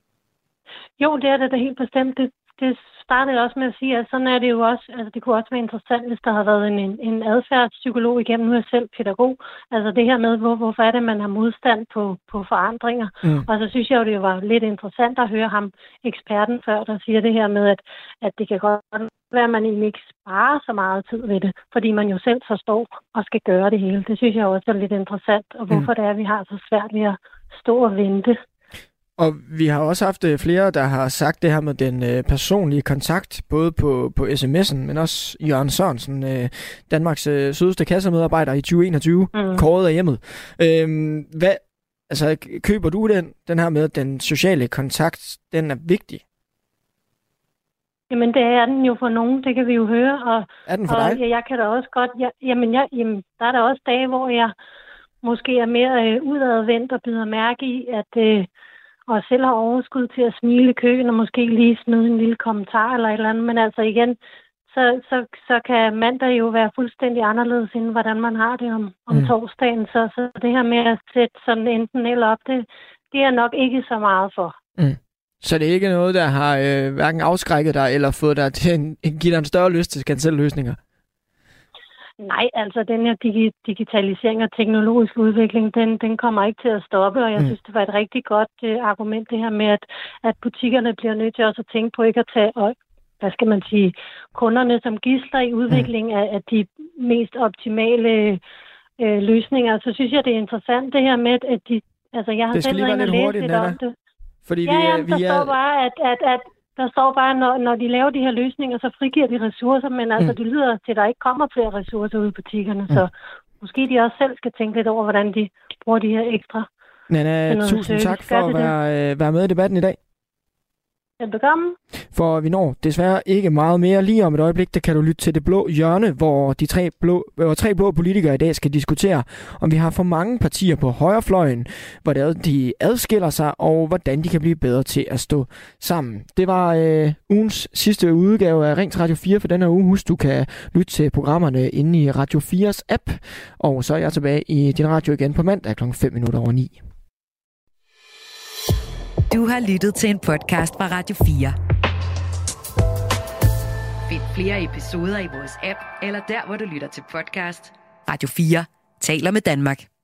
Jo, det er det da helt bestemt. Det, det startede også med at sige, at sådan er det jo også, altså det kunne også være interessant, hvis der har været en, en adfærdspsykolog igennem, nu er jeg selv pædagog, altså det her med, hvor, hvorfor er det, man har modstand på, på forandringer, mm. og så synes jeg jo, det var lidt interessant at høre ham, eksperten før, der siger det her med, at, at det kan godt være, at man egentlig ikke sparer så meget tid ved det, fordi man jo selv forstår og skal gøre det hele. Det synes jeg også er lidt interessant, og hvorfor mm. det er, at vi har så svært ved at stå og vente. Og vi har også haft flere, der har sagt det her med den øh, personlige kontakt, både på, på sms'en, men også Jørgen Sørensen, øh, Danmarks øh, sødeste kassemedarbejder i tyve enogtyve, mm. kåret af hjemmet. Øhm, hvad, altså, køber du den, den her med, at den sociale kontakt, den er vigtig? Jamen, det er den jo for nogen, det kan vi jo høre. Og, er den for og dig? Jeg, jeg kan da også godt, jeg, jamen, jeg, jamen, der er der også dage, hvor jeg måske er mere øh, udadvendt og bider mærke i, at øh, og selv har overskud til at smile i køen og måske lige smide en lille kommentar eller et eller andet. Men altså igen, så, så, så kan mandag jo være fuldstændig anderledes, end hvordan man har det om, om mm. torsdagen. Så, så det her med at sætte sådan enten eller op, det, det er nok ikke så meget for. Mm. Så det er ikke noget, der har øh, hverken afskrækket dig eller fået dig til en, give dig en større lyst til cancel-løsninger? Nej, altså den her digi- digitalisering og teknologisk udvikling, den, den kommer ikke til at stoppe, og jeg mm. synes, det var et rigtig godt uh, argument, det her med, at, at butikkerne bliver nødt til også at tænke på ikke at tage, og, hvad skal man sige, kunderne som gidsler i udviklingen mm. af, af de mest optimale uh, løsninger. Så synes jeg, det er interessant det her med, at de, altså jeg har selv været inde og læst lidt om det. Fordi ja, vi, jamen, vi der er... står bare, at, at, at Der står bare, når, når de laver de her løsninger, så frigiver de ressourcer, men altså mm. det lyder til, at der ikke kommer flere ressourcer ud i butikkerne, mm. så måske de også selv skal tænke lidt over, hvordan de bruger de her ekstra. Nanna, tusind service. Tak for at være, øh, være med i debatten i dag. Velbekomme. For vi når desværre ikke meget mere. Lige om et øjeblik, der kan du lytte til Det Blå Hjørne, hvor de tre blå, hvor tre blå politikere i dag skal diskutere, om vi har for mange partier på højrefløjen, hvordan de adskiller sig, og hvordan de kan blive bedre til at stå sammen. Det var øh, ugens sidste udgave af Ring til Radio fire for denne uge. Husk, du kan lytte til programmerne inde i Radio fires app, og så er jeg tilbage i din radio igen på mandag klokken fem minutter over ni. Du har lyttet til en podcast fra Radio fire. Find flere episoder i vores app, eller der, hvor du lytter til podcast. Radio fire taler med Danmark.